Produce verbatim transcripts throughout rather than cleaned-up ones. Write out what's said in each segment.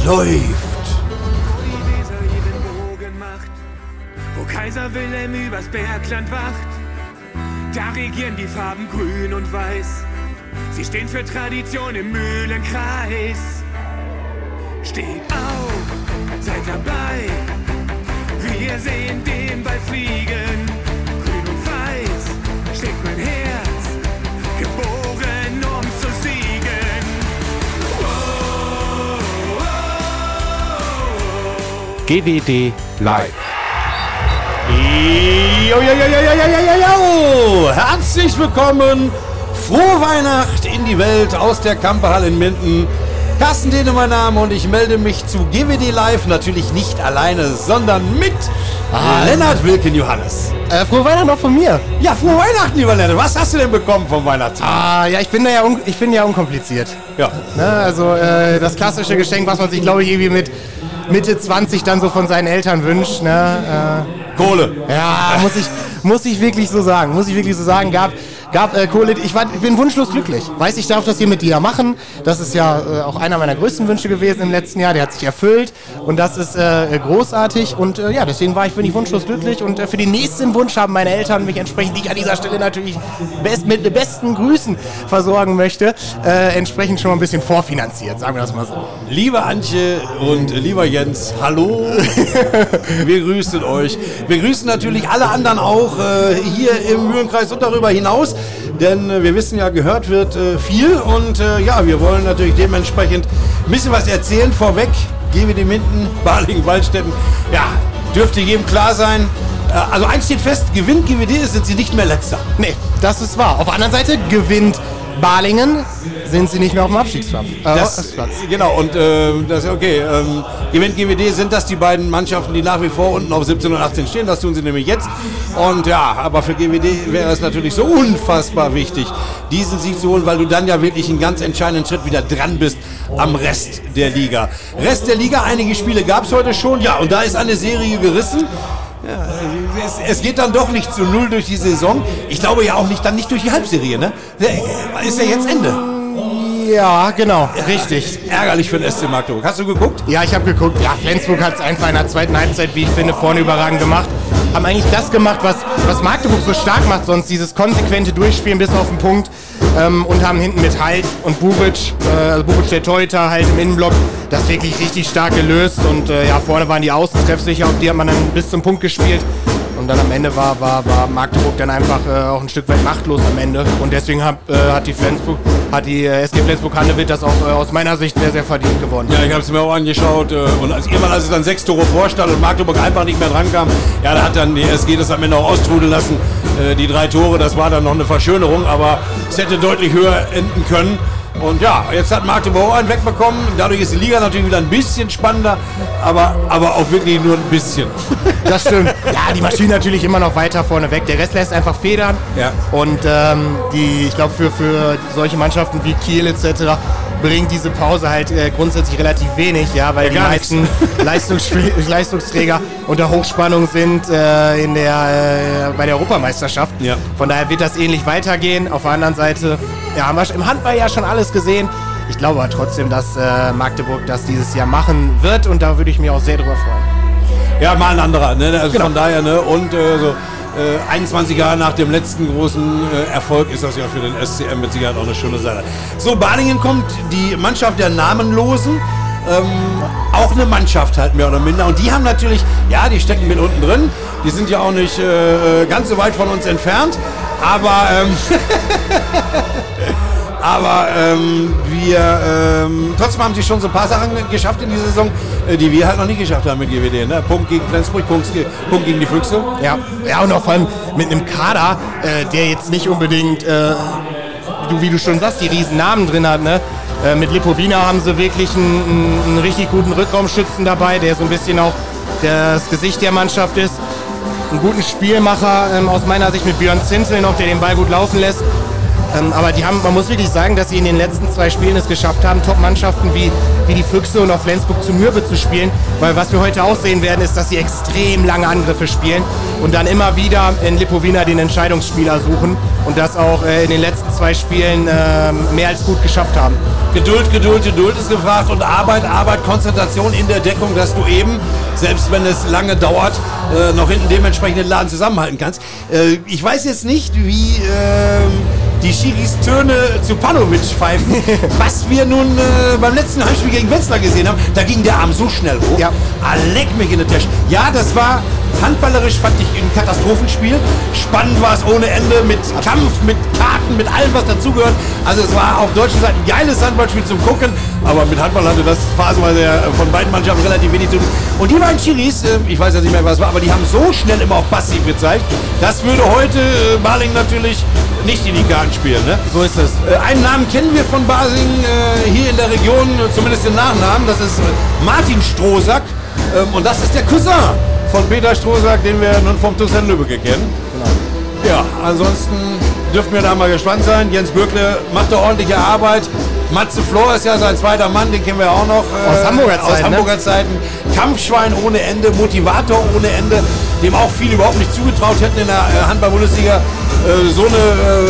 läuft. Die Weser ihren Bogen macht, wo Kaiser Wilhelm übers Bergland wacht. Da regieren die Farben grün und weiß. Sie stehen für Tradition im Mühlenkreis. Steht auf, seid dabei. Wir sehen den Ball fliegen. Grün und weiß schlägt mein Herz, geboren um zu siegen. Oh, oh, oh. G W D Live. Jo, jo, jo, jo, jo, jo, jo. Herzlich willkommen, frohe Weihnacht in die Welt aus der Kamperhalle in Minden. Carsten Dehne mein Name und ich melde mich zu G W D Live, natürlich nicht alleine, sondern mit ah, Lennart Wilken Johannes. Äh, frohe Weihnachten auch von mir. Ja, frohe Weihnachten, lieber Lennart. Was hast du denn bekommen vom Weihnachtsmann? Ah, ja, ich bin da ja, un- ich bin ja unkompliziert. Ja. Ne, also äh, das klassische Geschenk, was man sich, glaube ich, irgendwie mit Mitte zwanzig dann so von seinen Eltern wünscht. Ne? Äh, Kohle. Ja, muss ich, muss ich wirklich so sagen. Muss ich wirklich so sagen. Gab, gab äh, Kohle. Ich, war, ich bin wunschlos glücklich. Weiß, ich darf das hier mit dir machen. Das ist ja äh, auch einer meiner größten Wünsche gewesen im letzten Jahr. Der hat sich erfüllt und das ist äh, großartig. Und äh, ja, deswegen war ich, bin ich wunschlos glücklich. Und äh, für den nächsten Wunsch haben meine Eltern mich entsprechend, die ich an dieser Stelle natürlich best, mit den besten Grüßen versorgen möchte, äh, entsprechend schon mal ein bisschen vorfinanziert. Sagen wir das mal so. Liebe Antje und lieber Jens, hallo. Wir grüßen euch. Wir grüßen natürlich alle anderen auch äh, hier im Mühlenkreis und darüber hinaus, denn äh, wir wissen ja, gehört wird äh, viel und äh, ja, wir wollen natürlich dementsprechend ein bisschen was erzählen. Vorweg, G W D Minden, Balingen, Waldstätten, ja, dürfte jedem klar sein. Äh, also eins steht fest, gewinnt G W D, sind sie nicht mehr Letzter. Nee, das ist wahr. Auf der anderen Seite gewinnt Balingen, sind sie nicht mehr auf dem Abstiegsplatz. Äh, Das, genau, und äh, das ist okay. Ähm, gewinnt G W D, sind das die beiden Mannschaften, die nach wie vor unten auf siebzehn und achtzehn stehen. Das tun sie nämlich jetzt. Und ja, aber für G W D wäre es natürlich so unfassbar wichtig, diesen Sieg zu holen, weil du dann ja wirklich einen ganz entscheidenden Schritt wieder dran bist am Rest der Liga. Rest der Liga, einige Spiele gab es heute schon. Ja, und da ist eine Serie gerissen. Ja, es, es geht dann doch nicht zu null durch die Saison. Ich glaube ja auch nicht, dann nicht durch die Halbserie, ne? Ist ja jetzt Ende. Ja, genau, richtig. Ärgerlich für den S C Magdeburg. Hast du geguckt? Ja, ich habe geguckt. Ja, Flensburg hat es einfach in der zweiten Halbzeit, wie ich finde, vorne überragend gemacht. Haben eigentlich das gemacht, was, was Magdeburg so stark macht, sonst dieses konsequente Durchspielen bis auf den Punkt. Ähm, und haben hinten mit Halt und Buric, äh, also Buric der Torhüter, halt im Innenblock, das wirklich richtig stark gelöst. Und äh, ja, vorne waren die Außen treffsicher, auf die hat man dann bis zum Punkt gespielt. Und dann am Ende war, war, war Magdeburg dann einfach äh, auch ein Stück weit machtlos am Ende. Und deswegen hat, äh, hat die Flensburg, hat die äh, S G Flensburg-Handewitt das auch äh, aus meiner Sicht sehr, sehr verdient gewonnen. Ja, ich habe es mir auch angeschaut. Äh, und als irgendwann, als es dann sechs Tore vorstand und Magdeburg einfach nicht mehr dran kam, ja, da hat dann die S G das am Ende auch austrudeln lassen. Äh, die drei Tore, das war dann noch eine Verschönerung, aber es hätte deutlich höher enden können. Und ja, jetzt hat Magdeburg auch einen wegbekommen. Dadurch ist die Liga natürlich wieder ein bisschen spannender, aber, aber auch wirklich nur ein bisschen. Das stimmt. Ja, die Maschine natürlich immer noch weiter vorne weg. Der Rest lässt einfach federn. Ja. Und ähm, die, ich glaube, für, für solche Mannschaften wie Kiel et cetera bringt diese Pause halt äh, grundsätzlich relativ wenig, ja, weil ja, die meisten Leistungs- Leistungsträger unter Hochspannung sind äh, in der, äh, bei der Europameisterschaft. Ja. Von daher wird das ähnlich weitergehen. Auf der anderen Seite ja, haben wir im Handball ja schon alles gesehen. Ich glaube aber trotzdem, dass äh, Magdeburg das dieses Jahr machen wird und da würde ich mich auch sehr drüber freuen. Ja, mal ein anderer, ne? Also Genau. von daher, ne? Und äh, so äh, einundzwanzig Jahre nach dem letzten großen äh, Erfolg ist das ja für den S C M mit Sicherheit auch eine schöne Sache. So, Balingen kommt, die Mannschaft der Namenlosen. Ähm, auch eine Mannschaft halt mehr oder minder. Und die haben natürlich, ja, die stecken mit unten drin. Die sind ja auch nicht äh, ganz so weit von uns entfernt. Aber, ähm, aber ähm, wir, ähm, trotzdem haben sie schon so ein paar Sachen geschafft in dieser Saison, äh, die wir halt noch nicht geschafft haben mit G W D. Ne? Punkt gegen Flensburg, Punkt, Punkt gegen die Füchse. Ja, ja, und auch vor allem mit einem Kader, äh, der jetzt nicht unbedingt, äh, du, wie du schon sagst, die riesen Namen drin hat, ne? Äh, mit Lipovina haben sie wirklich einen, einen richtig guten Rückraumschützen dabei, der so ein bisschen auch das Gesicht der Mannschaft ist. Einen guten Spielmacher ähm, aus meiner Sicht mit Björn Zinzel noch, der den Ball gut laufen lässt. Ähm, aber die haben, man muss wirklich sagen, dass sie in den letzten zwei Spielen es geschafft haben, Top-Mannschaften wie, wie die Füchse und auch Flensburg zu Mürbe zu spielen. Weil was wir heute auch sehen werden, ist, dass sie extrem lange Angriffe spielen und dann immer wieder in Lipovina den Entscheidungsspieler suchen und das auch äh, in den letzten zwei Spielen äh, mehr als gut geschafft haben. Geduld, Geduld, Geduld ist gefragt und Arbeit, Arbeit, Konzentration in der Deckung, dass du eben, selbst wenn es lange dauert, äh, noch hinten dementsprechend den Laden zusammenhalten kannst. Äh, ich weiß jetzt nicht, wie äh, die Schiris Töne zu Panovic pfeifen, was wir nun äh, beim letzten Heimspiel gegen Wetzlar gesehen haben. Da ging der Arm so schnell hoch. Ja. Ah, leck mich in der Tasche. Ja, das war handballerisch, fand ich, ein Katastrophenspiel. Spannend war es ohne Ende, mit Kampf, mit Karten, mit allem, was dazugehört. Also es war auf deutschen Seite ein geiles Handballspiel zum Gucken, aber mit Handball hatte das phasenweise von beiden Mannschaften relativ wenig zu tun. Und die beiden Schiris, äh, ich weiß jetzt nicht mehr, was war, aber die haben so schnell immer auf passiv gezeigt. Das würde heute äh, Baling natürlich nicht in die Karten spielen. Ne? So ist es. Äh, einen Namen kennen wir von Basing äh, hier in der Region, äh, zumindest den Nachnamen, das ist äh, Martin Strohsack ähm, und das ist der Cousin von Peter Strohsack, den wir nun vom T U S Lübbecke kennen. Genau. Ja, ansonsten dürfen wir da mal gespannt sein. Jens Bürkle macht da ordentliche Arbeit. Matze Flor ist ja sein zweiter Mann, den kennen wir auch noch. Äh, aus Hamburger Zeiten. Aus Hamburger Zeiten. Kampfschwein ohne Ende, Motivator ohne Ende, dem auch viele überhaupt nicht zugetraut hätten in der äh, Handball-Bundesliga äh, so eine,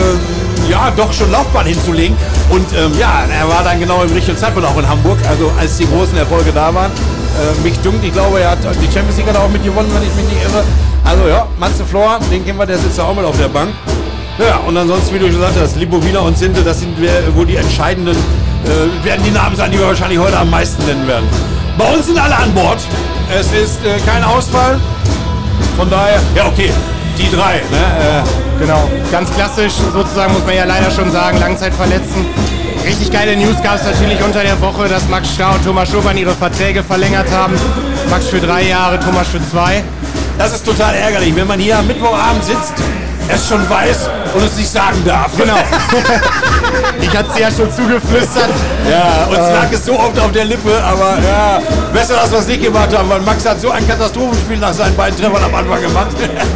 äh, ja, doch schon Laufbahn hinzulegen. Und ähm, ja, er war dann genau im richtigen Zeitpunkt auch in Hamburg, also als die großen Erfolge da waren. Äh, mich dünkt, ich glaube, er hat die Champions League auch mitgewonnen, wenn ich mich nicht irre. Also ja, Matze Flor, den kennen wir, der sitzt da auch mit auf der Bank. Ja, und ansonsten, wie du gesagt hast, Lipovina und Sinte, das sind wohl die entscheidenden, äh, werden die Namen sein, die wir wahrscheinlich heute am meisten nennen werden. Bei uns sind alle an Bord. Es ist äh, kein Ausfall. Von daher, ja okay, die drei. Ne? Äh, genau, ganz klassisch sozusagen, muss man ja leider schon sagen, Langzeitverletzten. Richtig geile News gab es natürlich unter der Woche, dass Max Starr und Thomas Schobern ihre Verträge verlängert haben. Max für drei Jahre, Thomas für zwei. Das ist total ärgerlich, wenn man hier am Mittwochabend sitzt, es schon weiß und es nicht sagen darf. Genau. Ich hatte es ja schon zugeflüstert. Ja, uns äh. lag es so oft auf der Lippe, aber ja, besser, dass wir es nicht gemacht haben, weil Max hat so ein Katastrophenspiel nach seinen beiden Treffern am Anfang gemacht.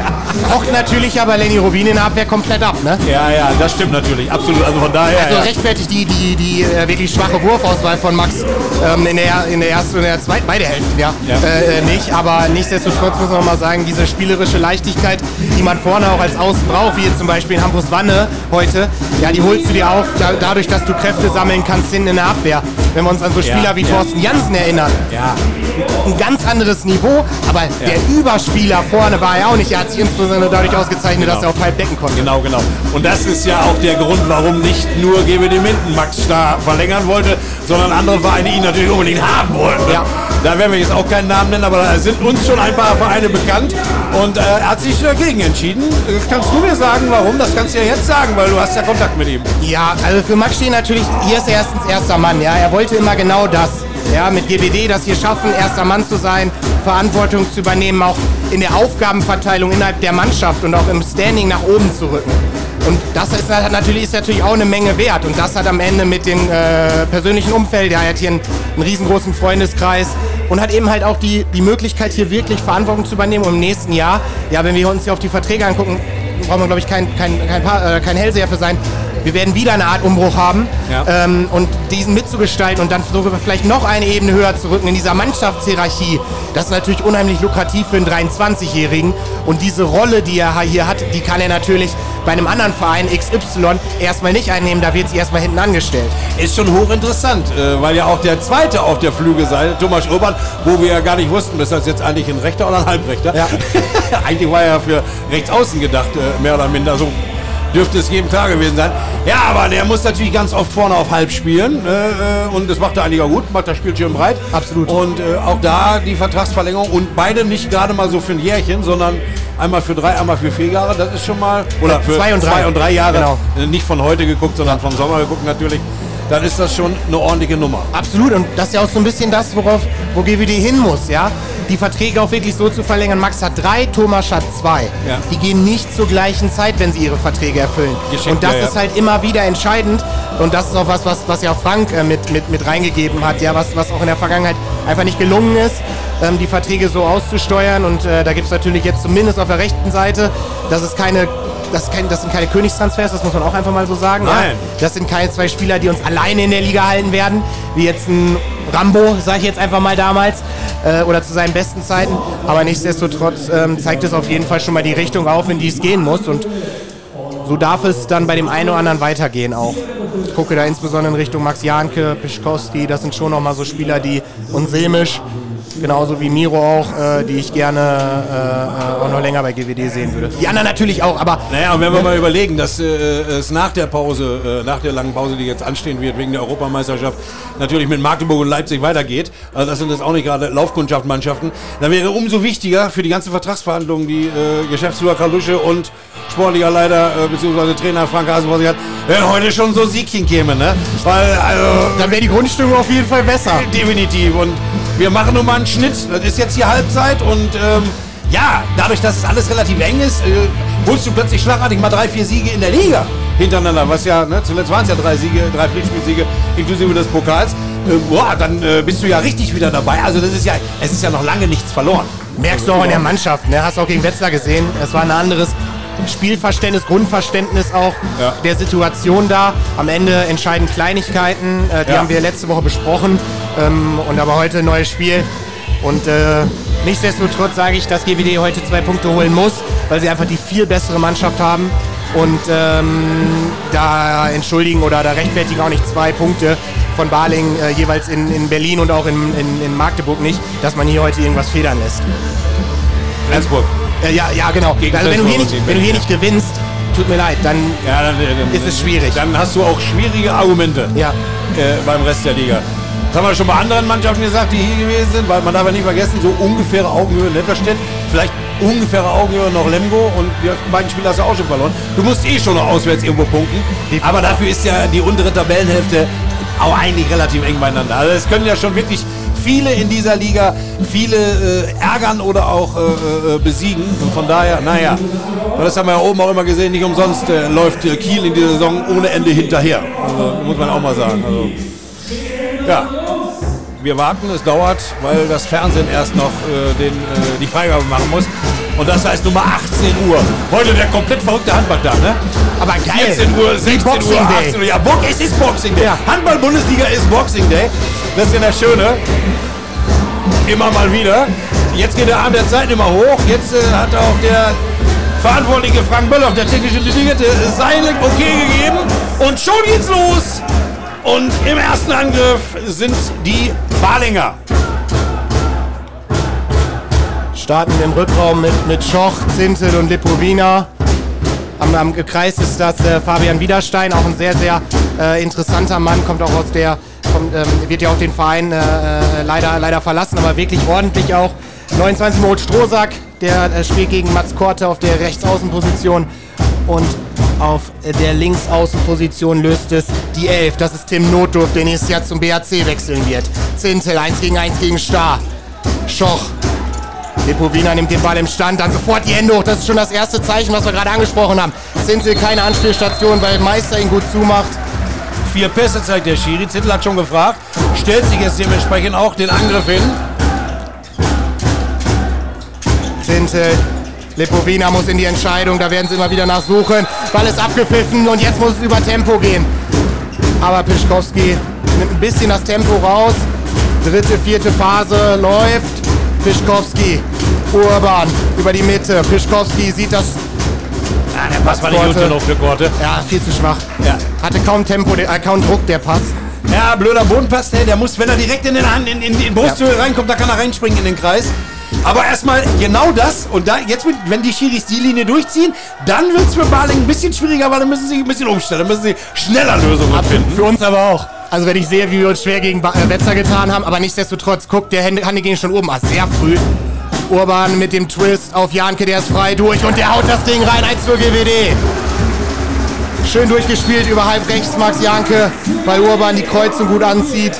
Kocht natürlich aber Lenny Rubin in der Abwehr komplett ab, ne? Ja, ja, das stimmt natürlich, absolut. Also von daher. Also ja. rechtfertigt die, die, die äh, wirklich schwache Wurfauswahl von Max ähm, in, der, in der ersten und in der zweiten, beide Hälften, ja, ja. Äh, nicht. Aber nichtsdestotrotz muss man mal sagen, diese spielerische Leichtigkeit, die man vorne auch als Außen braucht, wie jetzt zum Beispiel in Hampus Wanne heute, ja, die holst du dir auch da, dadurch, dass du Kräfte sammeln kannst hinten in der Abwehr. Wenn wir uns an so Spieler ja, wie ja. Thorsten Jansen erinnern. Ja. Ein ganz anderes Niveau, aber ja. der Überspieler vorne war ja auch nicht. Er hat sich insbesondere dadurch ausgezeichnet, genau. dass er auf halb decken konnte. Genau, genau. Und das ist ja auch der Grund, warum nicht nur G W D Minden Max Starr verlängern wollte, sondern andere Vereine ihn natürlich unbedingt haben wollten. Ja. Da werden wir jetzt auch keinen Namen nennen, aber da sind uns schon ein paar Vereine bekannt und äh, er hat sich dagegen entschieden. Kannst du mir sagen, warum? Das kannst du ja jetzt sagen, weil du hast ja Kontakt mit ihm. Ja, also für Max steht natürlich, hier ist erstens erster Mann. Ja, er wollte immer genau das. Ja, mit G W D das hier schaffen, erster Mann zu sein, Verantwortung zu übernehmen, auch in der Aufgabenverteilung innerhalb der Mannschaft und auch im Standing nach oben zu rücken. Und das ist natürlich, ist natürlich auch eine Menge wert. Und das hat am Ende mit dem äh, persönlichen Umfeld, ja, er hat hier einen, einen riesengroßen Freundeskreis und hat eben halt auch die, die Möglichkeit, hier wirklich Verantwortung zu übernehmen. Und im nächsten Jahr, ja, wenn wir uns hier auf die Verträge angucken, brauchen wir, glaube ich, kein, kein, kein, äh, kein Hellseher für sein. Wir werden wieder eine Art Umbruch haben ja. ähm, und diesen mitzugestalten und dann sogar vielleicht noch eine Ebene höher zu rücken in dieser Mannschaftshierarchie. Das ist natürlich unheimlich lukrativ für einen dreiundzwanzigjährigen und diese Rolle, die er hier hat, die kann er natürlich bei einem anderen Verein X Y erstmal nicht einnehmen, da wird sie erstmal hinten angestellt. Ist schon hochinteressant, äh, weil ja auch der Zweite auf der Flügelseite, Thomas Urban, wo wir ja gar nicht wussten, ist das jetzt eigentlich ein Rechter oder ein Halbrechter? Ja. Eigentlich war er ja für Rechtsaußen gedacht, äh, mehr oder minder so. Dürfte es jeden Tag gewesen sein. Ja, aber der muss natürlich ganz oft vorne auf halb spielen. Äh, und das macht er eigentlich auch gut, macht das Spiel schön breit. Absolut. Und äh, auch da die Vertragsverlängerung und beide nicht gerade mal so für ein Jährchen, sondern einmal für drei, einmal für vier Jahre. Das ist schon mal, oder für zwei und drei, zwei und drei Jahre. Genau. Nicht von heute geguckt, sondern vom Sommer geguckt natürlich. Dann ist das schon eine ordentliche Nummer. Absolut, und das ist ja auch so ein bisschen das, worauf wo G W D hin muss, ja. Die Verträge auch wirklich so zu verlängern. Max hat drei, Thomas hat zwei. Ja. Die gehen nicht zur gleichen Zeit, wenn sie ihre Verträge erfüllen. Geschenkt, und das ja, ja. ist halt immer wieder entscheidend. Und das ist auch was, was, was ja Frank äh, mit, mit, mit reingegeben hat, ja, was, was auch in der Vergangenheit einfach nicht gelungen ist, ähm, die Verträge so auszusteuern. Und äh, da gibt es natürlich jetzt zumindest auf der rechten Seite, dass es keine das, kein, das sind keine Königstransfers, das muss man auch einfach mal so sagen. Nein. Ja? Das sind keine zwei Spieler, die uns alleine in der Liga halten werden, wie jetzt ein Rambo, sage ich jetzt einfach mal damals, äh, oder zu seinen besten Zeiten. Aber nichtsdestotrotz ähm, zeigt es auf jeden Fall schon mal die Richtung auf, in die es gehen muss. Und so darf es dann bei dem einen oder anderen weitergehen auch. Ich gucke da insbesondere in Richtung Max Janke, Pischkowski, das sind schon nochmal so Spieler, die und Semisch, genauso wie Miro auch, äh, die ich gerne äh, auch noch länger bei G W D sehen würde. Die anderen natürlich auch, aber... Naja, und wenn wir mal überlegen, dass äh, es nach der Pause, äh, nach der langen Pause, die jetzt anstehen wird, wegen der Europameisterschaft, natürlich mit Magdeburg und Leipzig weitergeht, also das sind jetzt auch nicht gerade Laufkundschaftsmannschaften, dann wäre umso wichtiger für die ganzen Vertragsverhandlungen, die äh, Geschäftsführer Karl Lusche und sportlicher Leiter äh, bzw. Trainer Frank Hasen vor sich hat, wenn heute schon so Siegchen käme, ne? Weil, also... Dann wäre die Grundstimmung auf jeden Fall besser. Definitiv. Und wir machen nun mal einen Schnitt. Das ist jetzt die Halbzeit und ähm, ja, dadurch, dass es alles relativ eng ist, äh, holst du plötzlich schlagartig mal drei, vier Siege in der Liga hintereinander, was ja, ne, zuletzt waren es ja drei Siege, drei Pflichtspielsiege inklusive des Pokals. Äh, boah, dann äh, bist du ja richtig wieder dabei. Also das ist ja, es ist ja noch lange nichts verloren. Merkst du auch in der Mannschaft, ne? Hast du auch gegen Wetzlar gesehen. Es war ein anderes Spielverständnis, Grundverständnis auch ja. der Situation da. Am Ende entscheiden Kleinigkeiten, äh, die ja. haben wir letzte Woche besprochen. Ähm, und aber heute ein neues Spiel. Und äh, nichtsdestotrotz sage ich, dass G W D heute zwei Punkte holen muss, weil sie einfach die viel bessere Mannschaft haben. Und ähm, da entschuldigen oder da rechtfertigen auch nicht zwei Punkte von Balingen äh, jeweils in, in Berlin und auch in, in, in Magdeburg nicht, dass man hier heute irgendwas federn lässt. Flensburg. Äh, ja, ja, genau. Gegen also wenn du, hier nicht, Flensburg wenn du hier nicht gewinnst, tut mir leid, dann, ja, dann, dann ist es schwierig. Dann hast du auch schwierige Argumente ja. äh, beim Rest der Liga. Das haben wir schon bei anderen Mannschaften gesagt, die hier gewesen sind, weil man darf ja nicht vergessen, so ungefähre Augenhöhe Netterstedt, vielleicht ungefähre Augenhöhe noch Lemgo und die beiden Spiele hast du auch schon verloren. Du musst eh schon noch auswärts irgendwo punkten, aber dafür ist ja die untere Tabellenhälfte auch eigentlich relativ eng beieinander. Also es können ja schon wirklich viele in dieser Liga, viele äh, ärgern oder auch äh, äh, besiegen. Und von daher, naja, das haben wir ja oben auch immer gesehen, nicht umsonst äh, läuft äh, Kiel in dieser Saison ohne Ende hinterher. Also, muss man auch mal sagen. Also, ja, wir warten, es dauert, weil das Fernsehen erst noch äh, den, äh, die Freigabe machen muss. Und das heißt Nummer achtzehn Uhr. Heute der komplett verrückte Handballtag, ne? Aber geil. vierzehn Uhr, sechzehn Uhr, achtzehn Uhr. Ja, Bo- es ist Boxing Day. Ja. Handball-Bundesliga ist Boxing Day. Das ist ja das Schöne. Immer mal wieder. Jetzt geht der Arm der Zeit immer hoch. Jetzt äh, hat auch der verantwortliche Frank Böll auf der technischen Delegierte sein Okay gegeben. Und schon geht's los. Und im ersten Angriff sind die Balinger. Starten im Rückraum mit, mit Schoch, Zintel und Lipovina. Am, am Kreis ist das äh, Fabian Widerstein, auch ein sehr, sehr äh, interessanter Mann, kommt auch aus der, kommt, ähm, wird ja auch den Verein äh, leider, leider verlassen, aber wirklich ordentlich auch. neunundzwanzig Moritz Strohsack, der äh, spielt gegen Mats Korte auf der Rechtsaußenposition und auf äh, der Linksaußenposition löst es die Elf. Das ist Tim Notdurf, der nächstes Jahr zum B H C wechseln wird. Zintel, eins gegen eins gegen Starr. Schoch. Lipovina nimmt den Ball im Stand, dann sofort die Hände hoch. Das ist schon das erste Zeichen, was wir gerade angesprochen haben. Zintel keine Anspielstation, weil Meister ihn gut zumacht. Vier Pässe zeigt der Schiri. Zintel hat schon gefragt. Stellt sich jetzt dementsprechend auch den Angriff hin. Zintel. Lipovina muss in die Entscheidung. Da werden sie immer wieder nachsuchen. Ball ist abgepfiffen und jetzt muss es über Tempo gehen. Aber Pischkowski nimmt ein bisschen das Tempo raus. Dritte, vierte Phase läuft. Pischkowski, Urban über die Mitte. Pischkowski sieht das. Ja, der Pass war nicht gut genug für Korte. Ja, viel zu schwach. Ja. Hatte kaum Tempo, äh, kaum Druck, der Pass. Ja, blöder Bodenpass, der, der muss, wenn er direkt in den Hand, in, in die Brusthöhe ja. reinkommt, da kann er reinspringen in den Kreis. Aber erstmal genau das und da jetzt, wenn die Schiris die Linie durchziehen, dann wird es für Balingen ein bisschen schwieriger, weil dann müssen sie ein bisschen umstellen, dann müssen sie schneller Lösungen Ab, finden. Für uns aber auch. Also wenn ich sehe, wie wir uns schwer gegen äh, Wetzlar getan haben, aber nichtsdestotrotz, guckt, der Hände, Hände ging schon oben, ah, sehr früh. Urban mit dem Twist auf Janke, der ist frei durch und der haut das Ding rein, eins zu G W D. Schön durchgespielt über halb rechts Max Janke, weil Urban die Kreuzung gut anzieht.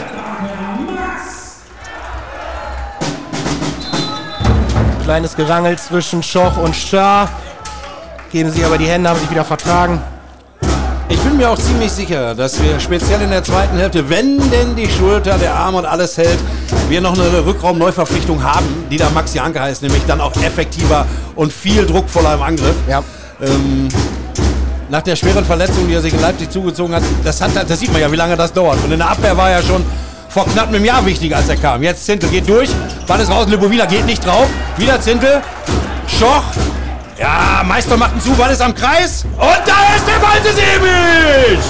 Kleines Gerangel zwischen Schoch und Starr. Geben sich aber die Hände, haben sich wieder vertragen. Ich bin mir auch ziemlich sicher, dass wir speziell in der zweiten Hälfte, wenn denn die Schulter, der Arm und alles hält, wir noch eine Rückraum-Neuverpflichtung haben, die da Max Janke heißt, nämlich dann auch effektiver und viel druckvoller im Angriff. Ja. Ähm, nach der schweren Verletzung, die er sich in Leipzig zugezogen hat, das, hat, das sieht man ja, wie lange das dauert. Und in der Abwehr war er schon vor knapp einem Jahr wichtiger, als er kam. Jetzt Zintel geht durch, Ball ist raus, Lipovina geht nicht drauf. Wieder Zintel, Schoch. Ja, Meister macht einen Zuball, ist am Kreis. Und da ist der Malte Semic!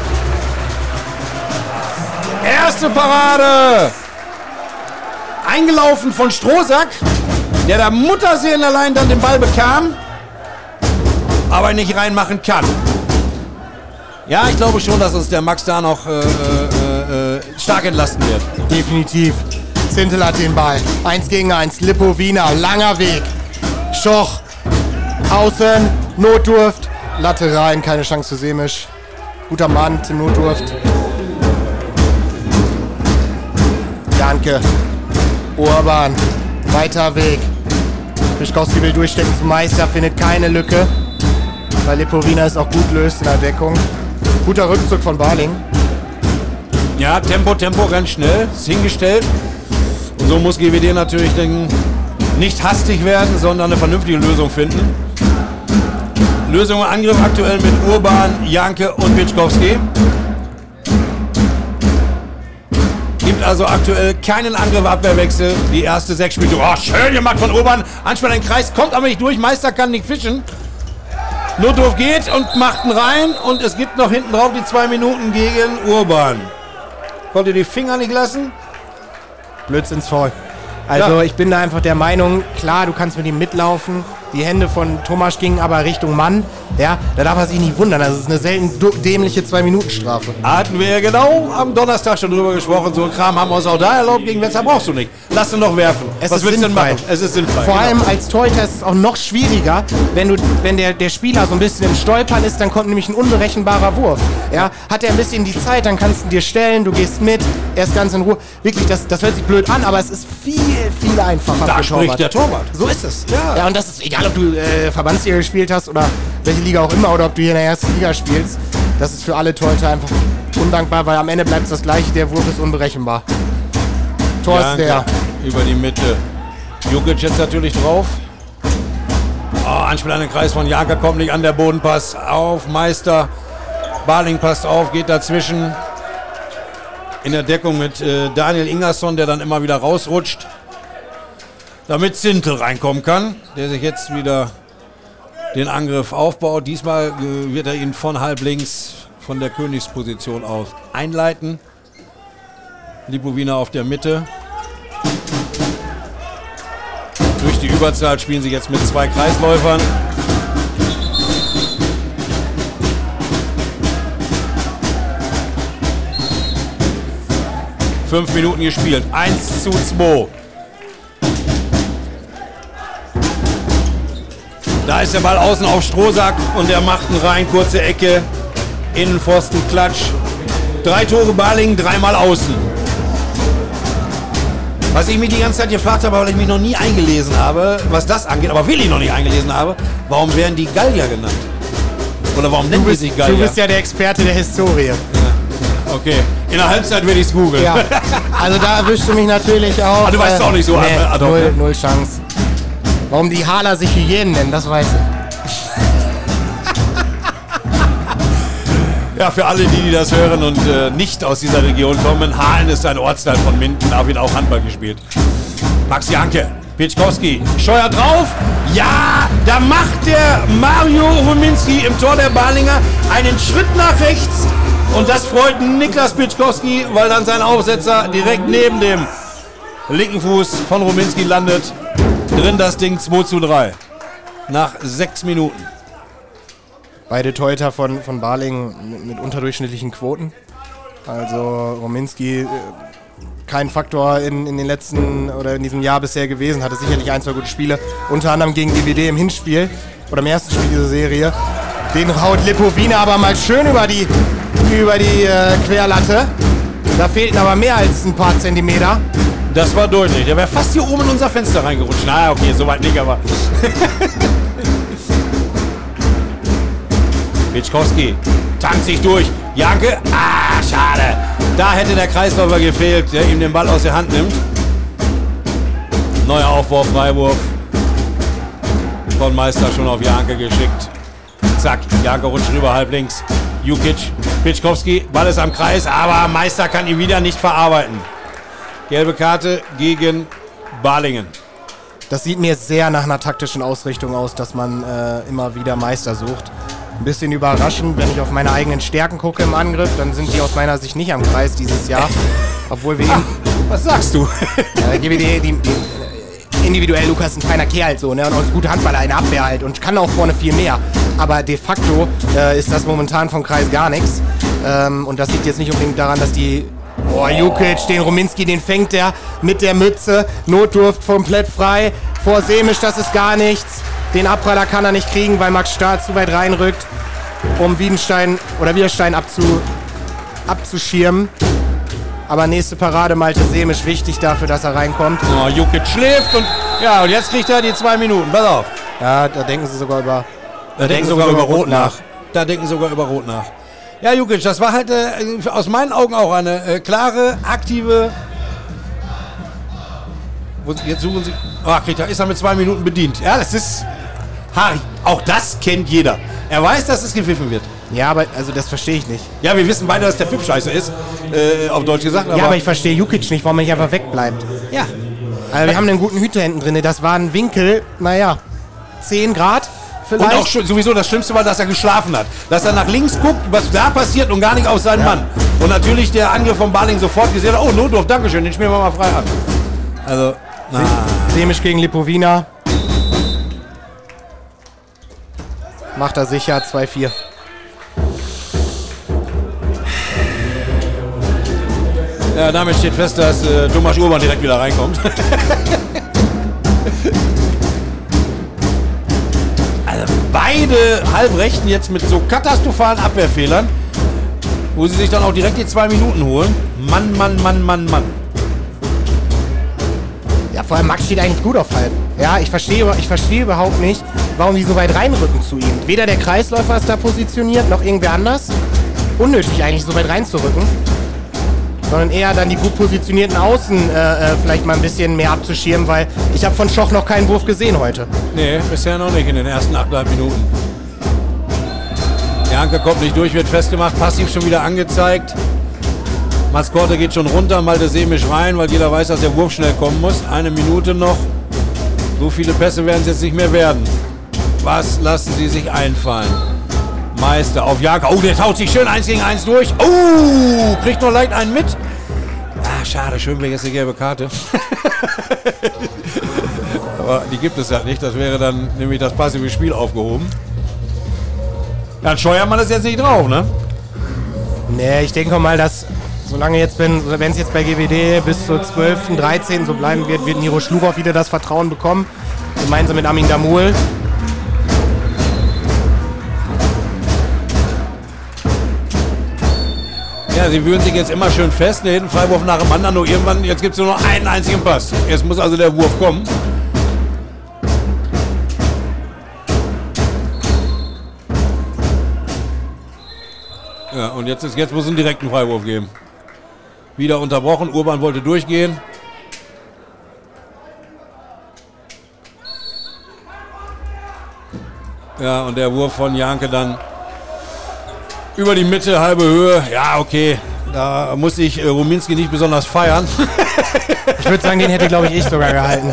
Erste Parade. Eingelaufen von Strohsack, der da Mutterseelen allein dann den Ball bekam, aber nicht reinmachen kann. Ja, ich glaube schon, dass uns der Max da noch äh, äh, äh, stark entlasten wird. Definitiv. Zintel hat den Ball. Eins gegen eins. Lipovina, langer Weg. Schoch. Außen. Notdurft. Latte rein. Keine Chance für Semic. Guter Mann. Tim Notdurft. Danke. Urban. Weiter Weg. Pischkowski will durchstecken zum Meister. Findet keine Lücke. Weil Lipovina es auch gut löst in der Deckung. Guter Rückzug von Baling. Ja, Tempo, Tempo, ganz schnell. Ist hingestellt. Und so muss G W D natürlich dann nicht hastig werden, sondern eine vernünftige Lösung finden. Lösung im Angriff aktuell mit Urban, Janke und Pischkowski. Gibt also aktuell keinen Angriff-Abwehrwechsel. Die erste sechs Spiele. Oh, schön gemacht von Urban. Anspiel in den Kreis, kommt aber nicht durch. Meister kann nicht fischen. Notdurft geht und macht ihn rein. Und es gibt noch hinten drauf die zwei Minuten gegen Urban. Konnte die Finger nicht lassen. Blödsinns voll. Also ja. Ich bin da einfach der Meinung, klar, du kannst mit ihm mitlaufen. Die Hände von Thomas gingen aber Richtung Mann. Ja, da darf er sich nicht wundern. Das ist eine selten dämliche zwei-Minuten-Strafe. Hatten wir ja genau am Donnerstag schon drüber gesprochen. So ein Kram haben wir uns auch da erlaubt. Gegen Wetzlar brauchst du nicht. Lass ihn noch werfen. Es Was willst du denn machen? Es ist sinnfrei. Vor genau. allem als Torhüter ist es auch noch schwieriger, wenn, du, wenn der, der Spieler so ein bisschen im Stolpern ist, dann kommt nämlich ein unberechenbarer Wurf. Ja, hat er ein bisschen die Zeit, dann kannst du dir stellen, du gehst mit, er ist ganz in Ruhe. Wirklich, das, das hört sich blöd an, aber es ist viel, viel einfacher Da für spricht Torwart. der Torwart. So ist es. Ja. Ja, und das ist egal, ob du äh, Verbandsliga gespielt hast oder welche Liga auch immer, oder ob du hier in der ersten Liga spielst. Das ist für alle Torhüter einfach undankbar, weil am Ende bleibt es das Gleiche, der Wurf ist unberechenbar. Tor ist der. Über die Mitte. Jukic jetzt natürlich drauf. Oh, Anspiel an den Kreis von Janka, kommt nicht an, der Bodenpass auf Meister. Baling passt auf, geht dazwischen. In der Deckung mit äh, Daniel Ingersson, der dann immer wieder rausrutscht. Damit Zintel reinkommen kann, der sich jetzt wieder den Angriff aufbaut. Diesmal äh, wird er ihn von halb links, von der Königsposition aus einleiten. Lipovina auf der Mitte. Durch die Überzahl spielen sie jetzt mit zwei Kreisläufern. Fünf Minuten gespielt. eins zu zwei. Da ist der Ball außen auf Strohsack und er macht ihn rein. Kurze Ecke. Innenpfosten, Klatsch. Drei Tore Baling, dreimal außen. Was ich mich die ganze Zeit gefragt habe, weil ich mich noch nie eingelesen habe, was das angeht, aber will ich noch nicht eingelesen habe, warum werden die Gallier genannt? Oder warum nennen du bist, die sich Gallier? Du bist ja der Experte der Historie. Ja. Okay, in der Halbzeit werde ich es googeln. Ja. Also da erwischst du mich natürlich auch. Ah, du weißt es äh, auch nicht so. Nee, ad hoc, null, ne? null Chance. Warum die Haler sich Hyänen nennen, das weiß ich. Ja, für alle, die, die das hören und äh, nicht aus dieser Region kommen, Hahlen ist ein Ortsteil von Minden, da wird auch Handball gespielt. Max Janke, Pischkowski, Scheuer drauf. Ja, da macht der Mario Ruminski im Tor der Balinger einen Schritt nach rechts. Und das freut Niklas Pischkowski, weil dann sein Aufsetzer direkt neben dem linken Fuß von Ruminski landet. Drin das Ding zwei zu drei. Nach sechs Minuten. Beide Torhüter von, von Baling mit, mit unterdurchschnittlichen Quoten. Also Ruminski, äh, kein Faktor in, in den letzten oder in diesem Jahr bisher gewesen. Hatte sicherlich ein, zwei gute Spiele. Unter anderem gegen D W D im Hinspiel oder im ersten Spiel dieser Serie. Den haut Lipovina aber mal schön über die, über die äh, Querlatte. Da fehlten aber mehr als ein paar Zentimeter. Das war deutlich. Der wäre fast hier oben in unser Fenster reingerutscht. Na okay, soweit nicht, aber... Pischkowski tankt sich durch. Janke, ah, schade. Da hätte der Kreisläufer gefehlt, der ihm den Ball aus der Hand nimmt. Neuer Aufwurf, Freiwurf. Von Meister schon auf Janke geschickt. zack, Janke rutscht rüber, halb links. Jukic, Piczkowski, Ball ist am Kreis, aber Meister kann ihn wieder nicht verarbeiten. Gelbe Karte gegen Balingen. Das sieht mir sehr nach einer taktischen Ausrichtung aus, dass man äh, immer wieder Meister sucht. Ein bisschen überraschend, wenn ich auf meine eigenen Stärken gucke im Angriff, dann sind die aus meiner Sicht nicht am Kreis dieses Jahr. Obwohl wir Ach, was sagst du? äh, G W D, die, die, individuell Lukas ein feiner Kerl halt so, ne? Und uns gute Handballer in der Abwehr halt und kann auch vorne viel mehr. Aber de facto äh, ist das momentan vom Kreis gar nichts. Ähm, und das liegt jetzt nicht unbedingt daran, dass die... Boah, Jukic, den Rominski, den fängt er mit der Mütze. Notdurft komplett frei. Vor Semisch, das ist gar nichts. Den Abpraller kann er nicht kriegen, weil Max Stahl zu weit reinrückt, um Wiedenstein oder Widerstein abzu, abzuschirmen. Aber nächste Parade, Malte Semisch, wichtig dafür, dass er reinkommt. Oh, Jukic schläft und ja, und jetzt kriegt er die zwei Minuten. Pass auf. Ja, da denken sie sogar über... Da, da denken sogar über Rot nach. nach. Da denken sogar über Rot nach. Ja, Jukic, das war halt äh, aus meinen Augen auch eine äh, klare, aktive... Wo, jetzt suchen sie... Oh, kriegt er, ist er mit zwei Minuten bedient. Ja, das ist... Harry, auch das kennt jeder. Er weiß, dass es gepfiffen wird. Ja, aber also das verstehe ich nicht. Ja, wir wissen beide, dass der Pfiff scheiße ist, äh, auf Deutsch gesagt. Aber ja, aber ich verstehe Jukic nicht, warum er nicht einfach wegbleibt. Ja. Also wir haben einen guten Hüter hinten drin. Das war ein Winkel, naja, zehn Grad vielleicht. Und auch schon, sowieso das Schlimmste war, dass er geschlafen hat. Dass er nach links guckt, was da passiert und gar nicht auf seinen ja. Mann. Und natürlich der Angriff von Baling sofort gesehen hat, oh, Notdurft, dankeschön, den spielen wir mal frei an. Also, na. Semisch gegen Lipovina. Macht er sicher, zwei vier. Ja, damit steht fest, dass äh, Thomas Urban direkt wieder reinkommt. Also beide Halbrechten jetzt mit so katastrophalen Abwehrfehlern, wo sie sich dann auch direkt die zwei Minuten holen. Mann, Mann, Mann, Mann, Mann. Ja, vor allem Max steht eigentlich gut auf halb. Ja, ich verstehe, ich verstehe überhaupt nicht, warum die so weit reinrücken zu ihm. Weder der Kreisläufer ist da positioniert, noch irgendwer anders. Unnötig eigentlich, so weit reinzurücken. Sondern eher dann die gut positionierten Außen äh, vielleicht mal ein bisschen mehr abzuschirmen, weil ich habe von Schoch noch keinen Wurf gesehen heute. Nee, bisher noch nicht in den ersten achteinhalb Minuten. Janke kommt nicht durch, wird festgemacht, passiv schon wieder angezeigt. Maskorte geht schon runter, Malte Semisch rein, weil jeder weiß, dass der Wurf schnell kommen muss. Eine Minute noch. So viele Pässe werden es jetzt nicht mehr werden. Was lassen sie sich einfallen? Meister auf Janke. Oh, der taut sich schön eins gegen eins durch. Oh, kriegt noch leicht einen mit. Ah, schade, schön wäre jetzt eine gelbe Karte. Aber die gibt es ja nicht. Das wäre dann nämlich das passive Spiel aufgehoben. Dann Scheuermann ist jetzt nicht drauf, ne? Nee, ich denke mal, dass solange jetzt, wenn es jetzt bei G W D bis zur zwölften, dreizehnten so bleiben wird, wird Niro Schlurow wieder das Vertrauen bekommen. Gemeinsam mit Amin Damul. Ja, sie würden sich jetzt immer schön fest, jeden Freiwurf nach dem anderen, nur irgendwann, jetzt gibt es nur noch einen einzigen Pass. Jetzt muss also der Wurf kommen. Ja, und jetzt, ist, jetzt muss es einen direkten Freiwurf geben. Wieder unterbrochen, Urban wollte durchgehen. Ja, und der Wurf von Janke dann über die Mitte, halbe Höhe. Ja, okay. Da muss ich äh, Rominski nicht besonders feiern. Ich würde sagen, den hätte, glaube ich, ich sogar gehalten.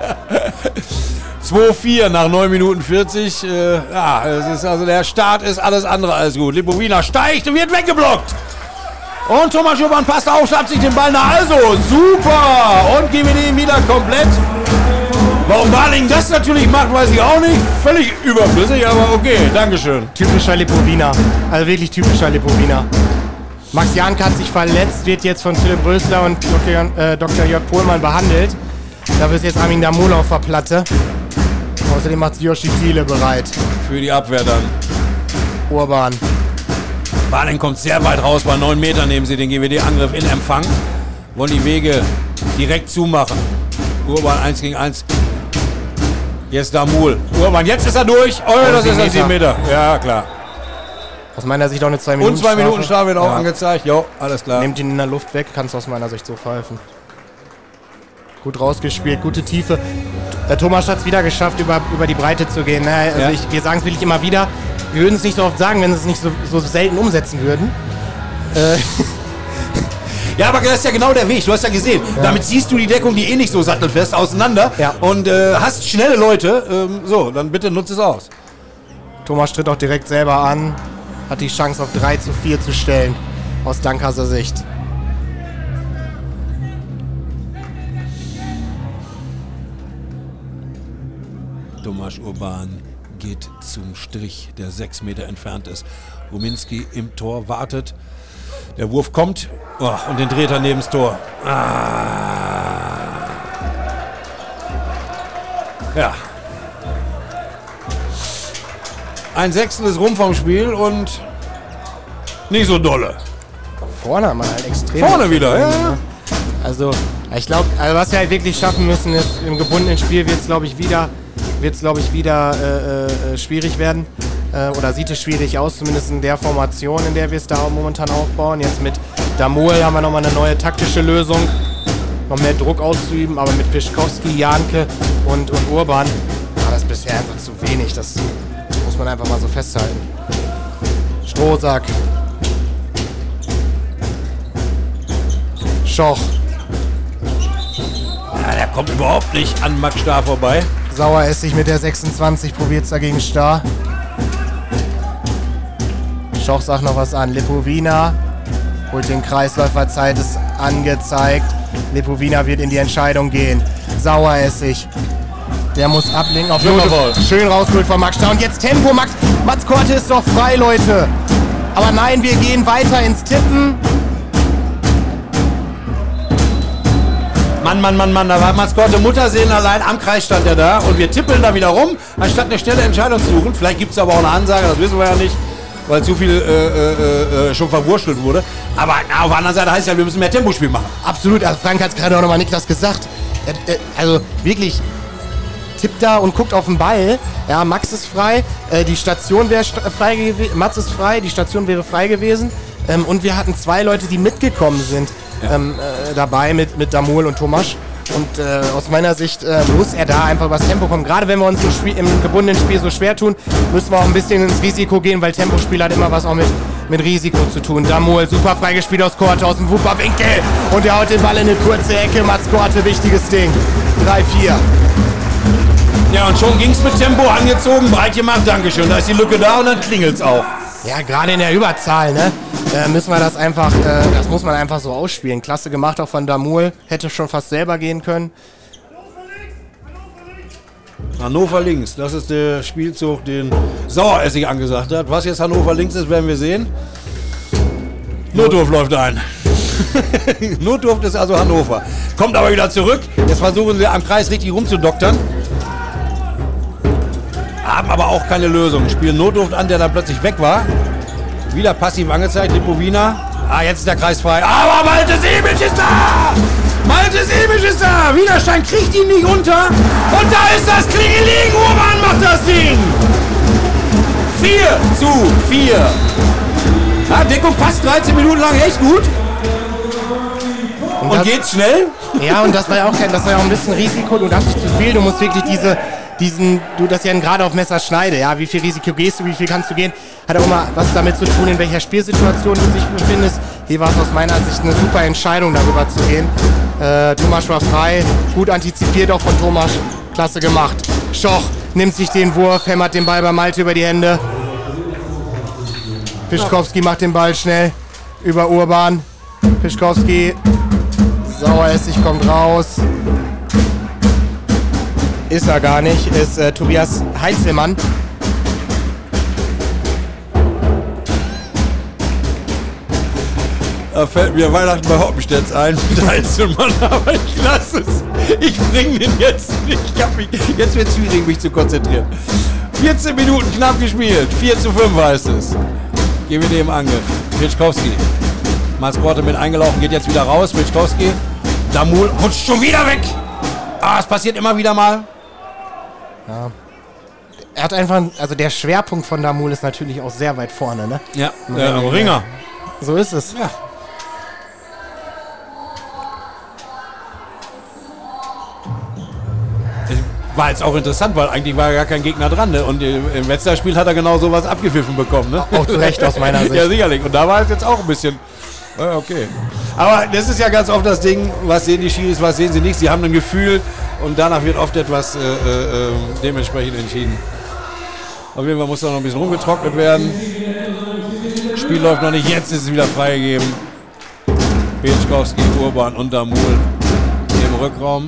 zwei vier nach neun Minuten vierzig. Äh, ja, es ist also der Start ist alles andere als gut. Lipovina steigt und wird weggeblockt. Und Thomas Urban passt auf, schnappt sich den Ball nach. Also, super. Und G W D wieder komplett. Warum Baling das natürlich macht, weiß ich auch nicht. Völlig überflüssig, aber okay, dankeschön. Typischer Lipovina. Also wirklich typischer Lipovina. Max Janke hat sich verletzt, wird jetzt von Philipp Rösler und Doktor, äh, Doktor Jörg Pohlmann behandelt. Dafür ist jetzt Armin Damul auf der Platte. Außerdem macht Joshi Thiele bereit. Für die Abwehr dann. Urban. Baling kommt sehr weit raus, bei neun Metern nehmen sie den G W D-Angriff in Empfang. Wollen die Wege direkt zumachen. Urban eins gegen eins. Jetzt Damul. Urban, jetzt ist er durch. Oh, oh das ist ein sieben Meter. Ja, klar. Aus meiner Sicht auch eine zwei Minuten Und zwei Minuten Strafe wird auch ja. angezeigt. Jo, alles klar. Nehmt ihn in der Luft weg, kannst du aus meiner Sicht so pfeifen. Gut rausgespielt, gute Tiefe. Der Thomas hat es wieder geschafft, über, über die Breite zu gehen. Also ja. ich, wir sagen es wirklich immer wieder. wir würden es nicht so oft sagen, wenn sie es nicht so, so selten umsetzen würden. Äh, Ja, aber das ist ja genau der Weg, du hast ja gesehen. Ja. Damit ziehst du die Deckung, die eh nicht so sattelfest, auseinander ja. und äh, hast schnelle Leute. Ähm, so, dann bitte nutze es aus. Thomas tritt auch direkt selber an, hat die Chance auf drei zu vier zu stellen, aus Dankhauser Sicht. Tomasz Urban geht zum Strich, der sechs Meter entfernt ist. Ruminski im Tor wartet. Der Wurf kommt oh, und den dreht er neben das Tor. Ah. Ja. Ein Sechstel ist rum vom Spiel und nicht so dolle. Vorne haben wir halt extrem. Vorne wieder, ja. Also, ich glaube, also was wir halt wirklich schaffen müssen, ist, im gebundenen Spiel wird es, glaube ich, wieder, wird's, glaub ich, wieder äh, äh, schwierig werden. Äh, oder sieht es schwierig aus, zumindest in der Formation, in der wir es da momentan aufbauen. Jetzt mit Damol haben wir nochmal eine neue taktische Lösung, noch mehr Druck auszuüben, aber mit Pischkowski, Janke und, und Urban war das bisher einfach zu wenig. Das muss man einfach mal so festhalten. Strohsack. Schoch. Ja, der kommt überhaupt nicht an Max Starr vorbei. Saueressig mit der sechsundzwanzig, probiert es dagegen Starr. Schoch sagt noch was an. Lipovina holt den Kreisläufer, Zeit ist angezeigt. Lipovina wird in die Entscheidung gehen. Saueressig. Der muss ablenken auf Note. Schön rausgeholt von Max Starr. Und jetzt Tempo, Max. Mats Korte ist doch frei, Leute. Aber nein, wir gehen weiter ins Tippen. Mann, Mann, Mann, Mann, da war Mats Korte Muttersehen allein, am Kreis stand er da und wir tippeln da wieder rum, anstatt eine schnelle Entscheidung zu suchen. Vielleicht gibt es aber auch eine Ansage, das wissen wir ja nicht, weil zu viel äh, äh, äh, schon verwurschtelt wurde. Aber na, auf der anderen Seite heißt ja, wir müssen mehr Tempospiel machen. Absolut, also Frank hat es gerade auch nochmal Niklas gesagt. Äh, äh, also wirklich, tippt da und guckt auf den Ball. Ja, Max ist frei, äh, die Station wäre st- frei gewesen, Mats ist frei, die Station wäre frei gewesen. Ähm, und wir hatten zwei Leute, die mitgekommen sind. Ja. Ähm, äh, dabei mit, mit Damol und Tomasz. Und äh, aus meiner Sicht äh, muss er da einfach übers Tempo kommen. Gerade wenn wir uns im, Spiel, im gebundenen Spiel so schwer tun, müssen wir auch ein bisschen ins Risiko gehen, weil Tempospiel hat immer was auch mit, mit Risiko zu tun. Damol, super freigespielt aus Korte, aus dem Wupperwinkel. Und er haut den Ball in eine kurze Ecke. Mats Korte, wichtiges Ding. drei vier. Ja, und schon ging es mit Tempo angezogen, breit gemacht, Dankeschön. Da ist die Lücke da und dann klingelt's auch. Ja, gerade in der Überzahl, ne? Äh, müssen wir das einfach, äh, das muss man einfach so ausspielen. Klasse gemacht auch von Damol. Hätte schon fast selber gehen können. Hannover links, das ist der Spielzug, den Saueressig angesagt hat. Was jetzt Hannover links ist, werden wir sehen. Notdurft läuft ein. Notdurft ist also Hannover. Kommt aber wieder zurück. Jetzt versuchen sie am Kreis richtig rumzudoktern. Haben aber auch keine Lösung. Spielen Notdurft an, der dann plötzlich weg war. Wieder passiv angezeigt, Lipovina. Ah, jetzt ist der Kreis frei. Aber Malte Simic ist da! Malte Simic ist da! Widerstand kriegt ihn nicht unter. Und da ist das Klingeling. Urban macht das Ding. vier zu vier. Ja, Deckung passt dreizehn Minuten lang echt gut. Und, und geht's schnell? Ja, und das war ja auch kein, das war ja auch ein bisschen Risiko. Du darfst nicht zu viel. Du musst wirklich diese... diesen, du das ja gerade auf Messerschneide, ja, wie viel Risiko gehst du, wie viel kannst du gehen, hat auch immer was damit zu tun, in welcher Spielsituation du dich befindest. Hier war es aus meiner Sicht eine super Entscheidung, darüber zu gehen. Äh, Tomasz war frei, gut antizipiert auch von Tomasz, klasse gemacht. Schoch nimmt sich den Wurf, hämmert den Ball bei Malte über die Hände. Pischkowski macht den Ball schnell über Urban. Pischkowski, Saueressig kommt raus. Ist er gar nicht, ist äh, Tobias Heinzelmann. Da fällt mir Weihnachten bei Hoppenstedt ein mit Heinzelmann, aber ich lasse es. Ich bringe den jetzt nicht. Ich hab mich, jetzt wird es schwierig, mich zu konzentrieren. vierzehn Minuten knapp gespielt, vier zu fünf heißt es. Gehen wir dem Angriff. Pischkowski. Mats Korte mit eingelaufen, geht jetzt wieder raus. Pischkowski. Damol rutscht schon wieder weg. Ah, es passiert immer wieder mal. Ja. Er hat einfach, also der Schwerpunkt von Damol ist natürlich auch sehr weit vorne, ne? Ja, äh, am Ringer. So ist es. Ja. war jetzt auch interessant, weil eigentlich war ja gar kein Gegner dran. Ne? Und im Wetzlar-Spiel hat er genau sowas abgepfiffen bekommen. Ne? Auch zu Recht aus meiner Sicht. Ja, sicherlich. Und da war es jetzt auch ein bisschen... Okay. Aber das ist ja ganz oft das Ding, was sehen die Schiris, was sehen sie nicht. Sie haben ein Gefühl und danach wird oft etwas äh, äh, dementsprechend entschieden. Auf jeden Fall muss da noch ein bisschen rumgetrocknet werden. Das Spiel läuft noch nicht, jetzt ist es wieder freigegeben. Pietschkowski, Urban und Damul im Rückraum.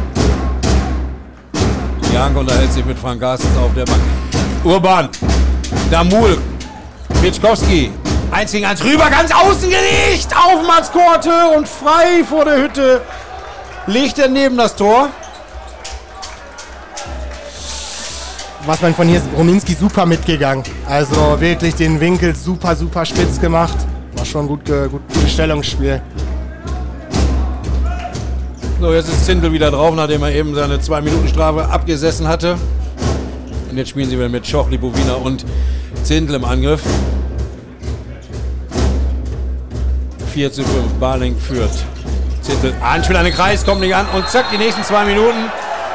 Jank unterhält sich mit Frank Garstens auf der Bank. Urban, Damul, Pietschkowski. Eins gegen eins rüber, ganz außen gelegt, auf Matzkorte und frei vor der Hütte. Legt er neben das Tor. Was man von hier, Rominski super mitgegangen. Also wirklich den Winkel super, super spitz gemacht. War schon gut, gut, gutes Stellungsspiel. So, jetzt ist Zindel wieder drauf, nachdem er eben seine zwei Minuten Strafe abgesessen hatte. Und jetzt spielen sie wieder mit Schoch, Lipowina und Zindel im Angriff. vier zu fünf, Baling führt. Zindel, Anspiel an den Kreis, kommt nicht an und zack, die nächsten zwei Minuten.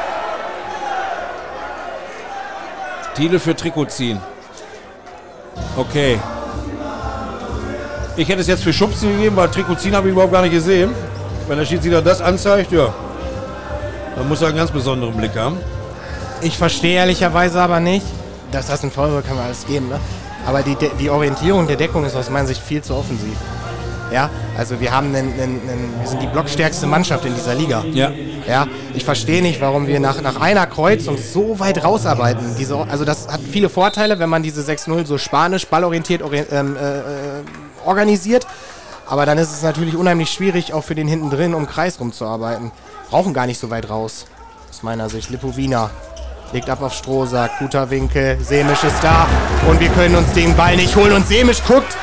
Thiele für Trikot ziehen. Okay. Ich hätte es jetzt für Schubsen gegeben, weil Trikot ziehen habe ich überhaupt gar nicht gesehen. Wenn der Schiedsrichter das anzeigt, ja, dann muss er einen ganz besonderen Blick haben. Ich verstehe ehrlicherweise aber nicht, dass das ein Foul kann man alles geben, ne? Aber die, die Orientierung der Deckung ist aus meiner Sicht viel zu offensiv. Ja, also wir haben einen, einen, einen, wir sind die blockstärkste Mannschaft in dieser Liga. Ja. Ja, ich verstehe nicht, warum wir nach, nach einer Kreuzung so weit rausarbeiten. Diese, also das hat viele Vorteile, wenn man diese sechs null so spanisch, ballorientiert orient, ähm, äh, organisiert. Aber dann ist es natürlich unheimlich schwierig, auch für den hinten drin, um Kreis rumzuarbeiten. Brauchen gar nicht so weit raus, aus meiner Sicht. Lipowina legt ab auf Strohsack, guter Winkel, Semisch ist da und wir können uns den Ball nicht holen und Semisch guckt.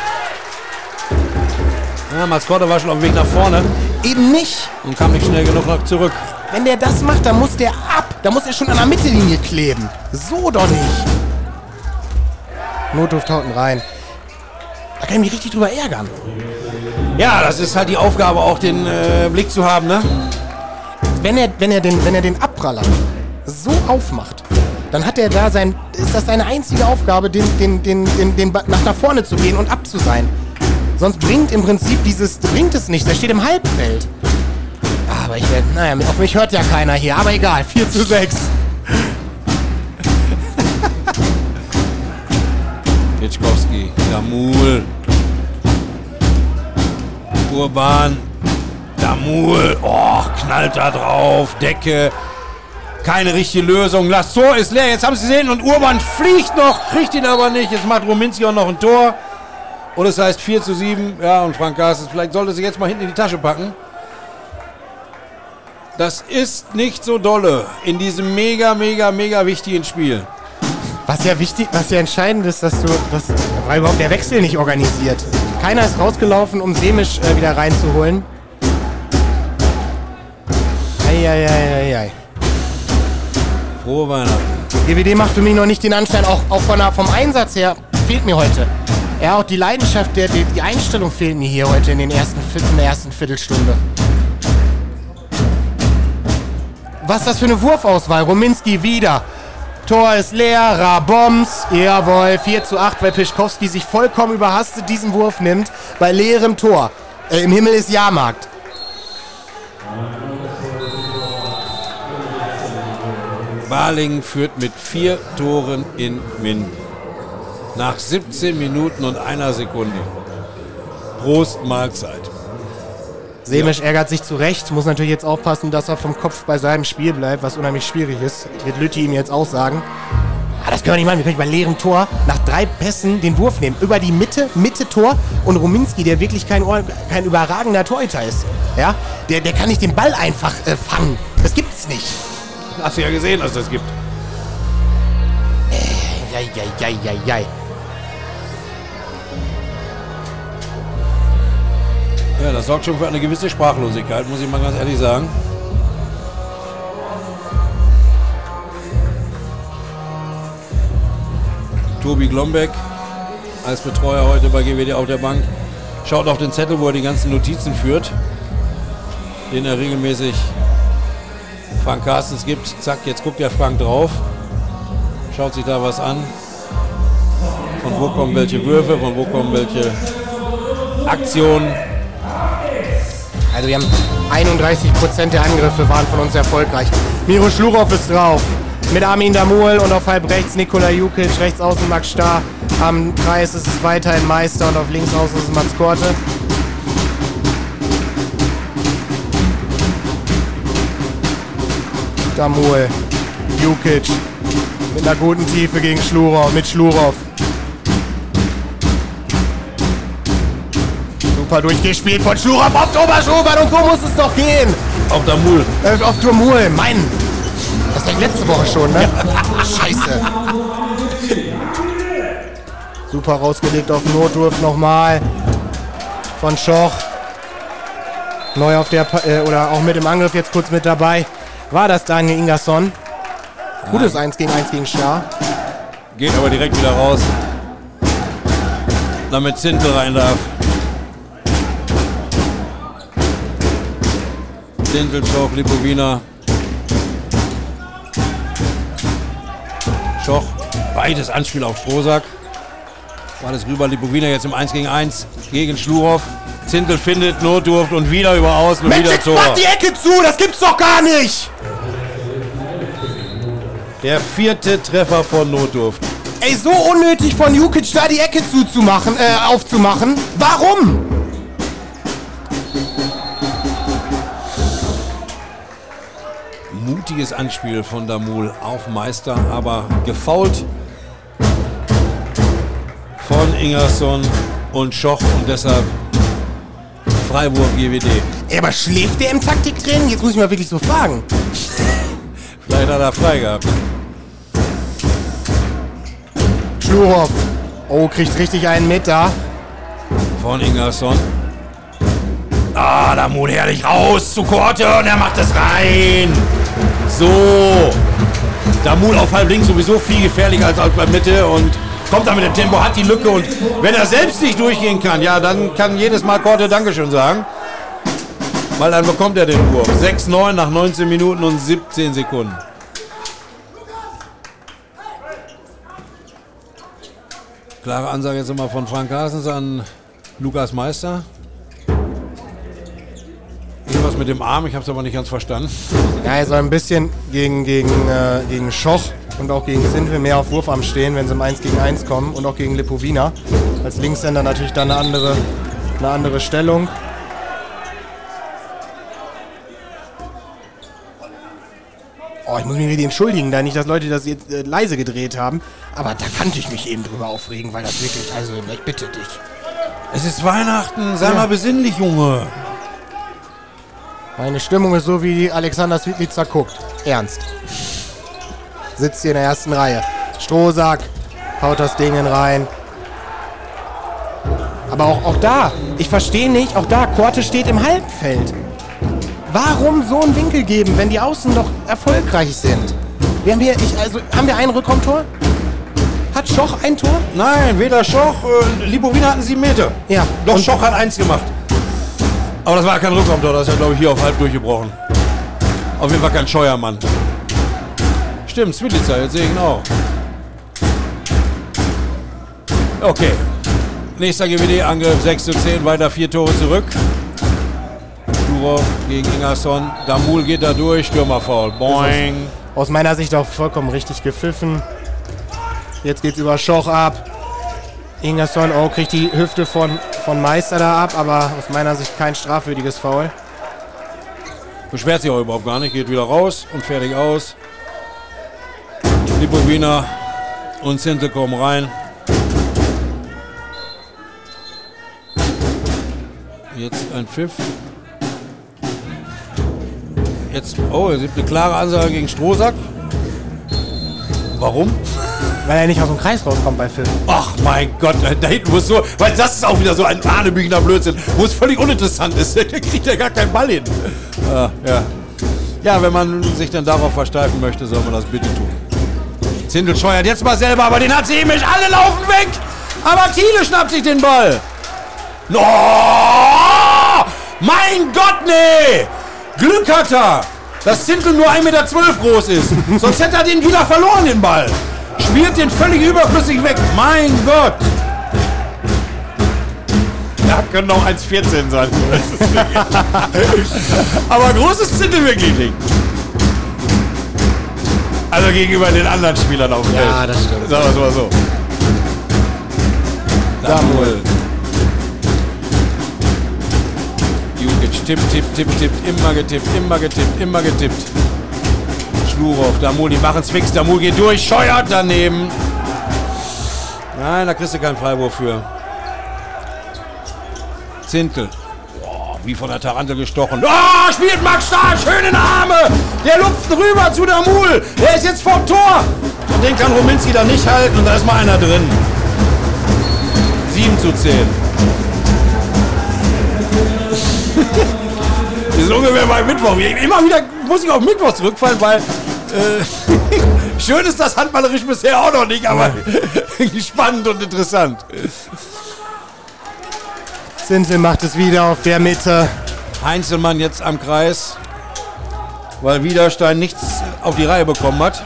Ja, Matzkorte war schon auf dem Weg nach vorne. Eben nicht. Und kam nicht schnell genug noch zurück. Wenn der das macht, dann muss der ab. Da muss er schon an der Mittellinie kleben. So doch nicht. Notdurft hauten rein. Da kann ich mich richtig drüber ärgern. Ja, das ist halt die Aufgabe, auch den äh, Blick zu haben, ne? Wenn er, wenn er den, wenn er den Abpraller so aufmacht, dann hat er da sein, ist das seine einzige Aufgabe, den, den, den, den, den nach da vorne zu gehen und ab zu sein. Sonst bringt im Prinzip dieses, bringt es nicht, der steht im Halbfeld. Aber ich werde, naja, auf mich hört ja keiner hier, aber egal, vier zu sechs. Pietschkowski, Damul, Urban, Damul, oh, knallt da drauf, Decke, keine richtige Lösung, das Tor ist leer, jetzt haben sie gesehen und Urban fliegt noch, kriegt ihn aber nicht, jetzt macht Rominski auch noch ein Tor. Und es heißt vier zu sieben, ja, und Frank Garstens, vielleicht sollte sie jetzt mal hinten in die Tasche packen. Das ist nicht so dolle in diesem mega, mega, mega wichtigen Spiel. Was ja wichtig, was ja entscheidend ist, dass du, das war überhaupt der Wechsel nicht organisiert. Keiner ist rausgelaufen, um Semisch äh, wieder reinzuholen. Eieieiei. Frohe Weihnachten. G W D macht für mich noch nicht den Anschein, auch, auch von der, vom Einsatz her fehlt mir heute. Ja, auch die Leidenschaft, der, die, die Einstellung fehlt mir hier heute in, den ersten, in der ersten Viertelstunde. Was ist das für eine Wurfauswahl? Rominski wieder. Tor ist leer, Raboms, jawohl, vier zu acht, weil Pischkowski sich vollkommen überhastet diesen Wurf nimmt, bei leerem Tor. Äh, Im Himmel ist Jahrmarkt. Balingen führt mit vier Toren in Minden. Nach siebzehn Minuten und einer Sekunde. Prost, Mahlzeit. Semisch ja. Ärgert sich zu Recht, muss natürlich jetzt aufpassen, dass er vom Kopf bei seinem Spiel bleibt, was unheimlich schwierig ist. Wird Lütti ihm jetzt auch sagen. Ah, das können wir nicht machen, wir können nicht bei leerem Tor nach drei Pässen den Wurf nehmen. Über die Mitte, Mitte Tor und Rominski, der wirklich kein, kein überragender Torhüter ist. Ja? Der, der kann nicht den Ball einfach äh, fangen. Das gibt's nicht. Hast du ja gesehen, dass es das gibt. Äh, jai, jai, jai, jai, jai. Ja, das sorgt schon für eine gewisse Sprachlosigkeit, muss ich mal ganz ehrlich sagen. Tobi Glombeck als Betreuer heute bei G W D auf der Bank schaut auf den Zettel, wo er die ganzen Notizen führt, den er regelmäßig Frank Carstens gibt, zack, jetzt guckt der Frank drauf, schaut sich da was an, von wo kommen welche Würfe, von wo kommen welche Aktionen. Also wir haben einunddreißig Prozent der Angriffe waren von uns erfolgreich. Miro Schlurov ist drauf, mit Armin Damul und auf halb rechts Nikola Jukic, rechts außen Max Starr, am Kreis ist es weiterhin Meister und auf links außen ist es Mats Korte. Damul, Jukic mit einer guten Tiefe gegen Schlurov, mit Schlurov. Super durchgespielt von Schlurov auf Thomas Schubert und so muss es doch gehen. Auf Damul. Äh, auf Damul, Mann. Das war letzte Woche schon, ne? Scheiße. Super rausgelegt auf Notdurf nochmal. Von Schoch. Neu auf der, äh, oder auch mit im Angriff jetzt kurz mit dabei. War das Daniel Ingersson? Gutes eins gegen eins gegen Starr. Geht aber direkt wieder raus. Damit Zintel rein darf. Zintel, Schoch, Lipovina. Schoch, beides Anspiel auf Strohsack. War das rüber, Lipovina jetzt im eins gegen eins gegen Schlurov. Zintel findet, Notdurft und wieder über Außen und Mensch, wieder jetzt Tor. macht die Ecke zu, das gibt's doch gar nicht! Der vierte Treffer von Notdurft. Ey, so unnötig von Jukic da die Ecke zuzumachen, äh, aufzumachen. Warum? Mutiges Anspiel von Damul auf Meister, aber gefoult von Ingersson und Schoch und deshalb Freiwurf G W D. Ey, aber schläft der im Taktiktraining? Jetzt muss ich mal wirklich so fragen. Vielleicht hat er frei gehabt. Schlurov. Oh, kriegt richtig einen mit da. Von Ingersson. Ah, Damul herrlich raus zu Korte und er macht es rein. So. Damul auf halb links sowieso viel gefährlicher als bei Mitte und kommt da mit dem Tempo, hat die Lücke und wenn er selbst nicht durchgehen kann, ja, dann kann jedes Mal Korte Dankeschön sagen. Weil dann bekommt er den Wurf. sechs neun nach neunzehn Minuten und siebzehn Sekunden. Klare Ansage jetzt immer von Frank Carstens an Lukas Meister. Irgendwas mit dem Arm, ich habe es aber nicht ganz verstanden. Ja, er soll ein bisschen gegen, gegen, äh, gegen Schoch und auch gegen Zintel mehr auf Wurfarm stehen, wenn sie im eins gegen eins kommen und auch gegen Lipovina. Als Linkshänder natürlich dann eine andere, eine andere Stellung. Oh, ich muss mich really entschuldigen, da nicht, dass Leute das jetzt äh, leise gedreht haben. Aber da kannte ich mich eben drüber aufregen, weil das wirklich, also ich bitte dich. Es ist Weihnachten, sei ja. mal besinnlich, Junge. Meine Stimmung ist so, wie Alexander Svitlitzer guckt. Ernst. Sitzt hier in der ersten Reihe. Strohsack, haut das Ding rein. Aber auch, auch da, ich verstehe nicht, auch da, Korte steht im Halbfeld. Warum so einen Winkel geben, wenn die Außen doch erfolgreich sind? Wir haben hier, ich, also, haben wir ein Rückraumtor? Hat Schoch ein Tor? Nein, weder Schoch, äh, Lipovina hatten sieben Meter. Ja. Doch, Schoch hat eins gemacht. Aber das war kein Rückraumtor, das ist ja, glaube ich, hier auf halb durchgebrochen. Auf jeden Fall kein Scheuermann. Stimmt, Svitlitzer, jetzt sehe ich ihn auch. Okay. Nächster G W D-Angriff, sechs zu zehn, weiter vier Tore zurück. Schlurov gegen Ingersson. Damul geht da durch, Stürmerfoul. Boing. Aus meiner Sicht auch vollkommen richtig gepfiffen. Jetzt geht's über Schoch ab. Ingersson, oh, kriegt die Hüfte von, von Meister da ab, aber aus meiner Sicht kein strafwürdiges Foul. Beschwert sich auch überhaupt gar nicht, geht wieder raus und fertig aus. Lipovina und Zintel kommen rein. Jetzt ein Pfiff. Jetzt, oh, es gibt eine klare Ansage gegen Strohsack. Warum? Weil er nicht aus dem Kreis rauskommt bei Pfiff. Ach mein Gott, da hinten muss so, weil das ist auch wieder so ein hanebüchener Blödsinn, wo es völlig uninteressant ist. Der kriegt ja gar keinen Ball hin. Ah, ja. ja, wenn man sich dann darauf versteifen möchte, soll man das bitte tun. Zintel scheuert jetzt mal selber, aber den hat sie eben nicht. Alle laufen weg. Aber Thiele schnappt sich den Ball. Oh, mein Gott, nee. Glück hat er. dass Zintl nur ein Meter zwölf groß ist. Sonst hätte er den wieder verloren, den Ball. Spielt den völlig überflüssig weg. Mein Gott. Er könnte noch eins vierzehn sein. Aber groß ist Zintl wirklich nicht. Also gegenüber den anderen Spielern auf dem Feld. Ja, das stimmt. Sagen wir es mal so. Damuel. Jukic, tipp, tipp, tipp, tipp, immer getippt, immer getippt, immer getippt. Schlurov, Damul, die machen's fix, Damul geht durch, scheuert daneben. Nein, da kriegst du keinen Freiwurf für. Zintl. Oh, wie von der Tarantel gestochen. Oh, spielt Max Stahl, schön in Arme. Der lupft rüber zu Damul. Der ist jetzt vom Tor. Und den kann Rominski da nicht halten und da ist mal einer drin. sieben zu zehn. Wir sind ungefähr bei Mittwoch. Immer wieder muss ich auf Mittwoch zurückfallen, weil äh, schön ist das handballerisch bisher auch noch nicht, aber spannend und interessant. Zintl macht es wieder auf der Mitte. Heinzelmann jetzt am Kreis, weil Widerstein nichts auf die Reihe bekommen hat.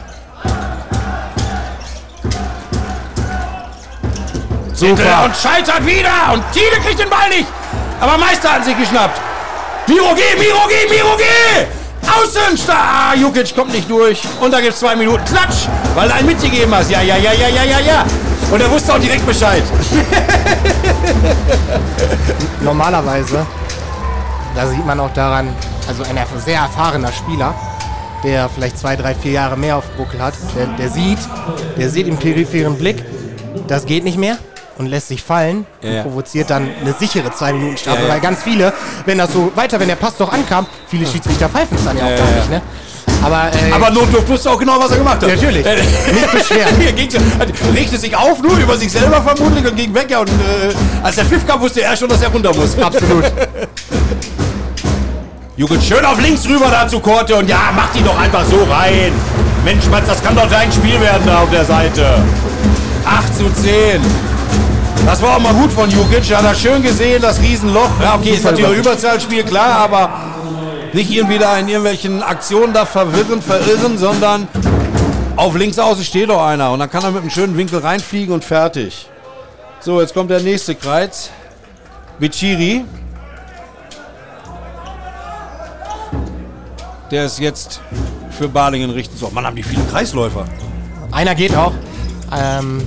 Super. Und scheitert wieder. Und Thiele kriegt den Ball nicht. Aber Meister hat sich geschnappt. Miro G, Miro G, Miro G. Außenstar. Ah, Jukic kommt nicht durch. Und da gibt es zwei Minuten Klatsch, weil du einen mitgegeben hast. Ja, ja, ja, ja, ja, ja, ja. Und er wusste auch direkt Bescheid. Normalerweise, da sieht man auch daran, also ein sehr erfahrener Spieler, der vielleicht zwei, drei, vier Jahre mehr auf dem Buckel hat, der, der sieht, der sieht im peripheren Blick, das geht nicht mehr und lässt sich fallen ja, und ja. provoziert dann eine sichere zwei Minuten Strafe, ja, ja. weil ganz viele, wenn das so weiter, wenn der Pass doch ankam, viele Schiedsrichter pfeifen es dann ja, ja auch gar ja. nicht, ne? Aber, äh, Aber Notdurft wusste auch genau, was er gemacht hat. Natürlich. Äh, Nicht beschweren. Hier ging's, regte sich auf, nur über sich selber vermutlich und ging weg. Ja, und äh, als der Pfiff kam, wusste er schon, dass er runter muss. Absolut. Jukic schön auf links rüber da zu Korte und ja, mach die doch einfach so rein. Mensch, Mats, das kann doch dein Spiel werden da auf der Seite. acht zu zehn. Das war auch mal gut von Jukic. Hat er schön gesehen, das Riesenloch. Ja, okay, ist natürlich ein Überzahlspiel, klar, aber nicht irgendwie da in irgendwelchen Aktionen da verwirren, verirren, sondern auf links außen steht doch einer und dann kann er mit einem schönen Winkel reinfliegen und fertig. So, jetzt kommt der nächste Kreis. Bichiri. Der ist jetzt für Balingen richten. So, Mann, haben die viele Kreisläufer. Einer geht auch. Ähm,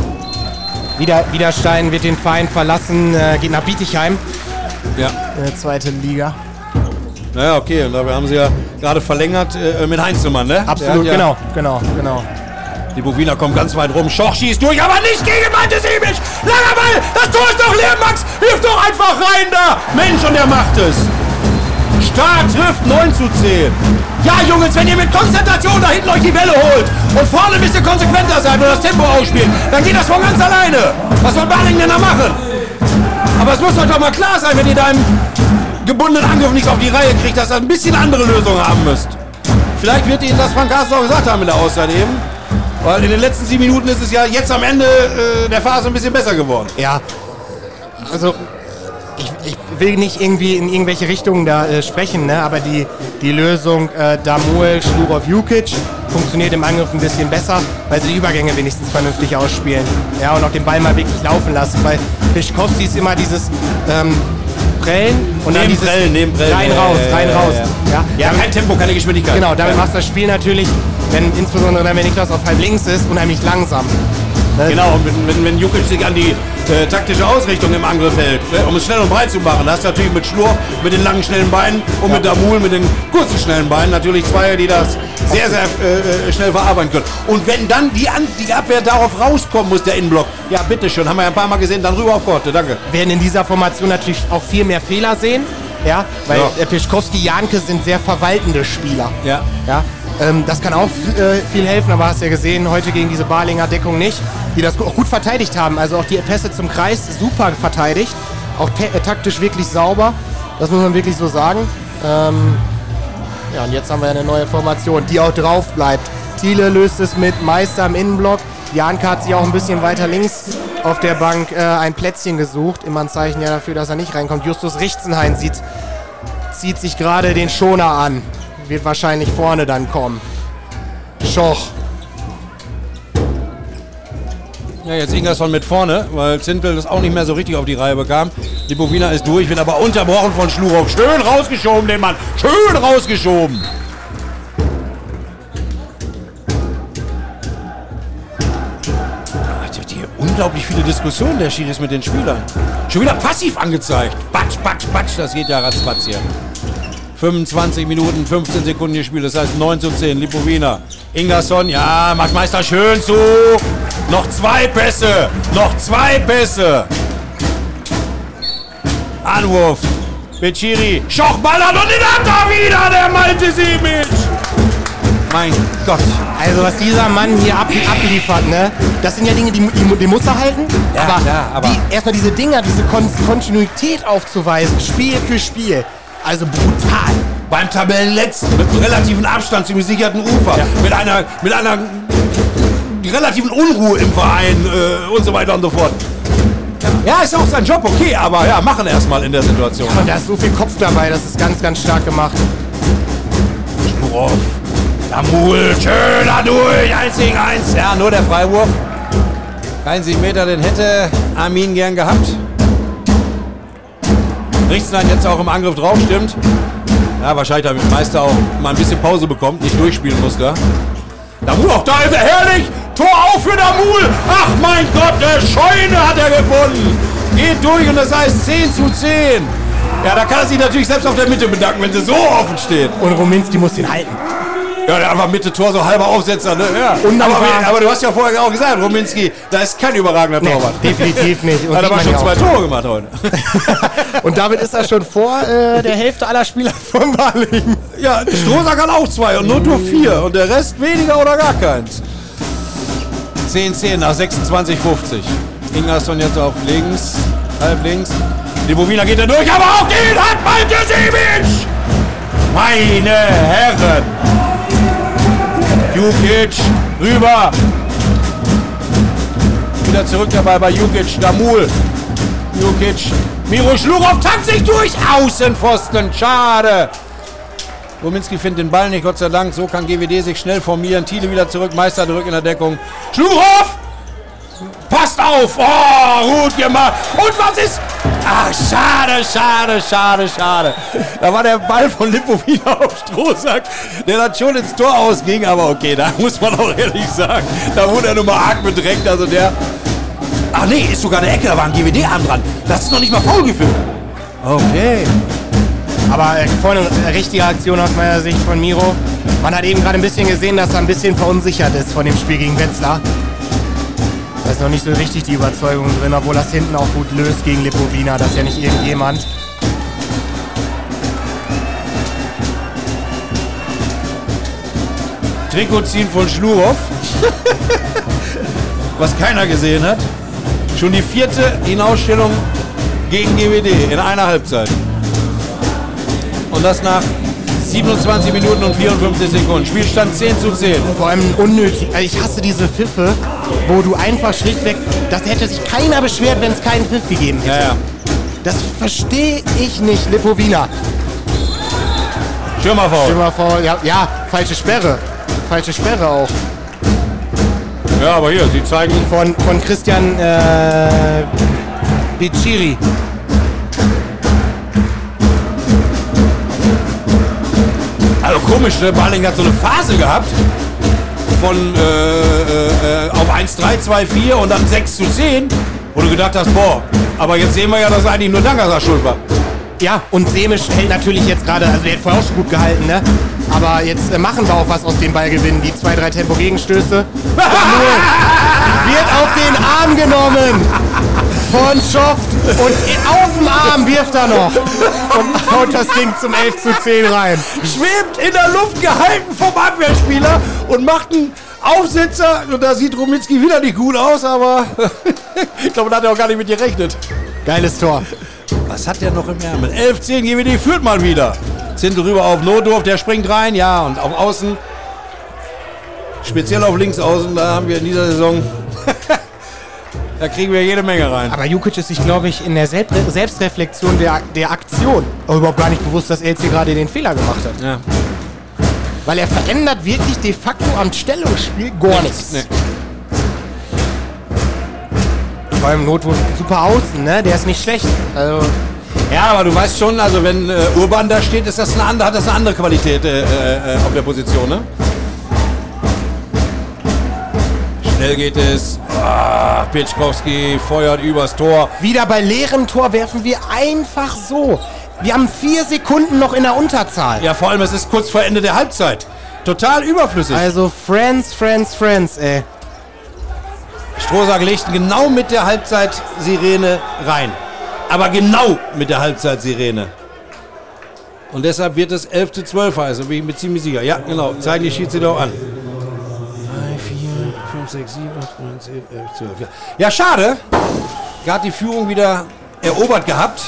wieder, Widerstein wird den Verein verlassen, äh, geht nach Bietigheim. Ja. In der zweiten Liga. Naja, okay, und dafür haben sie ja gerade verlängert äh, mit Heinzelmann, ne? Absolut, ja, genau, genau, genau. Die Boviner kommen ganz weit rum. Schoch schießt durch, aber nicht gegen Malte Simic. Langer Ball, das Tor ist doch leer, Max. Wirf doch einfach rein da. Mensch, und er macht es. Stark trifft, neun zu zehn. Ja, Jungs, wenn ihr mit Konzentration da hinten euch die Bälle holt und vorne ein bisschen konsequenter seid und das Tempo ausspielt, dann geht das von ganz alleine. Was soll Balingen denn da machen? Aber es muss euch doch mal klar sein, wenn ihr da im gebundenen Angriff nichts auf die Reihe kriegt, dass ihr ein bisschen andere Lösungen haben müsst. Vielleicht wird Ihnen das Frank Carsten auch gesagt haben in der Auszeit eben. Weil in den letzten sieben Minuten ist es ja jetzt am Ende äh, der Phase ein bisschen besser geworden. Ja, also ich, ich will nicht irgendwie in irgendwelche Richtungen da äh, sprechen, ne? Aber die, die Lösung äh, Damul, Schlurov, Jukic funktioniert im Angriff ein bisschen besser, weil sie die Übergänge wenigstens vernünftig ausspielen. Ja, und auch den Ball mal wirklich laufen lassen. Bei Pischkowski ist immer dieses ähm, Prellen und dann dieses Prellen, neben Prellen. rein Ja, raus, ja, rein ja, raus. Ja, ja. Ja, ja, kein Tempo, keine Geschwindigkeit. genau, damit ja. macht das Spiel natürlich, wenn, insbesondere dann, wenn Niklas auf halb links ist, unheimlich langsam. Ne? Genau, und wenn, wenn, wenn Jukic sich an die äh, taktische Ausrichtung im Angriff hält, ne, um es schnell und breit zu machen, da hast du natürlich mit Schlurf, mit den langen, schnellen Beinen und ja. mit Damul, mit den kurzen, schnellen Beinen natürlich zwei, die das sehr, sehr äh, schnell verarbeiten können. Und wenn dann die, An die Abwehr darauf rauskommen muss, der Innenblock, ja bitteschön, haben wir ja ein paar Mal gesehen, dann rüber auf Korte, danke. Wir werden in dieser Formation natürlich auch viel mehr Fehler sehen, ja, weil ja. äh, Pischkowski, Janke sind sehr verwaltende Spieler. Ja. Ja, ähm, das kann auch äh, viel helfen, aber hast ja gesehen, heute gegen diese Balinger Deckung nicht, die das auch gut verteidigt haben. Also auch die Pässe zum Kreis super verteidigt, auch äh, taktisch wirklich sauber, das muss man wirklich so sagen. Ähm, ja, und jetzt haben wir eine neue Formation, die auch drauf bleibt. Thiele löst es mit Meister im Innenblock. Janke hat sich auch ein bisschen weiter links auf der Bank äh, ein Plätzchen gesucht. Immer ein Zeichen ja dafür, dass er nicht reinkommt. Justus Richtenhain sieht, zieht sich gerade den Schoner an. wird wahrscheinlich vorne dann kommen. Schoch. Ja, jetzt Ingerson mit vorne, weil Zindel das auch nicht mehr so richtig auf die Reihe bekam. Lipowina ist durch, wird aber unterbrochen von Schlurow. Schön rausgeschoben, den Mann. Schön rausgeschoben. Die unglaublich viele Diskussionen der Schiris mit den Spielern. Schon wieder passiv angezeigt. Batsch, batsch, batsch. Das geht ja ratzfatz hier. fünfundzwanzig Minuten, fünfzehn Sekunden gespielt. Das heißt neun zu zehn. Lipowina. Ingerson, ja, macht Meister schön zu. Noch zwei Pässe. Noch zwei Pässe. Anwurf. Beciri. Schoch ballert und den hat er wieder, der Malte Simic. Mein Gott. Also was dieser Mann hier ab, abliefert, ne? Das sind ja Dinge, die, die, die muss er halten. Ja, aber, klar, aber die, erstmal diese Dinger, diese Kon Kontinuität aufzuweisen, Spiel für Spiel. Also brutal. Beim Tabellenletzten mit einem relativen Abstand zum gesicherten Ufer. Ja. Mit einer, mit einer relativen Unruhe im Verein äh, und so weiter und so fort. Ja, ist auch sein Job, okay, aber ja, machen erstmal in der Situation. Ja, und da ist so viel Kopf dabei, das ist ganz, ganz stark gemacht. Schlurow. Damul, schöner durch, eins gegen eins. Ja, nur der Freiwurf. Kein sieben Meter, den hätte Armin gern gehabt. Richtstein jetzt auch im Angriff drauf, stimmt. Ja, wahrscheinlich damit der Meister auch mal ein bisschen Pause bekommt, nicht durchspielen muss da. Damul, auch da ist er herrlich. Tor auf für Damul. Ach mein Gott, der Scheune hat er gewonnen. Geht durch und das heißt zehn zu zehn. Ja, da kann er sich natürlich selbst auf der Mitte bedanken, wenn sie so offen steht. Und Rominski muss ihn halten. Ja, der einfach Mitte Tor, so halber Aufsetzer, ne? Ja. Aber, aber du hast ja vorher auch gesagt, Rominski, da ist kein überragender Torwart. Nee, definitiv nicht. Und hat aber schon zwei Tore gemacht heute. Und damit ist er schon vor äh, der Hälfte aller Spieler von Balingen. Ja, Strohsack hat auch zwei und nur vier. Und der Rest weniger oder gar keins. zehn zehn nach sechsundzwanzig fünfzig. Ingerson jetzt auf links, halb links. Lipowina geht da durch, aber auch den hat Malte Simic! Meine Herren! Jukic rüber. Wieder zurück dabei bei Jukic. Damul. Jukic. Miro Schlurow tankt sich durch. Außenpfosten. Schade. Rominski findet den Ball nicht, Gott sei Dank. So kann G W D sich schnell formieren. Thiele wieder zurück. Meister zurück in der Deckung. Schlurow! Passt auf! Oh, gut gemacht. Und was ist? Ach, schade, schade, schade, schade. Da war der Ball von Lipowina auf Strohsack, der dann schon ins Tor ausging. Aber okay, da muss man auch ehrlich sagen, da wurde er nur mal arg bedrängt. Also der... Ach nee, ist sogar eine Ecke, da war ein G W D-Arm dran. Das ist noch nicht mal faul gepfiffen. Okay. Aber äh, vorne eine richtige Aktion aus meiner Sicht von Miro. Man hat eben gerade ein bisschen gesehen, dass er ein bisschen verunsichert ist von dem Spiel gegen Wetzlar. Da ist noch nicht so richtig die Überzeugung drin, obwohl das hinten auch gut löst gegen Lipowina. Das ist ja nicht irgendjemand. Trikot ziehen von Schlurow. Was keiner gesehen hat. Schon die vierte Hinausstellung gegen G W D in einer Halbzeit. Und das nach siebenundzwanzig Minuten und vierundfünfzig Sekunden. Spielstand zehn zu zehn. Vor allem unnötig. Also ich hasse diese Pfiffe, wo du einfach schlichtweg... Das hätte sich keiner beschwert, wenn es keinen Pfiff gegeben hätte. Ja, ja. Das verstehe ich nicht, Lipowina. Schirmerfaul. Schirmerfaul, ja, ja, falsche Sperre. Falsche Sperre auch. Ja, aber hier, sie zeigen... Von, von Christian äh, Beciri. Also komisch, ne? Balingen hat so eine Phase gehabt von äh, äh, auf eins drei, zwei vier und dann sechs zu zehn, wo du gedacht hast, boah, aber jetzt sehen wir ja, dass eigentlich nur Dangasar schuld war. Ja, und Semisch hält natürlich jetzt gerade, also der hat vorher auch schon gut gehalten, ne? Aber jetzt äh, machen wir auch was aus dem Ballgewinn. Die zwei, drei Tempo-Gegenstöße. Wird auf den Arm genommen von Schoft und auf dem Arm wirft er noch und haut das Ding zum elf zu zehn rein. Schwebt in der Luft, gehalten vom Abwehrspieler und macht einen Aufsitzer. Und da sieht Rominski wieder nicht gut aus, aber ich glaube, da hat er auch gar nicht mit gerechnet. Geiles Tor. Was hat der noch im Ärmel? elf zehn, G W D führt mal wieder. Sind rüber auf Notdorf, der springt rein, ja, und auf Außen. Speziell auf links außen, da haben wir in dieser Saison... Da kriegen wir jede Menge rein. Aber Jukic ist sich, glaube ich, in der Selbst Selbstreflexion der, der Aktion auch überhaupt gar nicht bewusst, dass er jetzt hier gerade den Fehler gemacht hat. Ja. weil er verändert wirklich de facto am Stellungsspiel gar nichts. Nee. Vor allem Notwurf super außen, ne? Der ist nicht schlecht. Also ja, aber du weißt schon, also wenn äh, Urban da steht, ist das eine andere, hat das eine andere Qualität äh, äh, auf der Position, ne? Schnell geht es. Ah, Pieczkowski feuert übers Tor. Wieder bei leerem Tor werfen wir einfach so. Wir haben vier Sekunden noch in der Unterzahl. Ja, vor allem, es ist kurz vor Ende der Halbzeit. Total überflüssig. Also Friends, Friends, Friends, ey. Strohsack legt genau mit der Halbzeitsirene rein. Aber genau mit der Halbzeitsirene. Und deshalb wird es elf zu zwölf heißen, bin ich mir ziemlich sicher. Ja, genau. Zeigen die Schiedsrichter auch an. drei, vier, fünf, sechs, sieben, acht, neun, zehn, elf, zwölf. Ja, ja schade. Gerade die Führung wieder erobert gehabt.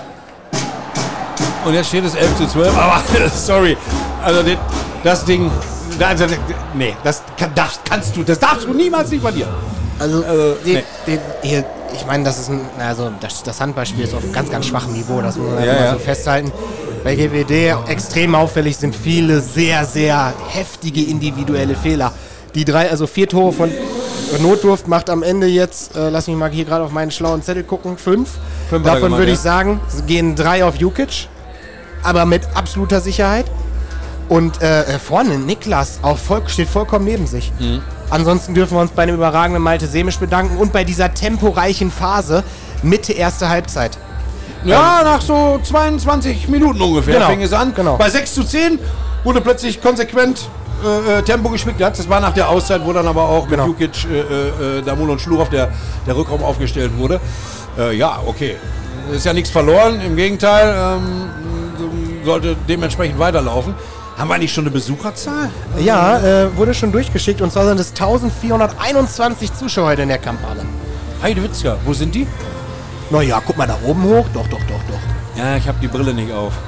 Und jetzt steht es elf zu zwölf. Aber, sorry. Also, das Ding. Also, nee, das, das kannst du. Das darfst du niemals nicht verlieren. Also, also den, nee. den, hier, ich meine, das ist ein, also das, das Handballspiel ist auf einem ganz, ganz schwachem Niveau, das muss man ja, ja. so festhalten. Bei G W D extrem auffällig sind viele sehr, sehr heftige individuelle Fehler. Die drei, also vier Tore von Notdurft macht am Ende jetzt, äh, lass mich mal hier gerade auf meinen schlauen Zettel gucken, fünf. fünf Davon würde ich ja. sagen, gehen drei auf Jukic, aber mit absoluter Sicherheit. Und äh, vorne Niklas auch voll, steht vollkommen neben sich. Mhm. Ansonsten dürfen wir uns bei einem überragenden Malte Semisch bedanken und bei dieser temporeichen Phase Mitte erste Halbzeit. Ja, ähm, nach so zweiundzwanzig Minuten ungefähr genau, fing es an. Genau. Bei sechs zu zehn wurde plötzlich konsequent äh, Tempo gespielt. Das war nach der Auszeit, wo dann aber auch genau. mit Jukic, äh, äh, Damul und Schluchow der, der Rückraum aufgestellt wurde. Äh, ja, okay. Ist ja nichts verloren. Im Gegenteil, ähm, sollte dementsprechend weiterlaufen. Haben wir eigentlich schon eine Besucherzahl? Ja, äh, wurde schon durchgeschickt und zwar sind es eintausendvierhunderteinundzwanzig Zuschauer heute in der Kampagne. Heidewitzka, wo sind die? Naja, guck mal da oben hoch. Doch, doch, doch, doch. Ja, ich habe die Brille nicht auf.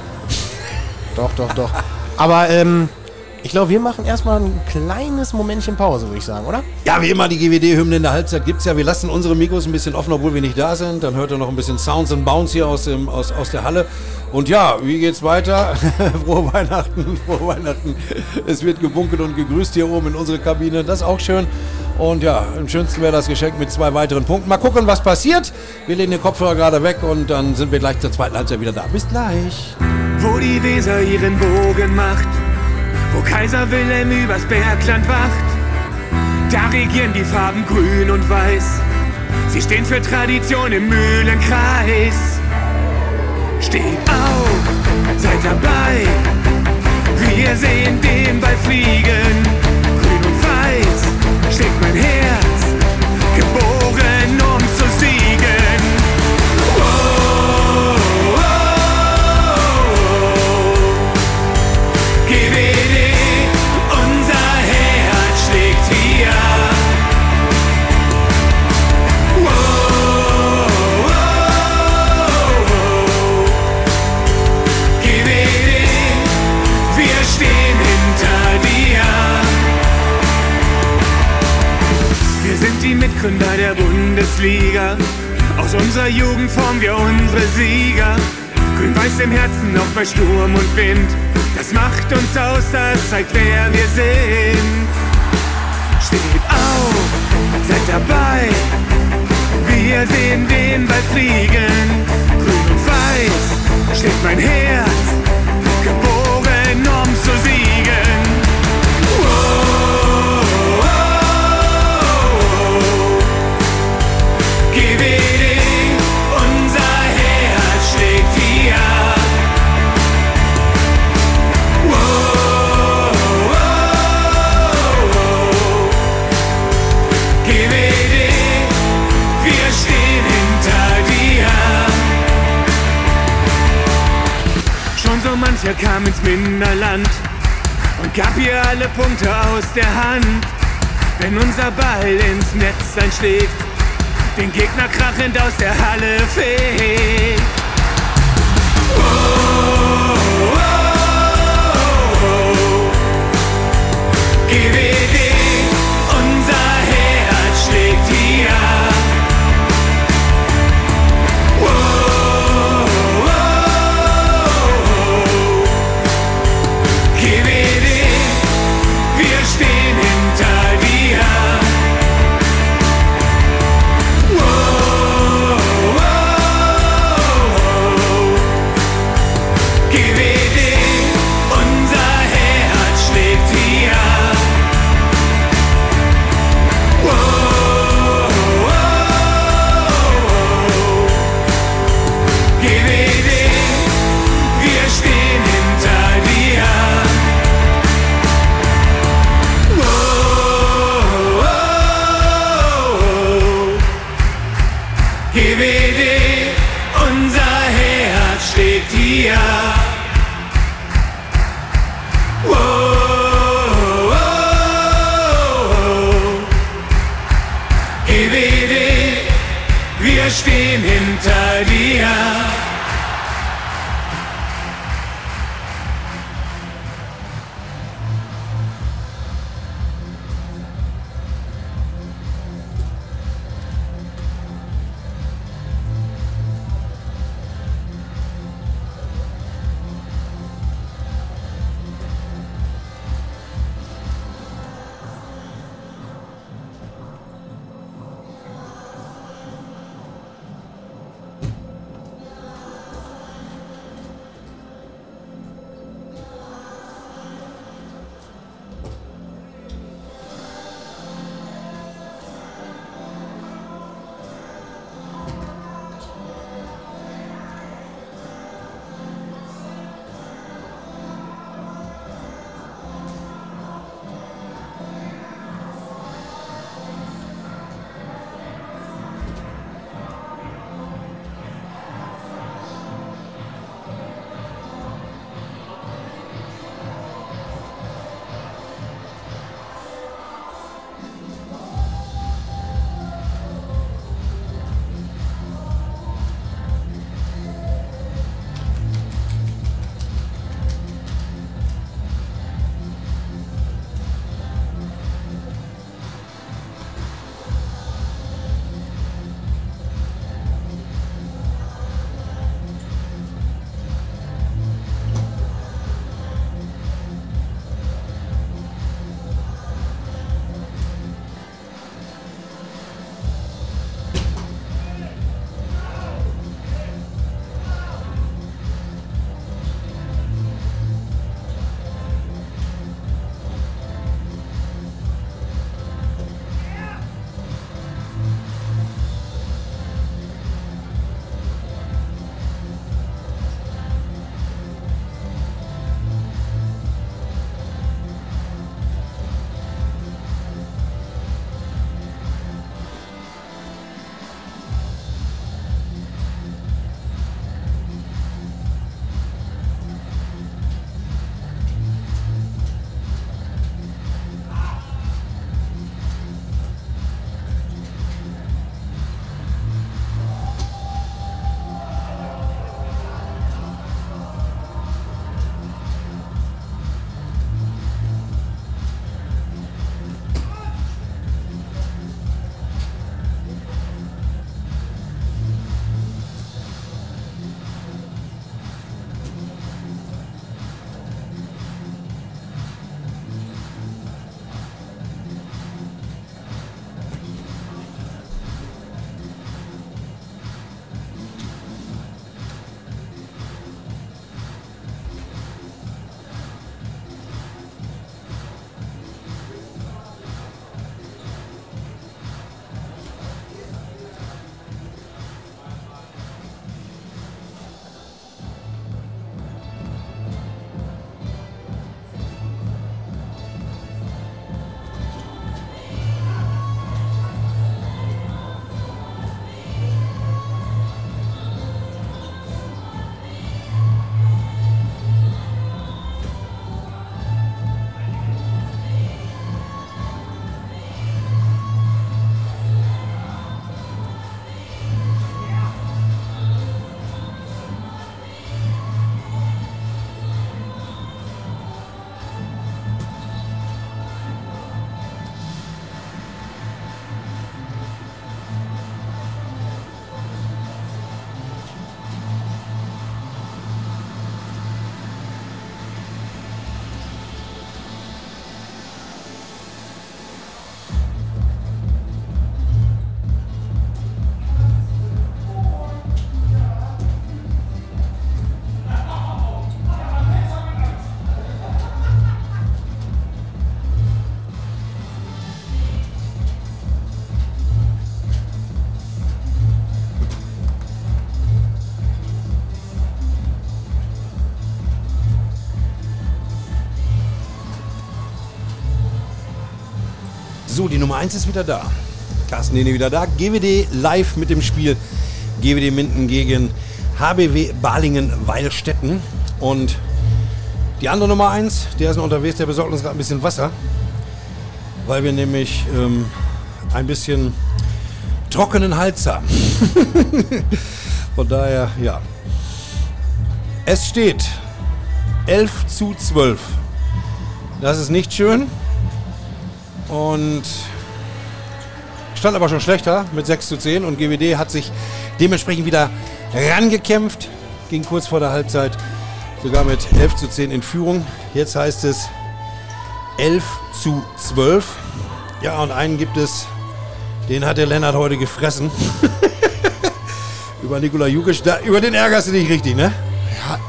Doch, doch, doch. Aber ähm, ich glaube, wir machen erstmal ein kleines Momentchen Pause, würde ich sagen, oder? Ja, wie immer, die G W D-Hymne in der Halbzeit gibt's ja. Wir lassen unsere Mikros ein bisschen offen, obwohl wir nicht da sind. Dann hört ihr noch ein bisschen Sounds and Bounce hier aus, dem, aus, aus der Halle. Und ja, wie geht's weiter? Frohe Weihnachten, frohe Weihnachten. Es wird gewunken und gegrüßt hier oben in unsere Kabine. Das ist auch schön. Und ja, am schönsten wäre das Geschenk mit zwei weiteren Punkten. Mal gucken, was passiert. Wir legen den Kopfhörer gerade weg und dann sind wir gleich zur zweiten Halbzeit wieder da. Bis gleich. Wo die Weser ihren Bogen macht, wo Kaiser Wilhelm übers Bergland wacht, da regieren die Farben grün und weiß. Sie stehen für Tradition im Mühlenkreis. Steht auf, seid dabei, wir sehen den Ball fliegen. Grün und weiß schlägt mein Herz, geboren um zu siegen. Oh, oh, oh. G W D, unser Herz schlägt hier. Die Mitgründer der Bundesliga, aus unserer Jugend formen wir unsere Sieger. Grün-Weiß im Herzen, auch bei Sturm und Wind. Das macht uns aus, das zeigt, wer wir sind. Steht auf, seid dabei, wir sehen den Ball fliegen. Grün und Weiß schlägt mein Herz, geboren um zu siegen. Mancher kam ins Minderland und gab ihr alle Punkte aus der Hand. Wenn unser Ball ins Netz einschlägt, den Gegner krachend aus der Halle fegt. Oh, oh, oh, oh. G W D, unser Herz schlägt hier. G W D, wir stehen hinter dir. So, die Nummer eins ist wieder da. Carsten Dehne wieder da. G W D live mit dem Spiel G W D Minden gegen H B W Balingen-Weilstätten. Und die andere Nummer eins, der ist noch unterwegs, der besorgt uns gerade ein bisschen Wasser. Weil wir nämlich ähm, ein bisschen trockenen Hals haben. Von daher, ja. Es steht elf zu zwölf. Das ist nicht schön. Und stand aber schon schlechter mit sechs zu zehn. Und G W D hat sich dementsprechend wieder rangekämpft. Ging kurz vor der Halbzeit sogar mit elf zu zehn in Führung. Jetzt heißt es elf zu zwölf. Ja, und einen gibt es, den hat der Lennart heute gefressen. Über Nikola Jukic. Da, über den ärgerst du dich richtig, ne? Ja.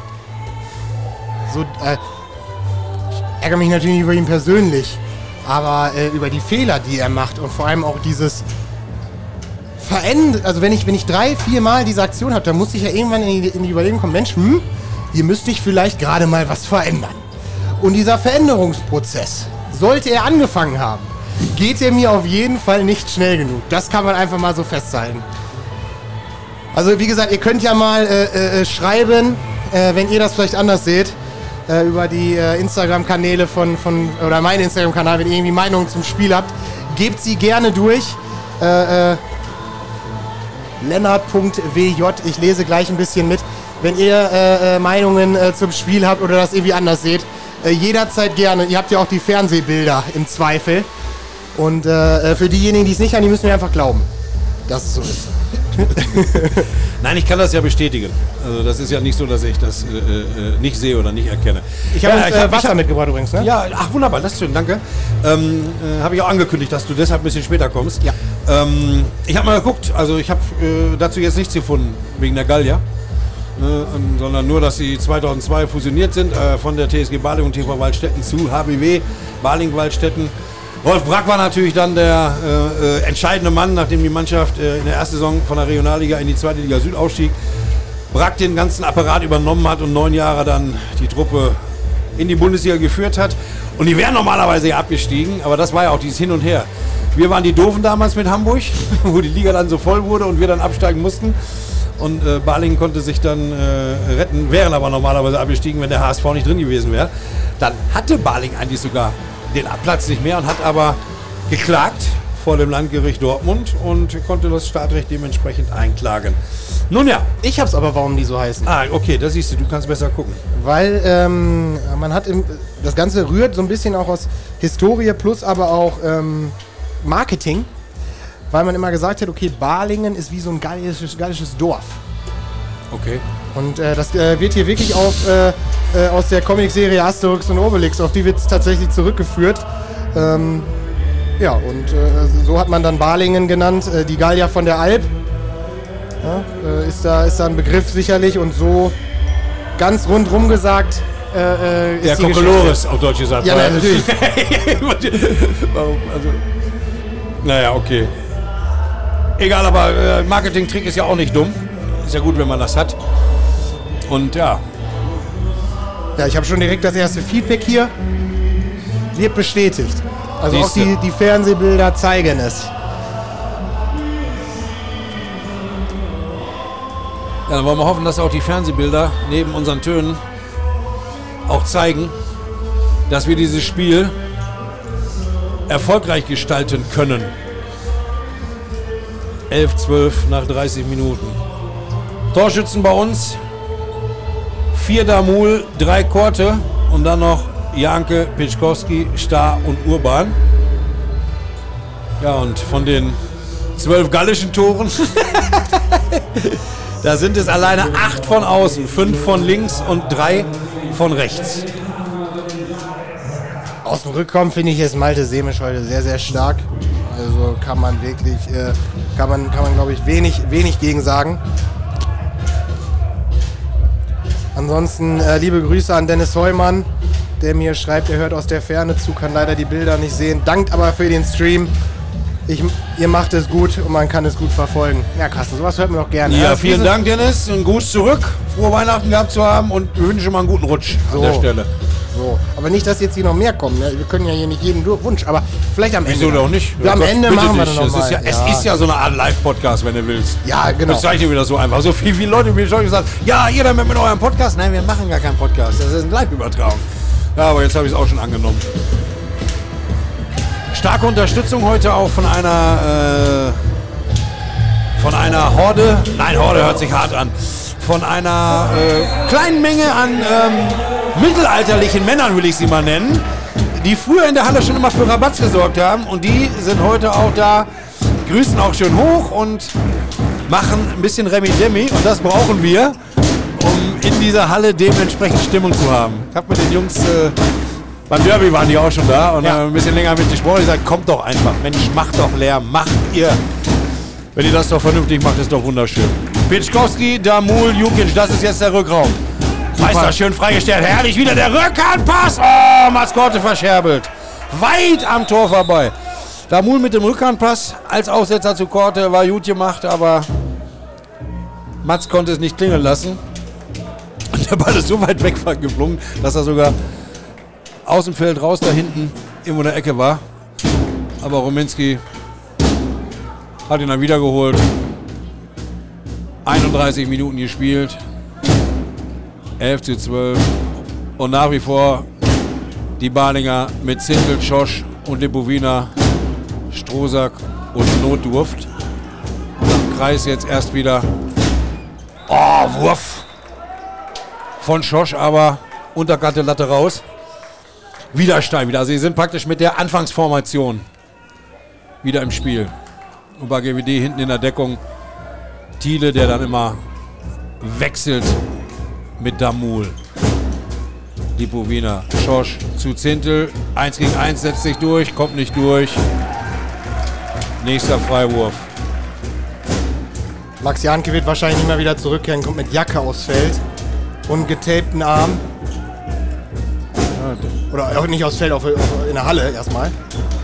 So, äh, ich ärgere mich natürlich nicht über ihn persönlich, aber äh, über die Fehler, die er macht und vor allem auch dieses Verändern. Also wenn ich, wenn ich drei, vier Mal diese Aktion habe, dann muss ich ja irgendwann in die, in die Überlegung kommen, Mensch, hm, hier müsste ich vielleicht gerade mal was verändern. Und dieser Veränderungsprozess, sollte er angefangen haben, geht er mir auf jeden Fall nicht schnell genug. Das kann man einfach mal so festhalten. Also wie gesagt, ihr könnt ja mal äh, äh, schreiben, äh, wenn ihr das vielleicht anders seht, äh, über die äh, Instagram-Kanäle von, von, oder meinen Instagram-Kanal, wenn ihr irgendwie Meinungen zum Spiel habt, gebt sie gerne durch. Äh, äh, Lennart punkt w j, ich lese gleich ein bisschen mit. Wenn ihr äh, äh, Meinungen äh, zum Spiel habt oder das irgendwie anders seht, äh, jederzeit gerne. Ihr habt ja auch die Fernsehbilder im Zweifel. Und äh, für diejenigen, die es nicht haben, die müssen mir einfach glauben, dass es so ist. Nein, ich kann das ja bestätigen. Also das ist ja nicht so, dass ich das äh, äh, nicht sehe oder nicht erkenne. Ich habe ja, uns, ich äh, hab, Wasser hab, mitgebracht übrigens, ne? Ja, ach wunderbar, das ist schön, danke. Ähm, äh, habe ich auch angekündigt, dass du deshalb ein bisschen später kommst. Ja. Ähm, ich habe mal geguckt, also ich habe äh, dazu jetzt nichts gefunden, wegen der Gallier. Äh, ähm, sondern nur, dass sie zweitausendzwei fusioniert sind, äh, von der T S G Balingen und T V Waldstätten zu H B W Balingen-Waldstätten. Rolf Brack war natürlich dann der äh, äh, entscheidende Mann, nachdem die Mannschaft äh, in der ersten Saison von der Regionalliga in die zweite Liga Süd aufstieg. Brack den ganzen Apparat übernommen hat und neun Jahre dann die Truppe in die Bundesliga geführt hat. Und die wären normalerweise ja abgestiegen, aber das war ja auch dieses Hin und Her. Wir waren die Doofen damals mit Hamburg, wo die Liga dann so voll wurde und wir dann absteigen mussten. Und äh, Balingen konnte sich dann äh, retten, wären aber normalerweise abgestiegen, wenn der H S V nicht drin gewesen wäre. Dann hatte Balingen eigentlich sogar den Platz nicht mehr und hat aber geklagt vor dem Landgericht Dortmund und konnte das Startrecht dementsprechend einklagen. Nun ja. Ich hab's aber, warum die so heißen. Ah, okay, das siehst du, du kannst besser gucken. Weil ähm, man hat, im, das Ganze rührt so ein bisschen auch aus Historie plus aber auch ähm, Marketing, weil man immer gesagt hat, okay, Balingen ist wie so ein gallisches, gallisches Dorf. Okay. Und äh, das äh, wird hier wirklich auf, äh, äh, aus der Comicserie Asterix und Obelix, auf die wird es tatsächlich zurückgeführt. Ähm, ja, und äh, so hat man dann Balingen genannt, äh, die Gallier von der Alp. Ja, äh, ist, da, ist da ein Begriff sicherlich und so ganz rundrum gesagt äh, ist ja, die Kokolores auf Deutsch gesagt. Ja, nein, natürlich. Warum? Also, naja, okay. Egal, aber äh, Marketing-Trick ist ja auch nicht dumm. Ist ja gut, wenn man das hat. Und ja. Ja, ich habe schon direkt das erste Feedback hier. Wird bestätigt. Also Siehste. auch die, die Fernsehbilder zeigen es. Ja, dann wollen wir hoffen, dass auch die Fernsehbilder neben unseren Tönen auch zeigen, dass wir dieses Spiel erfolgreich gestalten können. elf zwölf nach dreißig Minuten. Torschützen bei uns, vier Damul, drei Korte und dann noch Janke, Pitschkowski, Star und Urban. Ja, und von den zwölf gallischen Toren, da sind es alleine acht von außen, fünf von links und drei von rechts. Aus dem Rückkommen finde ich jetzt Malte Semisch heute sehr, sehr stark. Also kann man wirklich, äh, kann man, kann man glaube ich wenig, wenig gegen sagen. Ansonsten äh, liebe Grüße an Dennis Heumann, der mir schreibt, er hört aus der Ferne zu, kann leider die Bilder nicht sehen. Dankt aber für den Stream. Ich, ihr macht es gut und man kann es gut verfolgen. Ja, Carsten, sowas hört man doch gerne. Ja, Also vielen diese- Dank, Dennis. Ein Gruß zurück. Frohe Weihnachten gehabt zu haben und wir wünschen mal einen guten Rutsch So. an der Stelle. So, aber nicht, dass jetzt hier noch mehr kommen. Ne? Wir können ja hier nicht jeden Dur- Wunsch, aber vielleicht am Ende. Wieso doch nicht? Ja, am Gott, Ende bitte machen wir dich. dann noch Es mal. ist ja, es ist ja so eine Art Live-Podcast, wenn du willst. Ja, genau. Bezeichnen wir das so einfach. So viel, viele Leute mir schon gesagt, ja, ihr damit mit eurem Podcast. Nein, wir machen gar keinen Podcast. Das ist eine Live-Übertragung. Ja, aber jetzt habe ich es auch schon angenommen. Starke Unterstützung heute auch von einer äh, von einer Horde, nein, Horde hört sich hart an, von einer äh, kleinen Menge an ähm, mittelalterlichen Männern, will ich sie mal nennen, die früher in der Halle schon immer für Rabatz gesorgt haben und die sind heute auch da, grüßen auch schön hoch und machen ein bisschen Remi-Demi und das brauchen wir, um in dieser Halle dementsprechend Stimmung zu haben. Ich habe mit den Jungs, äh, beim Derby waren die auch schon da und ja. äh, ein bisschen länger mit gesprochen. Ich sage, kommt doch einfach, Mensch, macht doch Lärm, macht ihr. Wenn ihr das doch vernünftig macht, ist doch wunderschön. Pieczkowski, Damul, Jukic, das ist jetzt der Rückraum. Meister schön freigestellt, herrlich, wieder der Rückhandpass. Oh, Maskotte verscherbelt. Weit am Tor vorbei. Damul mit dem Rückhandpass als Aussetzer zu Korte war gut gemacht, aber Mats konnte es nicht klingeln lassen. Und der Ball ist so weit weg geflogen, dass er sogar aus dem Feld raus da hinten irgendwo in der Ecke war. Aber Rominski hat ihn dann wiedergeholt. einunddreißig Minuten gespielt. elf zu zwölf. Und nach wie vor die Balinger mit Zindel, Schosch und Lipovina, Strohsack und Notdurft. Und am Kreis jetzt erst wieder. Oh, Wurf von Schosch, aber Unterkante Latte raus. Wieder Stein wieder. Also sie sind praktisch mit der Anfangsformation wieder im Spiel. Und bei G W D hinten in der Deckung Thiele, der dann immer wechselt mit Damul. Lipovina, Schosch zu Zintel. eins gegen eins setzt sich durch, kommt nicht durch. Nächster Freiwurf. Max Janke wird wahrscheinlich nicht mehr wieder zurückkehren, kommt mit Jacke aufs Feld und getapten Arm. Oder auch nicht aufs Feld, auf, auf, in der Halle erstmal.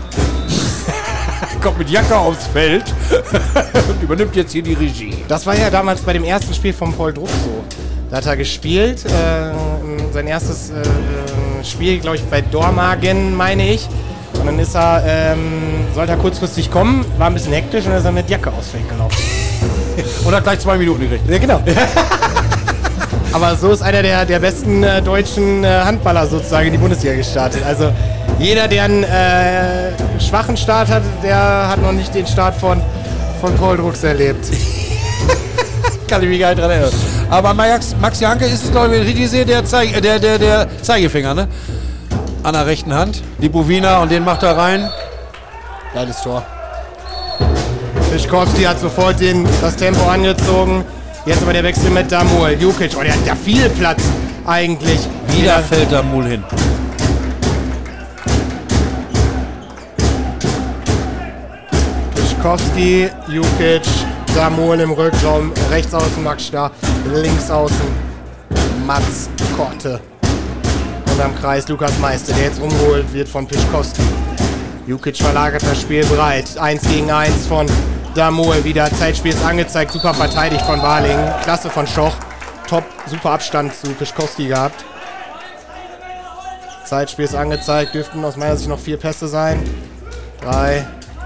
Kommt mit Jacke aufs Feld und übernimmt jetzt hier die Regie. Das war ja damals bei dem ersten Spiel von Paul Druck so. Da hat er gespielt, äh, sein erstes äh, Spiel, glaube ich, bei Dormagen, meine ich. Und dann ist er, ähm, sollte er kurzfristig kommen, war ein bisschen hektisch und dann ist er mit Jacke aufs Feld gelaufen. Und hat gleich zwei Minuten gekriegt. Ja, genau. Aber so ist einer der, der besten äh, deutschen äh, Handballer sozusagen in die Bundesliga gestartet. Also jeder, der einen äh, schwachen Start hat, der hat noch nicht den Start von, von Paul Drucks erlebt. Kann ich mich gar nicht dran erinnern. Aber Max, Max Janke ist es, glaube ich, richtig sehe, der, Zeig, der, der, der Zeigefinger, ne? An der rechten Hand. Lipovina und den macht er rein. Geiles Tor. Pieczkowski hat sofort den, das Tempo angezogen. Jetzt aber der Wechsel mit Damul. Jukic, oh, der hat ja viel Platz eigentlich. Wieder fällt Damul hin. Pieczkowski, Jukic, Damul im Rückraum. Rechts außen Max Starr, links außen Mats Korte. Und am Kreis Lukas Meister, der jetzt umgeholt wird von Pieczkowski. Jukic verlagert das Spiel breit. eins gegen eins von Damul. Wieder Zeitspiel ist angezeigt. Super verteidigt von Balingen. Klasse von Schoch. Top, super Abstand zu Pieczkowski gehabt. Zeitspiel ist angezeigt. Dürften aus meiner Sicht noch vier Pässe sein. Drei.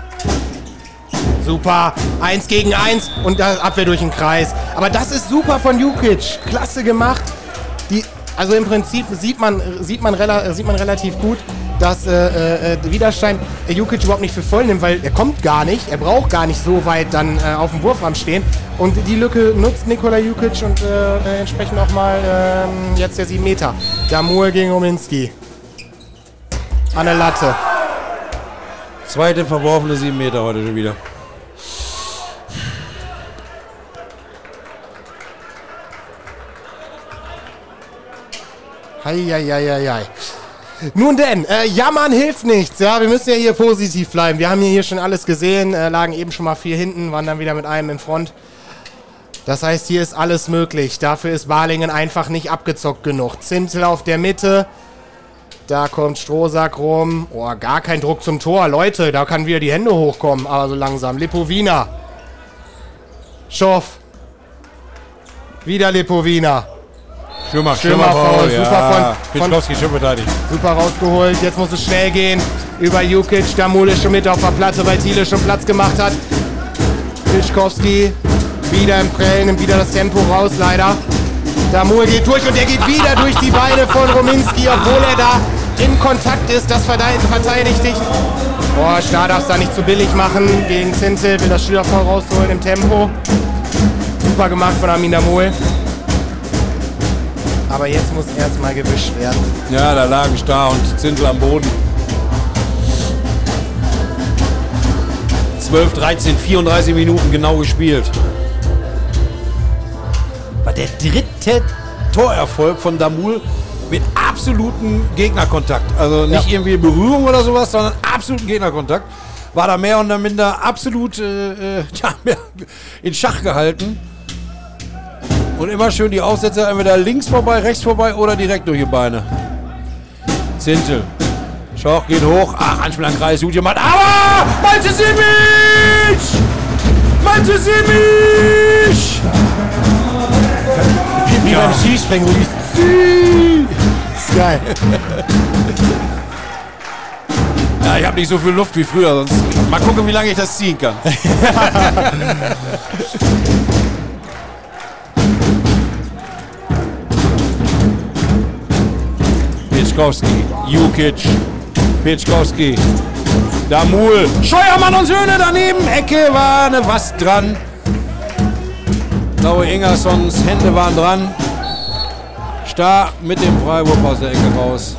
Super. Eins gegen eins und das Abwehr durch den Kreis. Aber das ist super von Jukic. Klasse gemacht. Die, also im Prinzip sieht man, sieht man, rela, sieht man relativ gut, dass äh, äh, Widerstein äh, Jukic überhaupt nicht für voll nimmt, weil er kommt gar nicht, er braucht gar nicht so weit dann äh, auf dem Wurfraum stehen. Und die Lücke nutzt Nikola Jukic und äh, entsprechend auch mal äh, jetzt der sieben Meter. Damul gegen Rominski. An der Latte. Zweite verworfene sieben Meter heute schon wieder. Heieieiei. Nun denn, äh, jammern hilft nichts, ja, wir müssen ja hier positiv bleiben. Wir haben hier schon alles gesehen, äh, lagen eben schon mal vier hinten, waren dann wieder mit einem in Front. Das heißt, hier ist alles möglich. Dafür ist Balingen einfach nicht abgezockt genug. Zintel auf der Mitte, da kommt Strohsack rum. Oh, gar kein Druck zum Tor, Leute, da kann wieder die Hände hochkommen, aber so langsam. Lipovina. Schoff. Wieder Lipovina. Schimmer, Schimmer, Foul, ja. Super von, Pieczkowski, schön verteidigt. Super rausgeholt, jetzt muss es schnell gehen. Über Jukic, Damul ist schon mit auf der Platte, weil Thiele schon Platz gemacht hat. Pieczkowski wieder im Prellen, nimmt wieder das Tempo raus, leider. Damul geht durch und er geht wieder durch die Beine von Rominski, obwohl er da in Kontakt ist, das verteidigt dich. Boah, Star darf es da nicht zu billig machen gegen Zintel, will das Schüler voll rausholen im Tempo. Super gemacht von Amin Damol. Aber jetzt muss erstmal gewischt werden. Ja, da lagen Star und Zintel am Boden. zwölf, dreizehn, vierunddreißig Minuten genau gespielt. War der dritte Torerfolg von Damul mit absolutem Gegnerkontakt. Also nicht ja. irgendwie Berührung oder sowas, sondern absoluten Gegnerkontakt. War da mehr oder minder absolut äh, ja, in Schach gehalten. Und immer schön die Aufsätze entweder links vorbei, rechts vorbei oder direkt durch die Beine. Zintel. Schoch geht hoch. Ach, Anspiel an Kreis. Gut gemacht. Aber Malte Simic! Malte Simic! Wie ja. beim Skispringen, wo die ist geil. Ja, ich habe nicht so viel Luft wie früher. Sonst mal gucken, wie lange ich das ziehen kann. Pieczkowski, Jukic, Pieczkowski, Damul, Scheuermann und Söhne daneben. Ecke war eine was dran. Laue Ingerssons Hände waren dran. Star mit dem Freiwurf aus der Ecke raus.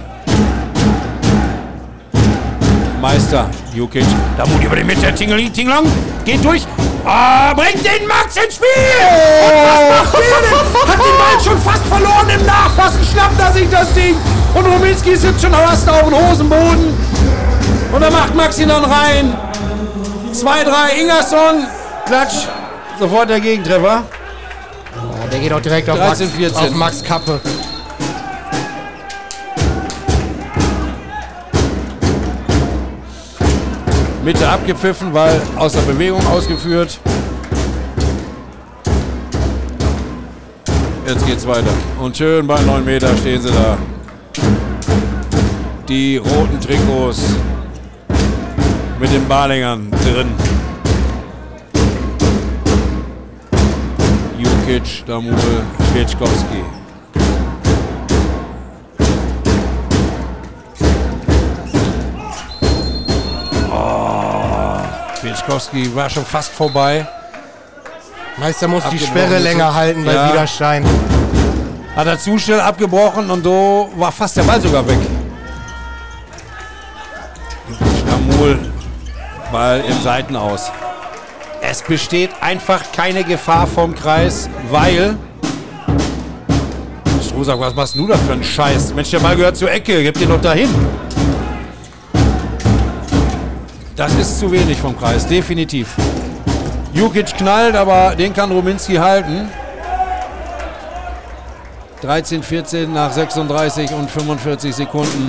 Meister, Jukic, Damul über die Mitte, Tingeling, Tingelang, geht durch. Ah, bringt den Max ins Spiel! Und was macht der denn? Hat den Ball schon fast verloren im Nachfassen, schnappt er sich das Ding. Und Ruminski sitzt schon fast auf dem Hosenboden. Und dann macht Max ihn dann rein. zwei drei, Ingersson, Klatsch, sofort der Gegentreffer. Ja, der geht auch direkt auf, dreizehn, Max, auf Max Kappe. Mitte abgepfiffen, weil aus der Bewegung ausgeführt. Jetzt geht's weiter. Und schön bei neun Meter stehen sie da. Die roten Trikots mit den Balingern drin. Jukic, Damul, Pieczkowski. Pieczkowski war schon fast vorbei. Meister muss die Sperre länger halten bei ja. Widerstein. Hat er zu schnell abgebrochen und so war fast der Ball sogar weg. Damul, Ball im Seitenaus. Es besteht einfach keine Gefahr vom Kreis, weil... Strusak, was machst du da für einen Scheiß? Mensch, der Ball gehört zur Ecke, gib den doch dahin. Das ist zu wenig vom Kreis, definitiv. Jukic knallt, aber den kann Ruminski halten. dreizehn vierzehn nach sechsunddreißig und fünfundvierzig Sekunden.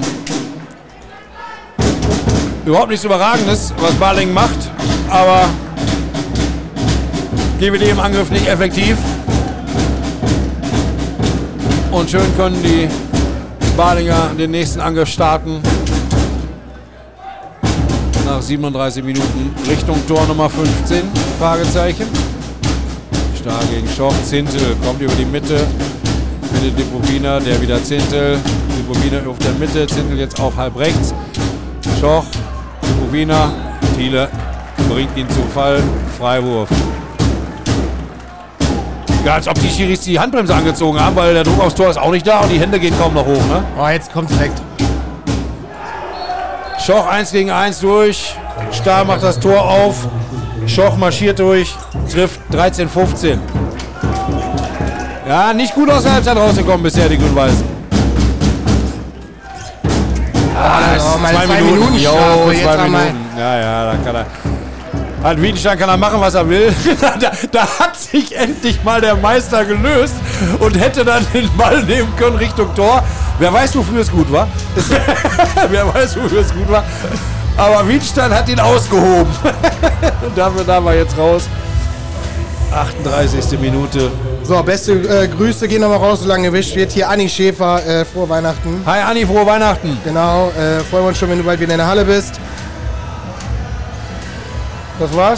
Überhaupt nichts Überragendes, was Balingen macht, aber G W D im Angriff nicht effektiv. Und schön können die Balinger den nächsten Angriff starten. Nach siebenunddreißig Minuten Richtung Tor Nummer fünfzehn, Fragezeichen. Star gegen Schoch, Zintel kommt über die Mitte, findet Lipovina, der wieder Zintel, Lipovina auf der Mitte, Zintel jetzt auf halb rechts. Schoch, Lipovina, Thiele bringt ihn zum Fall, Freiwurf. Ja, als ob die Schiris die Handbremse angezogen haben, weil der Druck aufs Tor ist auch nicht da und die Hände gehen kaum noch hoch, ne? Oh, jetzt kommt's direkt. Schoch eins gegen eins durch, Star macht das Tor auf, Schoch marschiert durch, trifft dreizehn fünfzehn. Ja, nicht gut aus der Halbzeit rausgekommen bisher, die Grün-Weißen. Ah, oh, meine zwei, zwei Minuten. Minuten Jo, Strafe, zwei Minuten. Ja, ja, da kann er. Hat Wiedenstein kann er machen, was er will. da, da hat sich endlich mal der Meister gelöst und hätte dann den Ball nehmen können Richtung Tor. Wer weiß, wofür es gut war. Wer weiß, wofür es gut war. Aber Wiedenstein hat ihn ausgehoben. Und dafür da war jetzt raus. achtunddreißigste Minute. So, beste äh, Grüße gehen nochmal raus, solange gewischt wird. Hier Anni Schäfer, äh, frohe Weihnachten. Hi Anni, frohe Weihnachten. Genau, äh, freuen wir uns schon, wenn du bald wieder in der Halle bist. Das war's?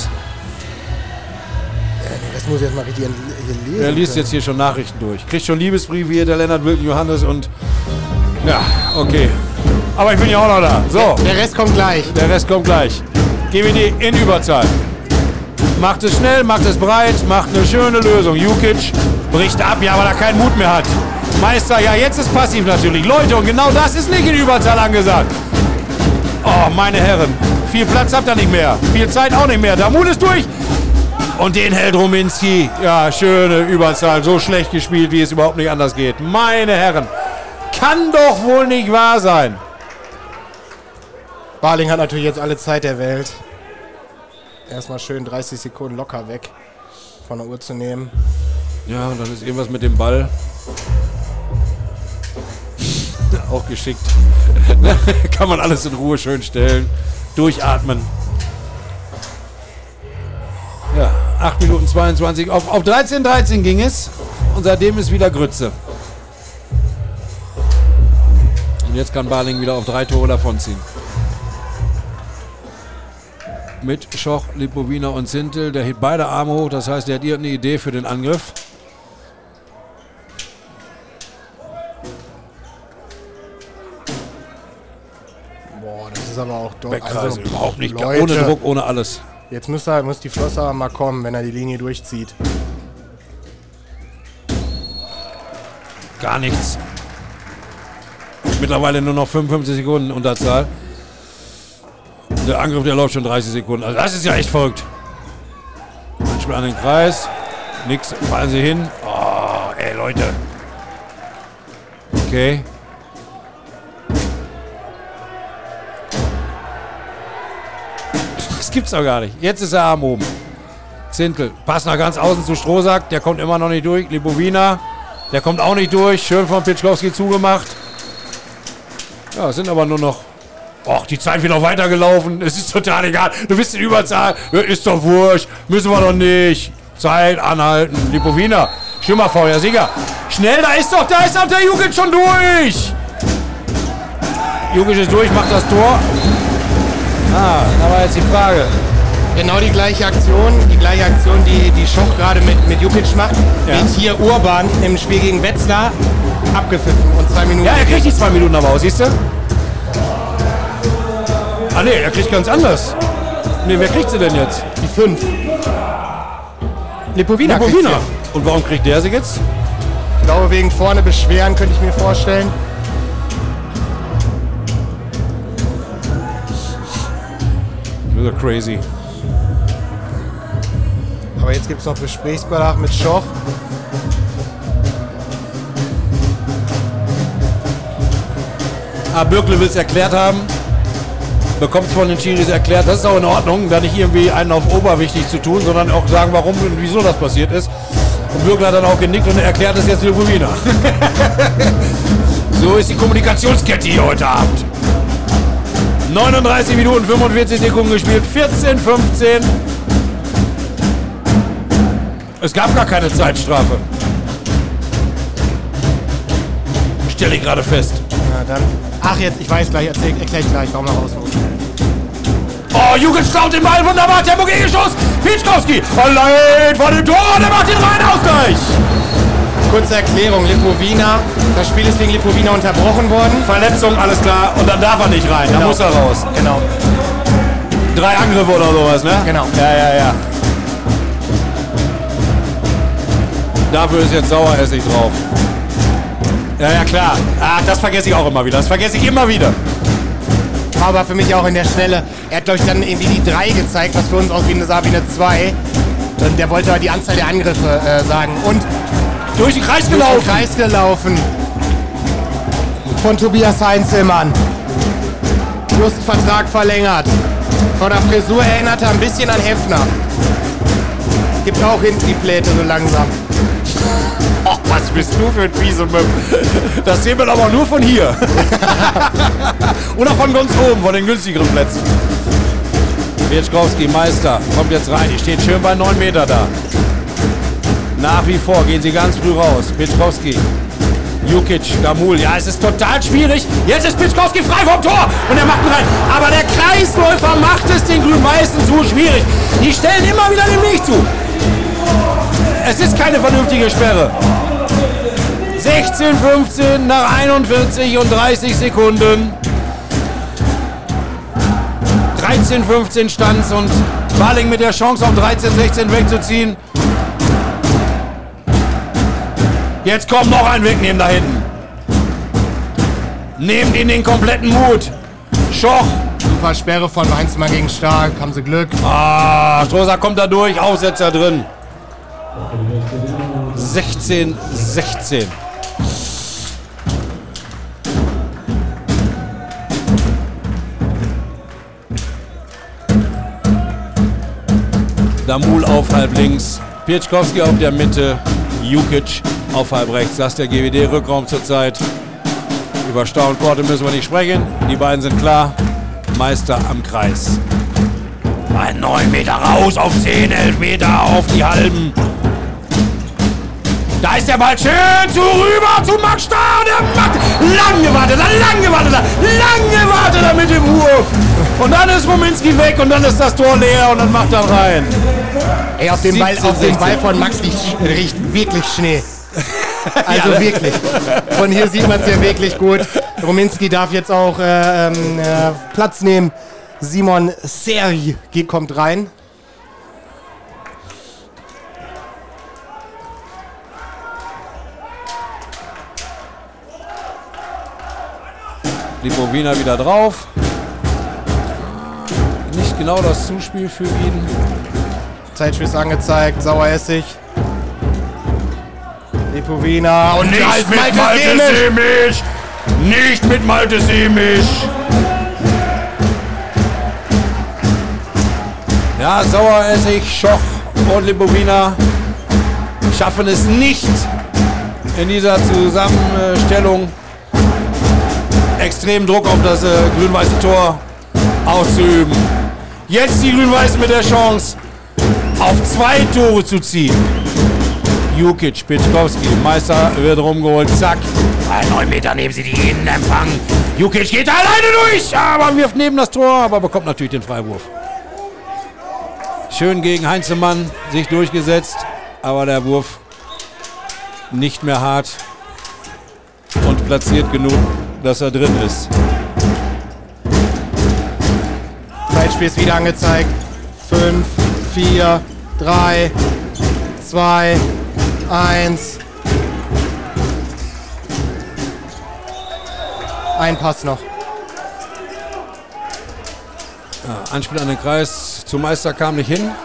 Ja, nee, das muss ich jetzt mal richtig hier lesen. Er liest können. Jetzt hier schon Nachrichten durch. Kriegt schon Liebesbriefe hier, der Lennart Wilken Johannes und... Ja, okay. Aber ich bin ja auch noch da. So. Der Rest kommt gleich. Der Rest kommt gleich. G W D in Überzahl. Macht es schnell, macht es breit, macht eine schöne Lösung. Jukic bricht ab, ja, weil er keinen Mut mehr hat. Meister, ja, jetzt ist passiv natürlich. Leute, und genau das ist nicht in Überzahl angesagt. Oh, meine Herren. Viel Platz habt ihr nicht mehr. Viel Zeit auch nicht mehr. Damut ist durch. Und den hält Ruminski. Ja, schöne Überzahl. So schlecht gespielt, wie es überhaupt nicht anders geht. Meine Herren. Kann doch wohl nicht wahr sein. Barling hat natürlich jetzt alle Zeit der Welt. Erstmal schön dreißig Sekunden locker weg von der Uhr zu nehmen. Ja, und dann ist irgendwas mit dem Ball. Auch geschickt. Kann man alles in Ruhe schön stellen. Durchatmen. Ja, acht Minuten zweiundzwanzig. Auf, auf dreizehn dreizehn ging es. Und seitdem ist wieder Grütze. Und jetzt kann Barling wieder auf drei Tore davonziehen. Mit Schoch, Lipovina und Zintel. Der hebt beide Arme hoch. Das heißt, der hat irgendeine Idee für den Angriff. Boah, das ist aber auch doch. Wegkreise, Also, überhaupt nicht. Leute, ohne Druck, ohne alles. Jetzt muss, er, muss die Flosse aber mal kommen, wenn er die Linie durchzieht. Gar nichts. Mittlerweile nur noch fünfundfünfzig Sekunden Unterzahl. Der Angriff, der läuft schon dreißig Sekunden. Also das ist ja echt verrückt. Manchmal an den Kreis. Nix, fallen sie hin. Oh, ey, Leute. Okay. Das gibt's doch gar nicht. Jetzt ist er Arm oben. Zintel. Pass nach ganz außen zu Strohsack. Der kommt immer noch nicht durch. Lipovina. Der kommt auch nicht durch. Schön von Pitschkowski zugemacht. Ja, es sind aber nur noch... Och, die Zeit wird noch weitergelaufen. Es ist total egal. Du bist in Überzahl. Ja, ist doch wurscht. Müssen wir doch nicht. Zeit anhalten. Lipovina. Schimmerfeuer. Sieger. Schnell, da ist doch, da ist auch der Jukic schon durch. Jukic ist durch, macht das Tor. Ah, da war jetzt die Frage. Genau die gleiche Aktion, die gleiche Aktion, die, die Schoch gerade mit, mit Jukic macht, Ja. wird hier Urban im Spiel gegen Wetzlar abgepfiffen und zwei Minuten. Ja, er kriegt die zwei Minuten aber aus, siehst du? Ah ne, er kriegt ganz anders. Ne, wer kriegt sie denn jetzt? Die fünf. Lipovina. Lipovina. Und warum kriegt der sie jetzt? Ich glaube, wegen vorne beschweren, könnte ich mir vorstellen. Das ist crazy. Aber jetzt gibt es noch Gesprächsbedarf mit Schoch. Ah, Bürkle will es erklärt haben. Bekommt von den Schiris erklärt. Das ist auch in Ordnung, da nicht irgendwie einen auf oberwichtig zu tun, sondern auch sagen, warum und wieso das passiert ist. Und Bürkle hat dann auch genickt und erklärt es jetzt Lipovina. So ist die Kommunikationskette hier heute Abend. neununddreißig Minuten, fünfundvierzig Sekunden gespielt, vierzehn fünfzehn. Es gab gar keine Zeitstrafe. Stelle ich gerade fest. Na dann. Ach, jetzt, ich weiß gleich, erzähl, erklär ich gleich, warum er raus muss. Oh, Jukic klaut den Ball, wunderbar, Tempo Gegenschuss. Pitschkowski, allein vor dem Tor, der macht den reinen Ausgleich. Kurze Erklärung, Lipovina, das Spiel ist wegen Lipovina unterbrochen worden. Verletzung, alles klar, und dann darf er nicht rein, Genau. da muss er raus. Genau. Drei Angriffe oder sowas, ne? Genau. Ja, ja, ja. Dafür ist jetzt Saueressig drauf. Ja, ja, klar. Ah, das vergesse ich auch immer wieder. Das vergesse ich immer wieder. War aber für mich auch in der Schnelle. Er hat, glaube ich, dann irgendwie die drei gezeigt, was für uns aussieht wie eine, sah wie eine zwei. Und der wollte die Anzahl der Angriffe äh, sagen. Und Durch den Kreis durch den gelaufen. Kreis gelaufen. Von Tobias Heinzelmann. Just Vertrag verlängert. Von der Frisur erinnert er ein bisschen an Heffner. Gibt auch hinten die Pläte so langsam. Oh, was bist du für ein Wiesemöpp? Das sehen wir aber nur von hier. Oder von ganz oben, von den günstigeren Plätzen. Pitschkowski, Meister, kommt jetzt rein. Die steht schön bei neun Meter da. Nach wie vor gehen sie ganz früh raus. Pitschkowski, Jukic, Damul. Ja, es ist total schwierig. Jetzt ist Pitschkowski frei vom Tor und er macht ihn rein. Aber der Kreisläufer macht es den Grün-Weißen so schwierig. Die stellen immer wieder den Weg zu. Es ist keine vernünftige Sperre. sechzehn fünfzehn nach einundvierzig und dreißig Sekunden. dreizehn fünfzehn stand's und Baling mit der Chance auf dreizehn sechzehn wegzuziehen. Jetzt kommt noch ein Wegnehmen da hinten. Nehmt ihn den kompletten Mut. Schoch. Super Sperre von Heinzmann gegen Stark. Haben sie Glück. Ah, Strohsack kommt da durch. Aussetzer drin. sechzehn sechzehn. Damul auf halb links. Pieczkowski auf der Mitte. Jukic auf halb rechts. Das ist der G W D-Rückraum zurzeit. Über Stau und Korte müssen wir nicht sprechen. Die beiden sind klar. Meister am Kreis. Ein neun Meter raus auf zehn, elf Meter auf die Halben. Da ist der Ball schön zu rüber zu Max Starr. Der macht lang gewartet, lang gewartet, lang gewartet mit dem Wurf. Und dann ist Rominski weg und dann ist das Tor leer und dann macht er rein. Ey, auf dem Ball, auf dem Ball von Max riecht, riecht wirklich Schnee. Also ja, wirklich. Von hier sieht man es ja wirklich gut. Rominski darf jetzt auch äh, äh, Platz nehmen. Simon Serj kommt rein. Lipovina wieder drauf. Nicht genau das Zuspiel für ihn. Zeitspiel angezeigt. Saueressig. Lipovina und nicht mit Malte, Malte Simic. Nicht mit Malte Simic. Ja, Saueressig, Schoch und Lipovina schaffen es nicht in dieser Zusammenstellung extremen Druck auf das äh, grün-weiße Tor auszuüben. Jetzt die Grün-Weißen mit der Chance, auf zwei Tore zu ziehen. Jukic, Pieczkowski, Meister wird rumgeholt, zack. Bei neun Meter nehmen sie die Innenempfang. Jukic geht alleine durch, aber wirft neben das Tor, aber bekommt natürlich den Freiwurf. Schön gegen Heinzemann sich durchgesetzt, aber der Wurf nicht mehr hart und platziert genug, dass er drin ist. Zeitspiel ist wieder angezeigt. fünf, vier, drei, zwei, eins. Ein Pass noch. Ja, Anspiel an den Kreis. Zum Meister kam nicht hin.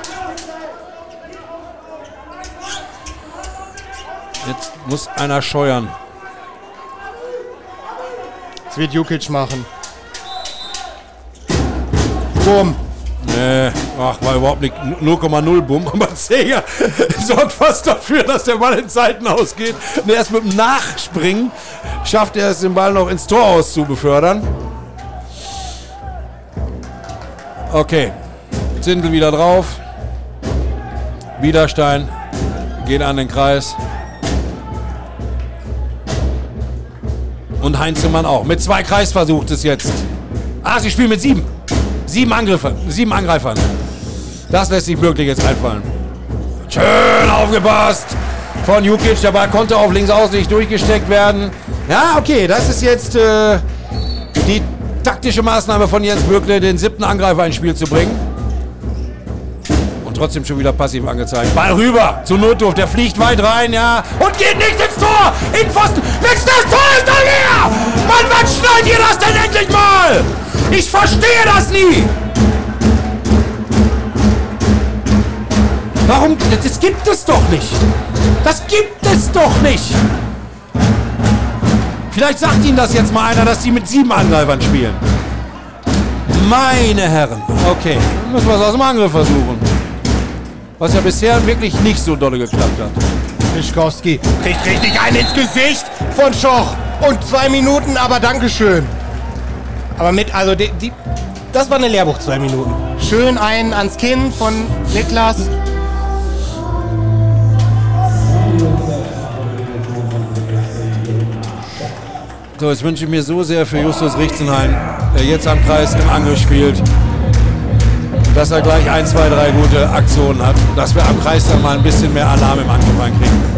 Jetzt muss einer scheuern. Das wird Jukic machen. Bumm. Nee, ach, war überhaupt nicht null Komma null Bumm. Aber Zeger sorgt fast dafür, dass der Ball in Seiten ausgeht. Und erst mit dem Nachspringen schafft er es, den Ball noch ins Tor aus zu befördern. Okay, Zindel wieder drauf. Widerstein geht an den Kreis. Und Heinzemann auch. Mit zwei Kreis versucht es jetzt. Ah, sie spielen mit sieben. Sieben Angriffe, sieben Angreifern. Das lässt sich wirklich jetzt einfallen. Schön aufgepasst von Jukic. Der Ball konnte auf links außen nicht durchgesteckt werden. Ja, okay, das ist jetzt äh, die taktische Maßnahme von Jens Bürkle, den siebten Angreifer ins Spiel zu bringen. Und trotzdem schon wieder passiv angezeigt. Ball rüber zu Notdurft. Der fliegt weit rein, ja. Und geht nicht ins Tor. In Pfosten. Nix, das Tor ist doch leer. Mann, wann schneidet ihr das denn endlich mal? Ich verstehe das nie! Warum? Das gibt es doch nicht! Das gibt es doch nicht! Vielleicht sagt Ihnen das jetzt mal einer, dass Sie mit sieben Angreifern spielen. Meine Herren. Okay, dann müssen wir es aus dem Angriff versuchen. Was ja bisher wirklich nicht so dolle geklappt hat. Pieczkowski kriegt richtig einen ins Gesicht von Schoch. Und zwei Minuten, aber Dankeschön. Aber mit, also die, die, das war eine Lehrbuch, zwei Minuten. Schön einen ans Kinn von Niklas. So, jetzt wünsche ich mir so sehr für Justus Richtzenhain, der jetzt am Kreis im Angriff spielt, dass er gleich ein, zwei, drei gute Aktionen hat, dass wir am Kreis dann mal ein bisschen mehr Alarm im Angriff reinkriegen.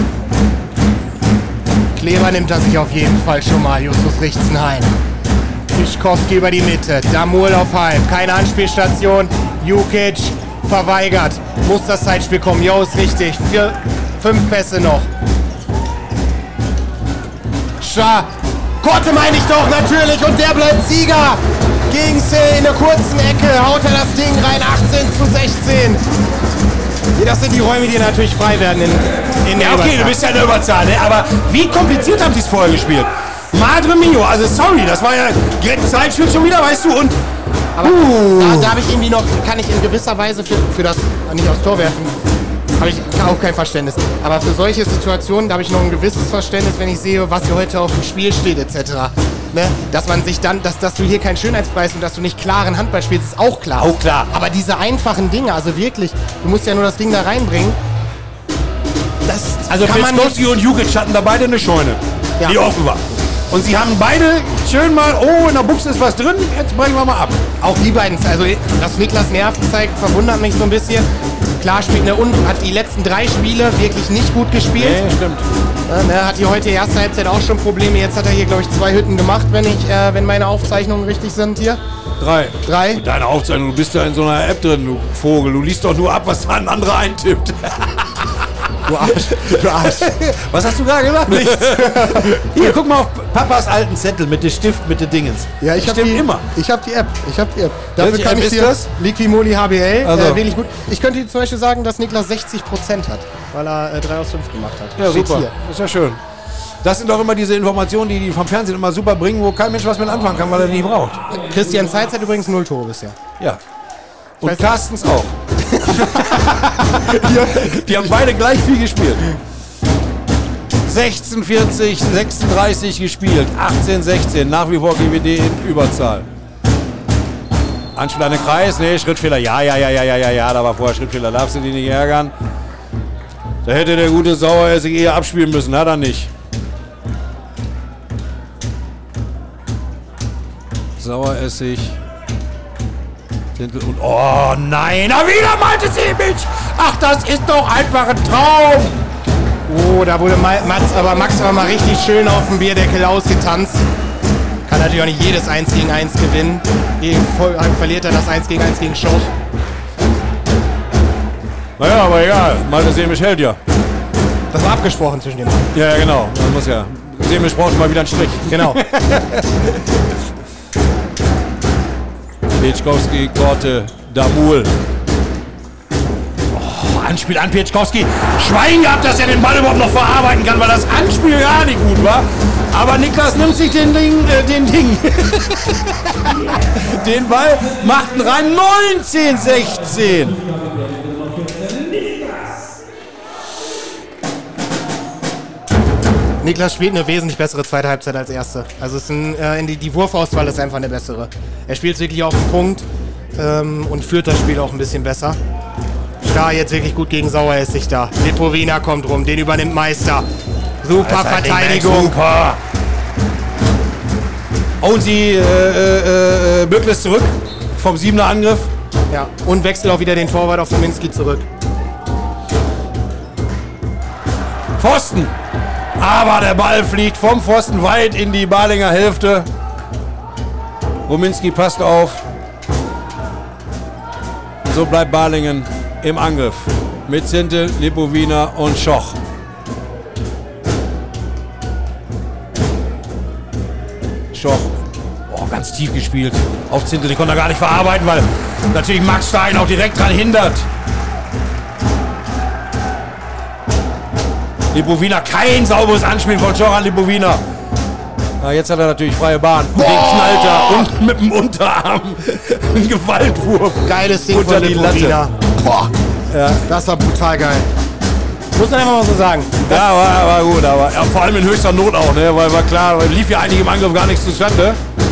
Kleber nimmt er sich auf jeden Fall schon mal, Justus Richtzenhain. Piszkowski über die Mitte. Damul auf halb. Keine Anspielstation. Jukic verweigert. Muss das Zeitspiel kommen. Jo, ist richtig. Vier, fünf Pässe noch. Scha. Korte meine ich doch, natürlich. Und der bleibt Sieger. Gegen C in der kurzen Ecke. Haut er das Ding rein. achtzehn zu sechzehn. Das sind die Räume, die natürlich frei werden in, in der Ja, okay, Überzahl. du bist ja in der Überzahl, ne? Aber wie kompliziert haben sie es vorher gespielt? Madre mio, also sorry, das war ja Zeitspiel schon wieder, weißt du, und Aber uh. da, da habe ich irgendwie noch, kann ich in gewisser Weise für, für das, nicht aufs Tor werfen, habe ich auch kein Verständnis. Aber für solche Situationen, da habe ich noch ein gewisses Verständnis, wenn ich sehe, was hier heute auf dem Spiel steht, et cetera. Ne? Dass man sich dann, dass, dass du hier keinen Schönheitspreis und dass du nicht klaren Handball spielst, ist auch klar. Auch klar. Aber diese einfachen Dinge, also wirklich, du musst ja nur das Ding da reinbringen. Das Also kann man Piszkowski und Jukic hatten da beide eine Scheune, Ja. die offen war. Und sie haben beide schön mal, oh, in der Buchse ist was drin, jetzt brechen wir mal ab. Auch die beiden, also dass Niklas Nerven zeigt, verwundert mich so ein bisschen. Klar spielt er und hat die letzten drei Spiele wirklich nicht gut gespielt. Nee, stimmt. Ja, er hat hier heute die erste Halbzeit auch schon Probleme. Jetzt hat er hier, glaube ich, zwei Hütten gemacht, wenn ich, äh, wenn meine Aufzeichnungen richtig sind hier. Drei. Drei. Mit deiner Aufzeichnung, du bist ja in so einer App drin, du Vogel. Du liest doch nur ab, was da ein anderer eintippt. Du Arsch. Du Arsch. Was hast du gerade gesagt? Nichts. Hier, guck mal auf Papas alten Zettel mit dem Stift, mit den Dingens. Ja, ich habe Stimmt die, immer. Ich habe die App. Ich habe die App. Dafür Welche kann App ich ist dir das? Liquimoli H B L. Also. Äh, wirklich gut. Ich könnte dir zum Beispiel sagen, dass Niklas sechzig Prozent hat, weil er äh, drei aus fünf gemacht hat. Ja, Steht super. hier. Ist ja schön. Das sind doch immer diese Informationen, die die vom Fernsehen immer super bringen, wo kein Mensch was mit anfangen kann, weil er die nicht braucht. Christian Zeitz hat übrigens null Tore bisher. Ja. Und weiß- Carstens auch. Die haben beide gleich viel gespielt. sechzehn vierzig, sechsunddreißig gespielt. achtzehn sechzehn. Nach wie vor G W D in Überzahl. Anspiel an den Kreis. Nee, Schrittfehler. Ja, ja, ja, ja, ja, ja, ja. Da war vorher Schrittfehler. Darfst du die nicht ärgern? Da hätte der gute Saueressig eher abspielen müssen. Hat er nicht. Saueressig. Und oh nein, na wieder Malte Simic! Ach, das ist doch einfach ein Traum! Oh, da wurde Ma- Mats, aber Max aber mal richtig schön auf dem Bierdeckel ausgetanzt. Kann natürlich auch nicht jedes eins gegen eins gewinnen. Gegen Voll- verliert er das eins gegen eins gegen Schoch. Naja, aber egal, Malte Simic hält ja. Das war abgesprochen zwischen den beiden. Ja, ja, genau, das muss ja. Simic braucht mal wieder einen Strich. Genau. Piszkowski, Korte, Damul. Oh, Anspiel an Piszkowski. Schwein gehabt, dass er den Ball überhaupt noch verarbeiten kann, weil das Anspiel gar nicht gut war. Aber Niklas nimmt sich den Ding, äh, den Ding. den Ball, macht ihn rein. neunzehn sechzehn. Niklas spielt eine wesentlich bessere zweite Halbzeit als erste. Also es ist ein, äh, in die, die Wurfauswahl ist einfach eine bessere. Er spielt wirklich auf den Punkt ähm, und führt das Spiel auch ein bisschen besser. Starr jetzt wirklich gut gegen Saueressig da. Lipovina kommt rum, den übernimmt Meister. Super Verteidigung. Super. Und sie äh, äh, äh, Böckles zurück vom siebener Angriff. Ja, und wechselt auch wieder den Torwart auf Dominski zurück. Pfosten. Aber der Ball fliegt vom Pfosten weit in die Balinger Hälfte. Rominski passt auf. So bleibt Balingen im Angriff. Mit Zintel, Lipovina und Schoch. Schoch. Oh, ganz tief gespielt. Auf Zintel, die konnte er gar nicht verarbeiten, weil natürlich Max Stein auch direkt dran hindert. Lipovina, kein sauberes Anspiel von Schoch an Lipovina. Na, jetzt hat er natürlich freie Bahn. Den knallt er und mit dem Unterarm ein Gewaltwurf. Geiles Ding unter von die Lipovina. Latte. Boah, Ja, das war brutal geil. Muss man einfach mal so sagen. ja war, war gut, aber ja, vor allem in höchster Not auch, ne? Weil war klar, lief ja eigentlich im Angriff gar nichts zustande.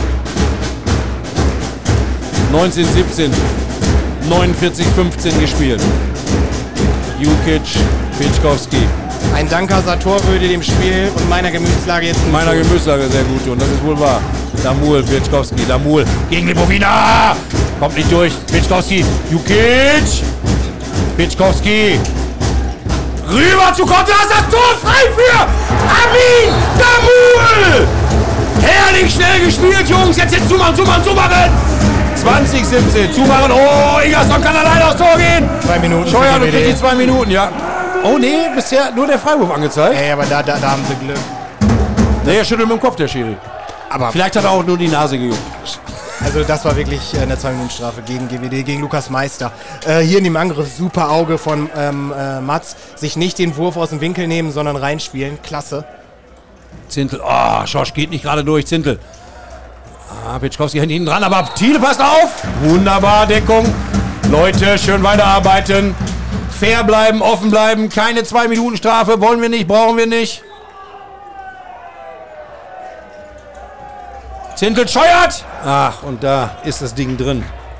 neunzehn siebzehn, neunundvierzig fünfzehn gespielt. Jukic, Piszkowski. Ein Danker Sator würde dem Spiel und meiner Gemütslage jetzt gut Meiner tun. Gemütslage sehr gut und das ist wohl wahr. Damul, Piszkowski, Damul gegen Lipovina. Kommt nicht durch. Piszkowski, Jukic. Piszkowski. Rüber zu Korte, das ist das Tor frei für Amin Damul. Herrlich schnell gespielt, Jungs. Jetzt jetzt zumachen, zumachen, zumachen. zwanzig siebzehn, zumachen. Oh, Ingersson kann alleine aufs Tor gehen. Zwei Minuten. Scheuer, du kriegst die zwei Minuten, ja. Oh nee, bisher nur der Freiwurf angezeigt. Ey, aber da, da, da haben sie Glück. Nee, er schüttelt mit dem Kopf, der Schiri. Aber vielleicht hat er auch nur die Nase gejuckt. Also das war wirklich eine zwei Minuten Strafe gegen G W D, gegen Lukas Meister. Äh, hier in dem Angriff, super Auge von ähm, äh, Mats. Sich nicht den Wurf aus dem Winkel nehmen, sondern reinspielen. Klasse. Zintel, oh, Schorsch geht nicht gerade durch, Zintel. Ah, Pitschkowski hinten dran, aber Thiele passt auf. Wunderbar, Deckung. Leute, schön weiterarbeiten. Fair bleiben, offen bleiben. Keine zwei Minuten Strafe, wollen wir nicht, brauchen wir nicht. Zintel scheuert. Ach, und da ist das Ding drin.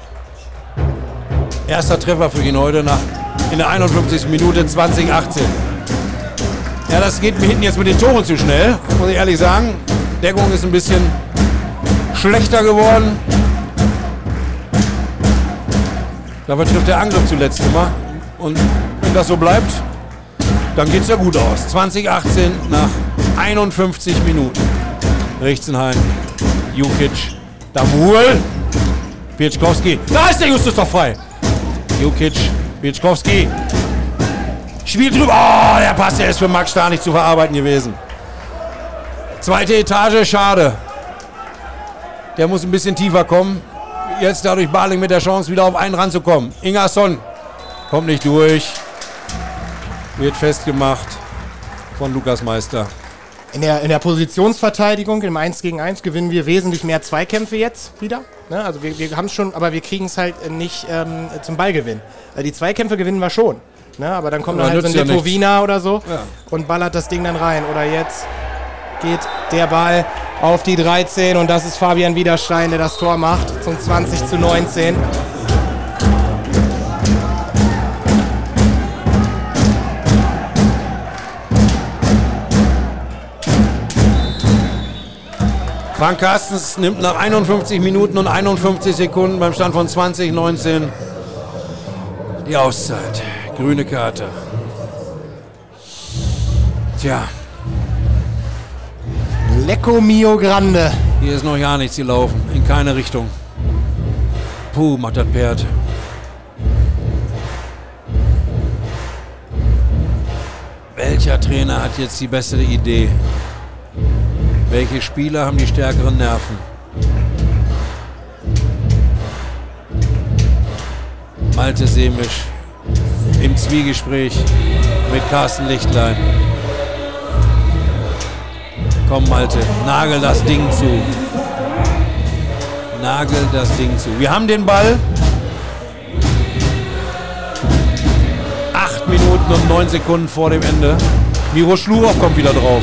Erster Treffer für ihn heute nach, in der einundfünfzigsten Minute zwanzig achtzehn. Ja, das geht mir hinten jetzt mit den Toren zu schnell, muss ich ehrlich sagen. Deckung ist ein bisschen schlechter geworden. Dabei trifft der Angriff zuletzt immer. Und wenn das so bleibt, dann geht es ja gut aus. zwanzig achtzehn nach einundfünfzig Minuten. Richtenhain, Jukic, Damul, Pieczkowski. Da ist der Justus doch frei. Jukic, Pieczkowski. Spiel drüber. Oh, der Pass, der ist für Max Starr nicht zu verarbeiten gewesen. Zweite Etage, schade. Der muss ein bisschen tiefer kommen. Jetzt dadurch Baling mit der Chance, wieder auf einen ranzukommen. Ingersson kommt nicht durch. Wird festgemacht von Lukas Meister. In der, in der Positionsverteidigung, im eins gegen eins, gewinnen wir wesentlich mehr Zweikämpfe jetzt wieder. Ne? Also wir, wir haben es schon, aber wir kriegen es halt nicht ähm, zum Ballgewinn. Also die Zweikämpfe gewinnen wir schon. Ne? Aber dann kommt aber dann halt so ein ja Lepowina oder so ja. und ballert das Ding dann rein. Oder jetzt geht der Ball auf die dreizehn und das ist Fabian Widerstein, der das Tor macht zum zwanzig zu neunzehn. Frank Carstens nimmt nach einundfünfzig Minuten und einundfünfzig Sekunden beim Stand von zwanzig neunzehn die Auszeit. Grüne Karte. Tja. Lecco mio grande. Hier ist noch gar nichts gelaufen. In keine Richtung. Puh, macht das Pferd. Welcher Trainer hat jetzt die bessere Idee? Welche Spieler haben die stärkeren Nerven? Malte Semisch im Zwiegespräch mit Carsten Lichtlein. Komm Malte, nagel das Ding zu. Nagel das Ding zu. Wir haben den Ball. Acht Minuten und neun Sekunden vor dem Ende. Miro Schlurow kommt wieder drauf.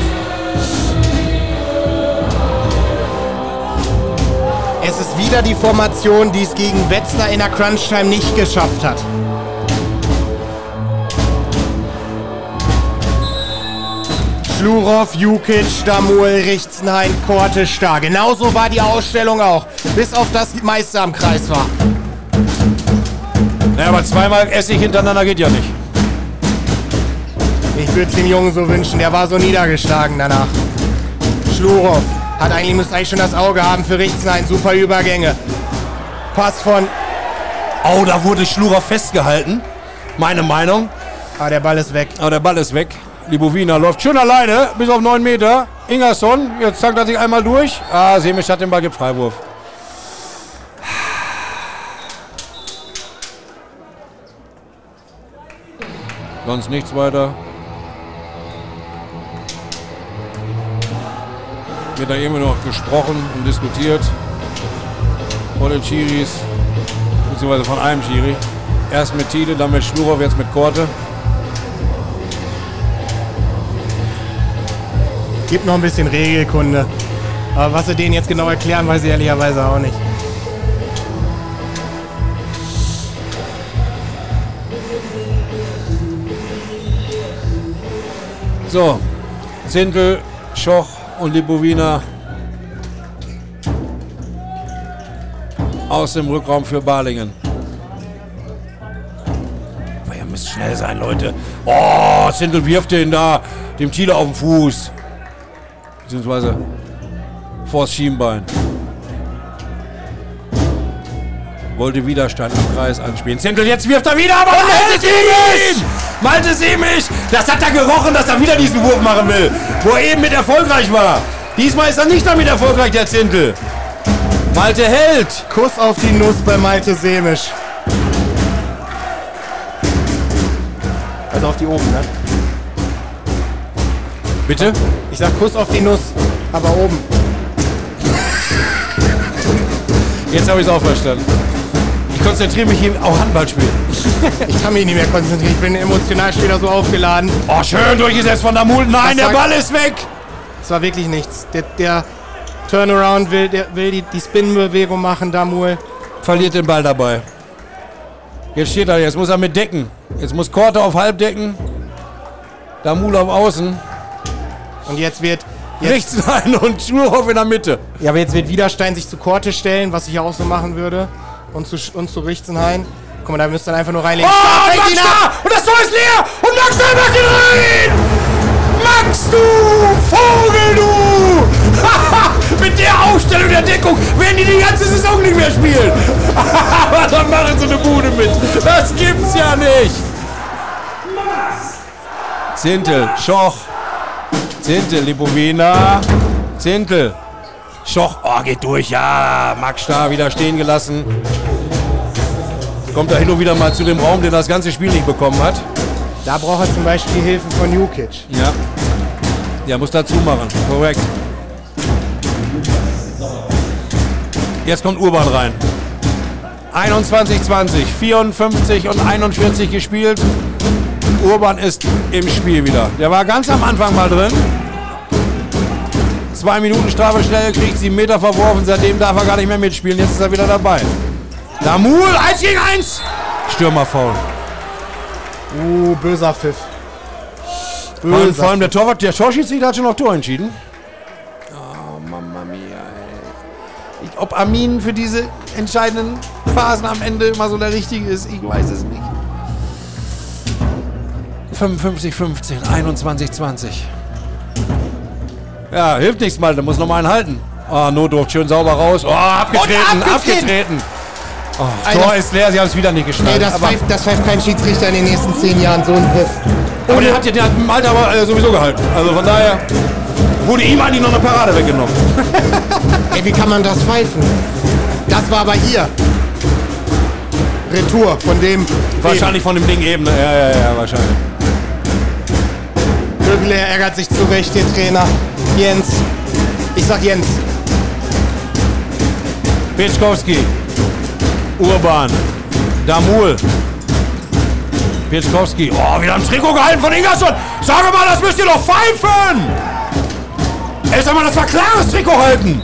Es ist wieder die Formation, die es gegen Wetzlar in der Crunch-Time nicht geschafft hat. Schlurow, Jukic, Damul, Richtenhain, Korte, Starr. Genauso war die Ausstellung auch. Bis auf das Meister am Kreis war. Naja, aber zweimal Essig hintereinander geht ja nicht. Ich würde es dem Jungen so wünschen, der war so niedergeschlagen danach. Schlurow hat eigentlich, müsste eigentlich schon das Auge haben für Richtenhain. Super Übergänge. Pass von... Oh, da wurde Schlurow festgehalten. Meine Meinung. Aber der Ball ist weg. Aber der Ball ist weg. Libowina läuft schön alleine, bis auf neun Meter. Ingersson, jetzt zankt er sich einmal durch. Ah, Semisch hat den Ball, gibt Freiwurf. Sonst nichts weiter. Wird da immer noch gesprochen und diskutiert. Von den Schiris, beziehungsweise von einem Schiri. Erst mit Thiele, dann mit Schlurow, jetzt mit Korte. Gibt noch ein bisschen Regelkunde. Aber was sie denen jetzt genau erklären, weiß ich ehrlicherweise auch nicht. So, Zintel, Schoch und Libowina aus dem Rückraum für Balingen. Aber ihr müsst schnell sein, Leute. Oh, Zintel wirft den da, dem Thiele auf den Fuß. Beziehungsweise vors Schienbein. Wollte Widerstand am Kreis anspielen. Zintel, jetzt wirft er wieder, aber Malte Semisch! Malte Semisch! Das hat er gerochen, dass er wieder diesen Wurf machen will, wo er eben mit erfolgreich war. Diesmal ist er nicht damit erfolgreich, der Zintel. Malte hält. Kuss auf die Nuss bei Malte Semisch. Also auf die oben, ne? Bitte? Ich sag Kuss auf die Nuss, aber oben. Jetzt habe ich es auch verstanden. Ich konzentriere mich hier auch Handball spielen. Ich kann mich nicht mehr konzentrieren. Ich bin emotional später so aufgeladen. Oh, schön durchgesetzt von Damul. Nein, der Ball ist weg. Es war wirklich nichts. Der, der Turnaround will, der will die, die Spin-Bewegung machen, Damul. Verliert den Ball dabei. Jetzt steht er, jetzt muss er mit decken. Jetzt muss Korte auf halb decken. Damul auf außen. Und jetzt wird... Jetzt, rechts rein und Schulhoff in der Mitte. Ja, aber jetzt wird Widerstein sich zu Korte stellen, was ich ja auch so machen würde. Und zu, und zu Richtzenhain. Guck mal, da müsst ihr einfach nur reinlegen. Oh, und Max da! Und das Tor ist leer! Und Max da macht ihn rein! Max, du Vogel, du! Mit der Aufstellung der Deckung werden die die ganze Saison nicht mehr spielen. Aber dann machen sie eine Bude mit. Das gibt's ja nicht. Zintel, Schoch. Zintel, Lipowina. Zintel. Schoch, oh, geht durch, ja. Max da wieder stehen gelassen. Kommt da hin und wieder mal zu dem Raum, den das ganze Spiel nicht bekommen hat. Da braucht er zum Beispiel die Hilfe von Jukic. Ja. Der muss dazu machen, korrekt. Jetzt kommt Urban rein. einundzwanzig zwanzig, vierundfünfzig und einundvierzig gespielt. Urban ist im Spiel wieder. Der war ganz am Anfang mal drin. Zwei Minuten Strafe schnell, kriegt sieben Meter verworfen. Seitdem darf er gar nicht mehr mitspielen. Jetzt ist er wieder dabei. Damul, eins gegen eins. Stürmerfoul. Uh, böser Pfiff. Böser vor, allem, vor allem der Torwart, der Torschiedsrichter hat schon auf Tor entschieden. Oh, Mamma mia, ey. Ich, ob Amin für diese entscheidenden Phasen am Ende immer so der Richtige ist, ich weiß es nicht. fünfundfünfzig fünfzehn, einundzwanzig zwanzig. Ja, hilft nichts mal, der muss nochmal einen halten. Oh, Notdurft, schön sauber raus. Oh, abgetreten, abgetreten. abgetreten. Oh, das Tor ist leer, sie haben es wieder nicht geschnallt. Nee, das pfeift, das pfeift kein Schiedsrichter in den nächsten zehn Jahren, so ein Pfiff. Aber den hat, der hat im Alter aber äh, sowieso gehalten. Also von daher wurde ihm eigentlich noch eine Parade weggenommen. Ey, wie kann man das pfeifen? Das war aber hier. Retour von dem... Wahrscheinlich von dem Ding eben, ne? Ja, ja, ja, wahrscheinlich. Mögele ärgert sich zu Recht, der Trainer. Jens. Ich sag Jens. Pieczkowski. Urban. Damul. Pieczkowski. Oh, wieder ein Trikot gehalten von Ingersson. Sag mal, das müsst ihr doch pfeifen. Ey, sag mal, das war klares Trikot halten.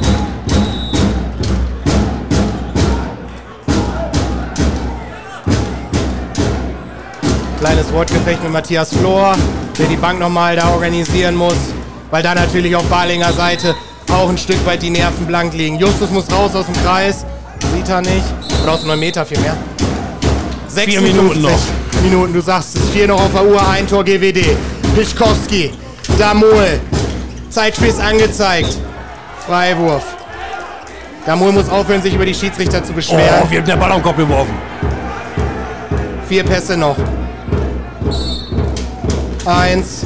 Kleines Wortgefecht mit Matthias Flor, der die Bank nochmal da organisieren muss, weil da natürlich auf Balinger Seite auch ein Stück weit die Nerven blank liegen. Justus muss raus aus dem Kreis, sieht er nicht. Oder aus dem neun Meter vielmehr. Vier Minuten noch. Minuten, du sagst es, vier noch auf der Uhr, ein Tor G W D. Pischkowski, Damol, Zeitspiel ist angezeigt. Freiwurf. Damol muss aufhören, sich über die Schiedsrichter zu beschweren. Oh, wir haben den Ball am Kopf geworfen. Vier Pässe noch. Eins.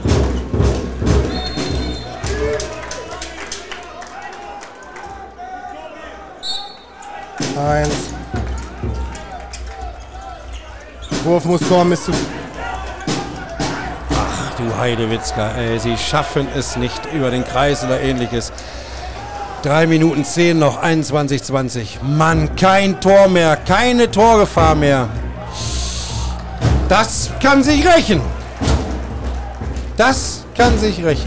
Eins. Wurf muss kommen, ist zu... Ach du Heidewitzka, ey, sie schaffen es nicht über den Kreis oder ähnliches. Drei Minuten zehn noch, einundzwanzig zwanzig. Mann, kein Tor mehr, keine Torgefahr mehr. Das kann sich rächen. Das kann sich rächen.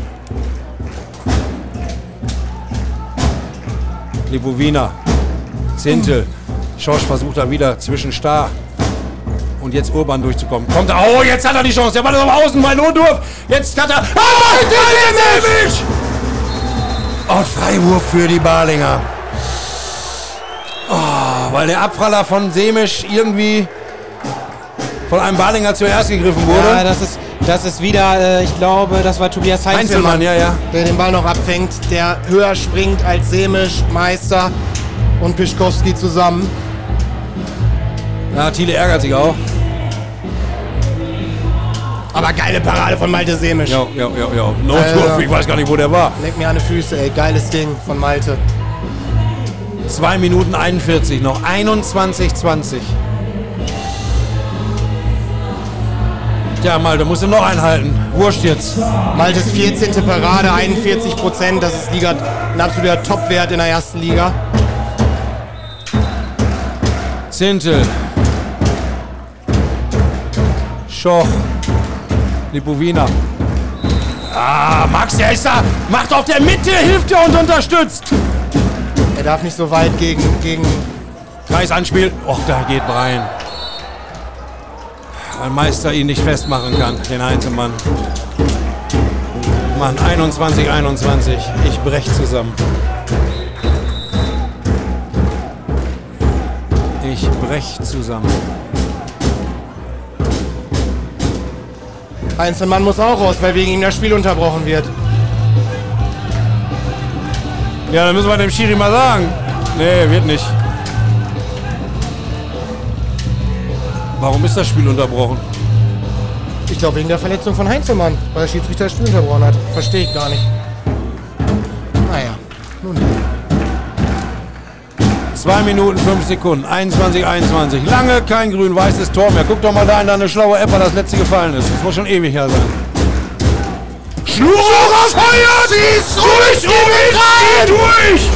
Lipowina, Zintel, Schosch versucht da wieder zwischen Star und jetzt Urban durchzukommen. Kommt er, oh, jetzt hat er die Chance, der Ball ist auf Außen bei Notdurft. Jetzt hat er, oh, jetzt und Freiwurf für die Balinger. Oh, weil der Abpraller von Semisch irgendwie von einem Balinger zuerst gegriffen wurde. Ja, das ist, Das ist wieder, äh, ich glaube, das war Tobias Heinzelmann, Heinzelmann, ja, ja. der den Ball noch abfängt, der höher springt als Semisch, Meister und Pischkowski zusammen. Ja, Thiele ärgert sich auch. Aber geile Parade von Malte Semisch. Ja, ja, ja, ja. No Also, Turf, ich weiß gar nicht, wo der war. Leck mir an die Füße, ey. Geiles Ding von Malte. zwei Minuten einundvierzig noch. einundzwanzig zwanzig. Tja, Malte, musst du noch einhalten. Wurscht jetzt. Maltes vierzehnte Parade, einundvierzig Prozent. Das ist Liga, ein absoluter Topwert in der ersten Liga. Zintel. Schoch. Lipowina. Ah, Max, der ist da. Macht auf der Mitte, hilft dir und unterstützt. Er darf nicht so weit gegen... gegen Kreis anspielt. Och, da geht rein. Weil Meister ihn nicht festmachen kann, den Heinzelmann. Mann, einundzwanzig einundzwanzig. Ich brech zusammen. Ich brech zusammen. Heinzelmann muss auch raus, weil wegen ihm das Spiel unterbrochen wird. Ja, dann müssen wir dem Schiri mal sagen. Nee, wird nicht. Warum ist das Spiel unterbrochen? Ich glaube wegen der Verletzung von Heinzelmann, weil der Schiedsrichter das Spiel unterbrochen hat. Verstehe ich gar nicht. Naja, nun. zwei Minuten, fünf Sekunden. einundzwanzig einundzwanzig. Lange kein grün-weißes Tor mehr. Guck doch mal da in deine schlaue App, weil das letzte gefallen ist. Das muss schon ewig her sein. Schlurrer feuert! Schießt durch! Durch! Durch!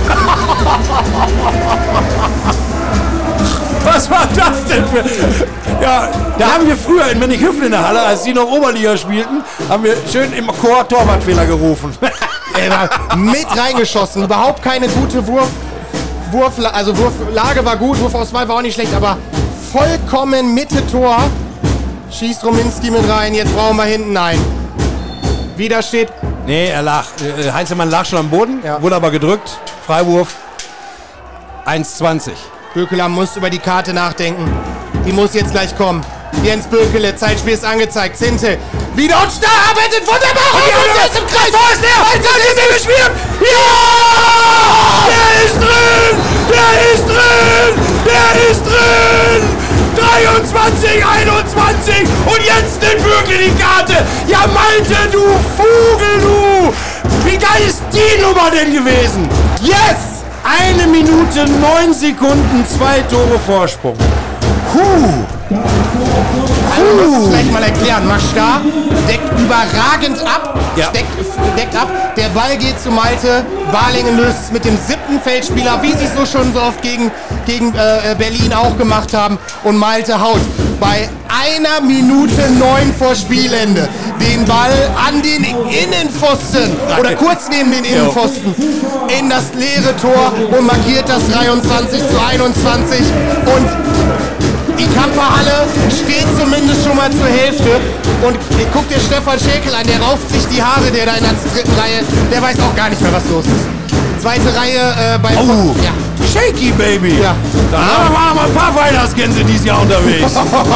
Was war das denn für... Ja, da haben wir früher in Mönchhöfen in der Halle, als die noch Oberliga spielten, haben wir schön im Chor Torwartfehler gerufen. Er war mit reingeschossen. Überhaupt keine gute Wurf... Wurf, also Wurflage war gut, Wurfauswahl war auch nicht schlecht, aber vollkommen Mitte Tor. Schießt Rominski mit rein, jetzt brauchen wir hinten ein. Wieder steht... Nee, er lag. Heinzelmann lag schon am Boden, ja. Wurde aber gedrückt. Freiwurf. eins zwanzig. Bökeler muss über die Karte nachdenken. Die muss jetzt gleich kommen. Jens Bökele, Zeitspiel ist angezeigt. Zintel. Wieder und da arbeitet wunderbar. Und die ist im Kreis. Tor ist leer. Malte ist gespielt. Ja! Der ist drin! Der ist drin! Der ist drin! dreiundzwanzig einundzwanzig und jetzt nimmt Bökele die Karte. Ja, Malte, du Vogel, du! Wie geil ist die Nummer denn gewesen? Yes! Eine Minute, neun Sekunden, zwei Tore Vorsprung. Huh. Also, du musst es gleich mal erklären. Maschka deckt überragend ab. Ja. Deckt, deckt ab. Der Ball geht zu Malte. Balingen löst es mit dem siebten Feldspieler, wie sie es so schon so oft gegen, gegen äh, Berlin auch gemacht haben. Und Malte haut bei einer Minute neun vor Spielende den Ball an den Innenpfosten oder kurz neben den Innenpfosten in das leere Tor und markiert das dreiundzwanzig zu einundzwanzig. Und die Kamperhalle steht zumindest schon mal zur Hälfte. Und guck dir Stefan Schäkel an, der rauft sich die Haare, der da in der dritten Reihe, der weiß auch gar nicht mehr, was los ist. Zweite Reihe äh, bei... Oh, ja. Shaky Baby. Ja. Da haben wir mal ein paar Weihnachtsgänse dieses Jahr unterwegs.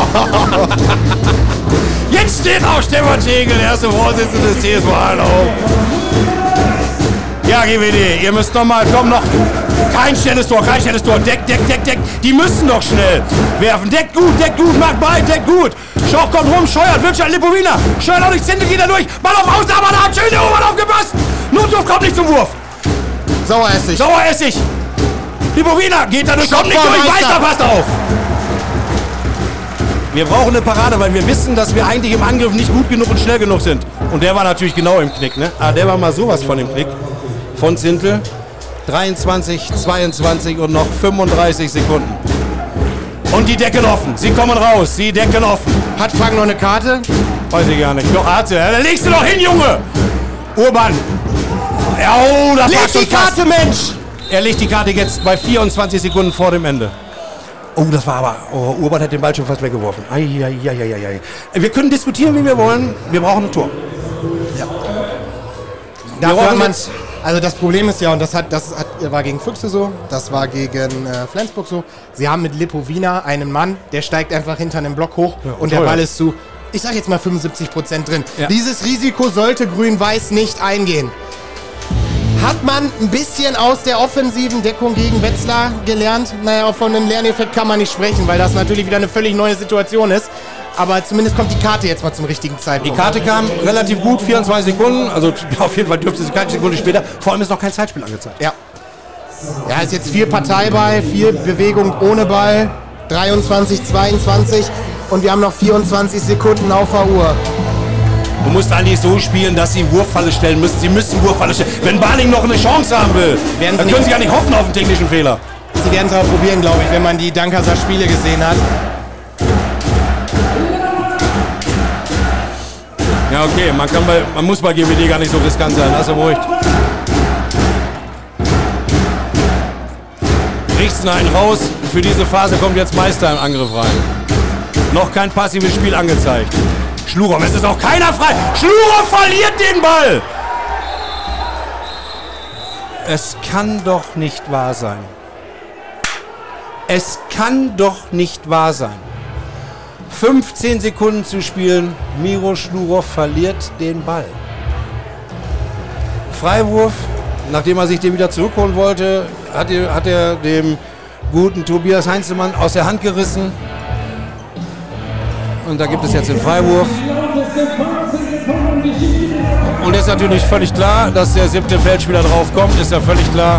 Jetzt steht auch Stefan Schäkel, der erste Vorsitzende des T S V Hanau. Ja, G W D, ihr müsst noch mal, komm noch. Kein schnelles Tor, kein schnelles Tor. Deck, deck, deck, deck. Die müssen doch schnell werfen. Deck gut, deck gut, macht breit, deck gut. Schoch kommt rum, scheuert, Wirtschaft, Lipowina. Scheuert auch durch Zintel, geht er durch. Ball auf Außen, aber da hat schön der Obert aufgepasst. Notdurf kommt nicht zum Wurf. Saueressig. Saueressig. Lipowina geht da durch, kommt nicht durch. Meister, passt auf. Wir brauchen eine Parade, weil wir wissen, dass wir eigentlich im Angriff nicht gut genug und schnell genug sind. Und der war natürlich genau im Knick, ne? Aber der war mal sowas von im Knick. Von Zintel. dreiundzwanzig, zweiundzwanzig und noch fünfunddreißig Sekunden. Und die Decken offen. Sie kommen raus. Sie Decken offen. Hat Frank noch eine Karte? Weiß ich gar nicht. Doch, hat sie. Da legst du doch hin, Junge. Urban. Ja, oh, das Leg war schon die Karte, fast. Mensch! Er legt die Karte jetzt bei vierundzwanzig Sekunden vor dem Ende. Oh, das war aber... Oh, Urban hat den Ball schon fast weggeworfen. Ai, ai, ai, ai, ai. Wir können diskutieren, wie wir wollen. Wir brauchen ein Tor. Ja. Dafür hat man's, also das Problem ist ja, und das, hat, das hat, war gegen Füchse so, das war gegen äh, Flensburg so, sie haben mit Lipowina einen Mann, der steigt einfach hinter einem Block hoch ja, und der Ball ist zu ich sag jetzt mal fünfundsiebzig Prozent drin. Ja. Dieses Risiko sollte Grün-Weiß nicht eingehen. Hat man ein bisschen aus der offensiven Deckung gegen Wetzlar gelernt? Naja, von einem Lerneffekt kann man nicht sprechen, weil das natürlich wieder eine völlig neue Situation ist. Aber zumindest kommt die Karte jetzt mal zum richtigen Die Zeitpunkt. Karte kam relativ gut, vierundzwanzig Sekunden. Also auf jeden Fall dürfte sie keine Sekunde später. Vor allem ist noch kein Zeitspiel angezeigt. Ja. Ja, ist jetzt viel Parteiball, viel Bewegung ohne Ball. dreiundzwanzig, zweiundzwanzig und wir haben noch vierundzwanzig Sekunden auf der Uhr. Du musst eigentlich so spielen, dass sie Wurffalle stellen müssen. Sie müssen Wurffalle stellen. Wenn Baling noch eine Chance haben will, Werden sie dann nicht- können sie gar nicht hoffen auf einen technischen Fehler. Sie werden es aber probieren, glaube ich, wenn man die Dankerser Spiele gesehen hat. Ja, okay, man, kann bei, man muss bei G W D gar nicht so riskant sein. Lass er ruhig. Richtsen raus. Für diese Phase kommt jetzt Meister im Angriff rein. Noch kein passives Spiel angezeigt. Schlurow, es ist auch keiner frei. Schlurow verliert den Ball. Es kann doch nicht wahr sein. Es kann doch nicht wahr sein. fünfzehn Sekunden zu spielen. Miro Schlurow verliert den Ball. Freiwurf, nachdem er sich den wieder zurückholen wollte, hat er, hat er dem guten Tobias Heinzelmann aus der Hand gerissen. Und da gibt es jetzt den Freiwurf. Und ist natürlich völlig klar, dass der siebte Feldspieler drauf kommt. Ist ja völlig klar.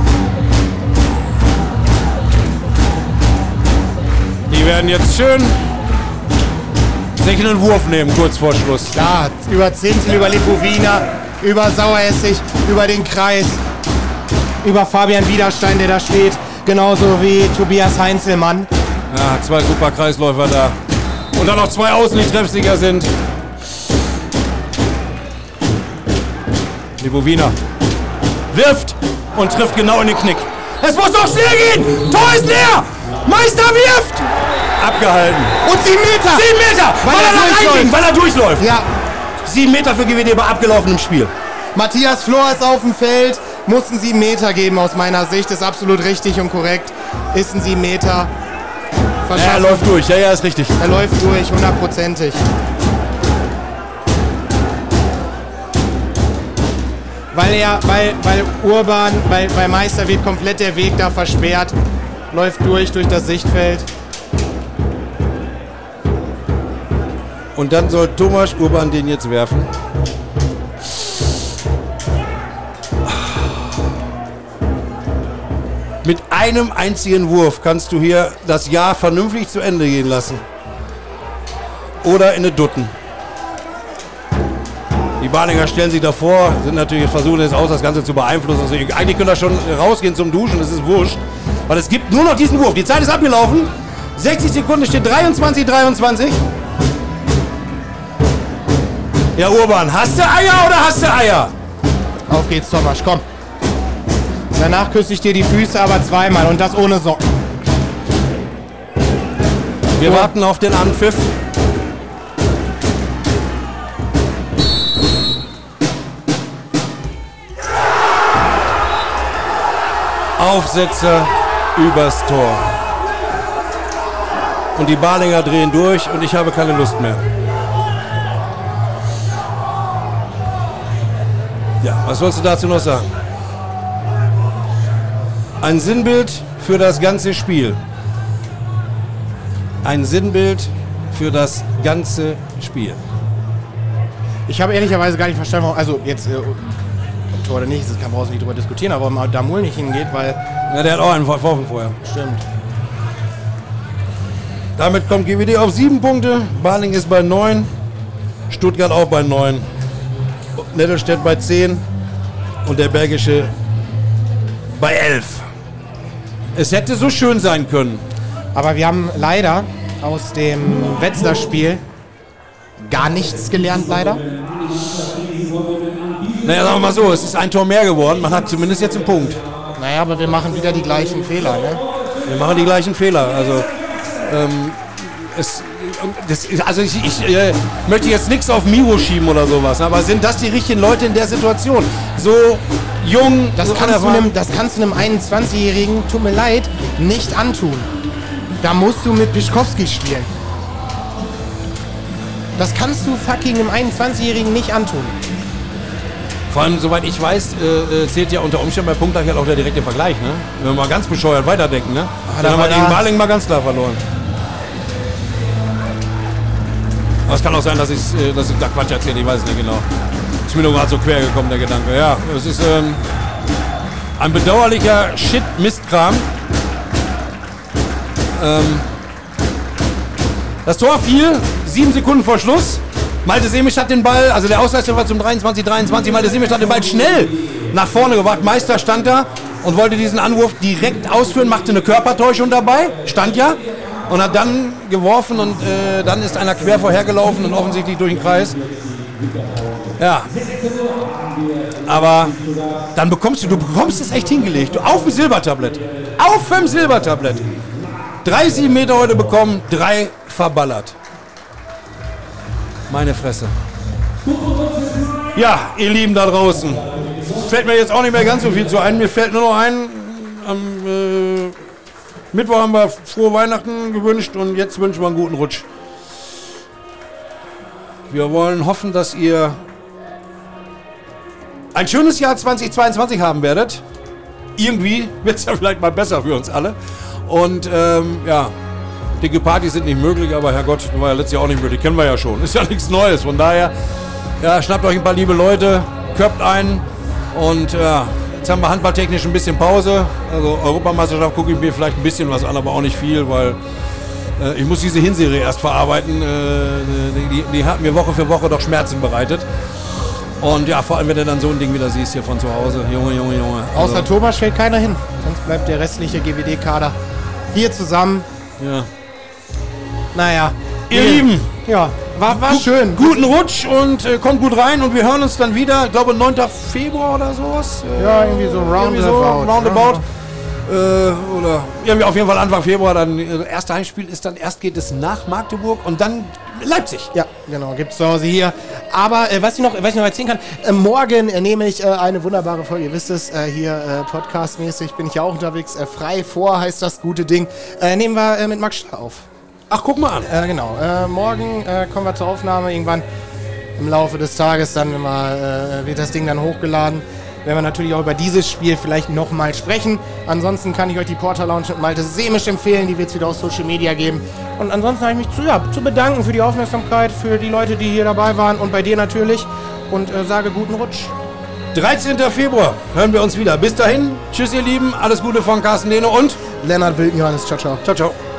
Die werden jetzt schön sich einen Wurf nehmen, kurz vor Schluss. Klar, über Zehntel, über Lipovina, über Saueressig, über den Kreis, über Fabian Widerstein, der da steht, genauso wie Tobias Heinzelmann. Ja, zwei super Kreisläufer da. Und dann noch zwei Außen, die treffsicher sind. Libowina wirft und trifft genau in den Knick. Es muss doch schnell gehen! Tor ist leer! Meister wirft! Abgehalten. Und sieben Meter! Sieben Meter! Weil, Weil er er da durchläuft. reinging, weil er durchläuft. Ja, Sieben Meter für G W D bei abgelaufenem Spiel. Matthias Flor ist auf dem Feld, muss einen sieben Meter geben aus meiner Sicht, ist absolut richtig und korrekt. Ist ein sieben Meter. Ja, er Verschaffen. läuft durch. Ja, ja, ist richtig. Er läuft durch, hundertprozentig. Weil er, weil, weil Urban, weil, weil Meister wird komplett der Weg da versperrt. Läuft durch, durch das Sichtfeld. Und dann soll Thomas Urban den jetzt werfen. Mit einem einzigen Wurf kannst du hier das Jahr vernünftig zu Ende gehen lassen. Oder in eine Dutten. Die Balinger stellen sich davor, sind natürlich versuchen jetzt aus, das Ganze zu beeinflussen. Also eigentlich können wir schon rausgehen zum Duschen, das ist wurscht. Weil es gibt nur noch diesen Wurf. Die Zeit ist abgelaufen. sechzig Sekunden, steht dreiundzwanzig dreiundzwanzig. Ja, Urban, hast du Eier oder hast du Eier? Auf geht's, Thomas, komm. Danach küsse ich dir die Füße, aber zweimal und das ohne Socken. Wir warten auf den Anpfiff. Aufsetzer übers Tor. Und die Balinger drehen durch und ich habe keine Lust mehr. Ja, was sollst du dazu noch sagen? Ein Sinnbild für das ganze Spiel. Ein Sinnbild für das ganze Spiel. Ich habe ehrlicherweise gar nicht verstanden, warum, also jetzt, äh, ob Tor oder nicht, das kann man nicht drüber diskutieren, aber warum Damul nicht hingeht, weil, Ja, der hat auch einen verworfen vorher. stimmt. Damit kommt G W D auf sieben Punkte. Baling ist bei neun. Stuttgart auch bei neun. Nettelstedt bei zehn. Und der Bergische bei elf. Es hätte so schön sein können. Aber wir haben leider aus dem Wetzlar-Spiel gar nichts gelernt, leider. Naja, sagen wir mal so, es ist ein Tor mehr geworden. Man hat zumindest jetzt einen Punkt. Naja, aber wir machen wieder die gleichen Fehler, ne? Wir machen die gleichen Fehler. Also, ähm, es, das, also ich, ich äh, möchte jetzt nichts auf Miro schieben oder sowas, aber sind das die richtigen Leute in der Situation? So jung, Das so kannst, du unerfahren? einem, das kannst du einem einundzwanzigjährigen, tut mir leid, nicht antun. Da musst du mit Pischkowski spielen. Das kannst du fucking einem einundzwanzigjährigen nicht antun. Vor allem, soweit ich weiß, äh, zählt ja unter Umständen bei Punktgleichheit auch der direkte Vergleich, ne? Wenn wir mal ganz bescheuert weiterdenken, ne? Ah, Dann haben wir da- gegen Baling mal ganz klar verloren. Aber es kann auch sein, dass ich, äh, dass ich da Quatsch erzähle, ich weiß es nicht genau. Ist mir nur gerade so quer gekommen, der Gedanke. Ja, es ist ähm, ein bedauerlicher Shit-Mistkram. Ähm, das Tor fiel sieben Sekunden vor Schluss. Malte Semisch hat den Ball, also der Ausgleich war zum dreiundzwanzig dreiundzwanzig. Malte Semisch hat den Ball schnell nach vorne gebracht. Meister stand da und wollte diesen Anwurf direkt ausführen, machte eine Körpertäuschung dabei, stand ja, und hat dann geworfen und äh, dann ist einer quer vorhergelaufen und offensichtlich durch den Kreis. Ja. Aber dann bekommst du, du bekommst es echt hingelegt. Du, auf dem Silbertablett. Auf dem Silbertablett. Drei sieben Meter heute bekommen, drei verballert. Meine Fresse. Ja, ihr Lieben da draußen. Fällt mir jetzt auch nicht mehr ganz so viel zu ein. Mir fällt nur noch ein, am äh, Mittwoch haben wir frohe Weihnachten gewünscht und jetzt wünschen wir einen guten Rutsch. Wir wollen hoffen, dass ihr ein schönes Jahr zweitausendzweiundzwanzig haben werdet. Irgendwie wird es ja vielleicht mal besser für uns alle. Und ähm, ja, dicke Partys sind nicht möglich, aber Herrgott, das war ja letztes Jahr auch nicht möglich. Kennen wir ja schon. Ist ja nichts Neues. Von daher, ja, schnappt euch ein paar liebe Leute, köpft ein. Und ja, jetzt haben wir handballtechnisch ein bisschen Pause. Also Europameisterschaft gucke ich mir vielleicht ein bisschen was an, aber auch nicht viel, weil äh, ich muss diese Hinserie erst verarbeiten. Äh, die, die hat mir Woche für Woche doch Schmerzen bereitet. Und ja, vor allem, wenn du dann so ein Ding wieder siehst hier von zu Hause. Junge, Junge, Junge. Also, Außer Thomas fällt keiner hin. Sonst bleibt der restliche G W D-Kader hier zusammen. ja. Naja. Ihr Lieben, Ja, war, war gu- schön. guten Rutsch und äh, kommt gut rein und wir hören uns dann wieder, ich glaube neunten Februar oder sowas. Äh, Ja, irgendwie so irgendwie so, roundabout. roundabout. Äh, oder irgendwie auf jeden Fall Anfang Februar. Dann äh, erste Heimspiel ist dann, erst geht es nach Magdeburg und dann Leipzig. Ja, genau, gibt's zu Hause hier. Aber äh, was, ich noch, was ich noch erzählen kann, äh, morgen äh, nehme ich äh, eine wunderbare Folge, ihr wisst es, äh, hier äh, podcastmäßig bin ich ja auch unterwegs, äh, frei vor heißt das gute Ding, äh, nehmen wir äh, mit Max Schler auf. Ach, guck mal an. Äh, genau, äh, morgen äh, kommen wir zur Aufnahme, irgendwann im Laufe des Tages, dann immer, äh, wird das Ding dann hochgeladen. Werden wir natürlich auch über dieses Spiel vielleicht nochmal sprechen. Ansonsten kann ich euch die Porter Lounge mit Malte Semisch empfehlen, die wird es wieder auf Social Media geben. Und ansonsten habe ich mich zu, ja, zu bedanken für die Aufmerksamkeit, für die Leute, die hier dabei waren und bei dir natürlich. Und äh, sage guten Rutsch. dreizehnten Februar hören wir uns wieder. Bis dahin, tschüss ihr Lieben, alles Gute von Carsten Lehne und Lennart Wilken-Johannes, ciao, ciao. ciao, ciao.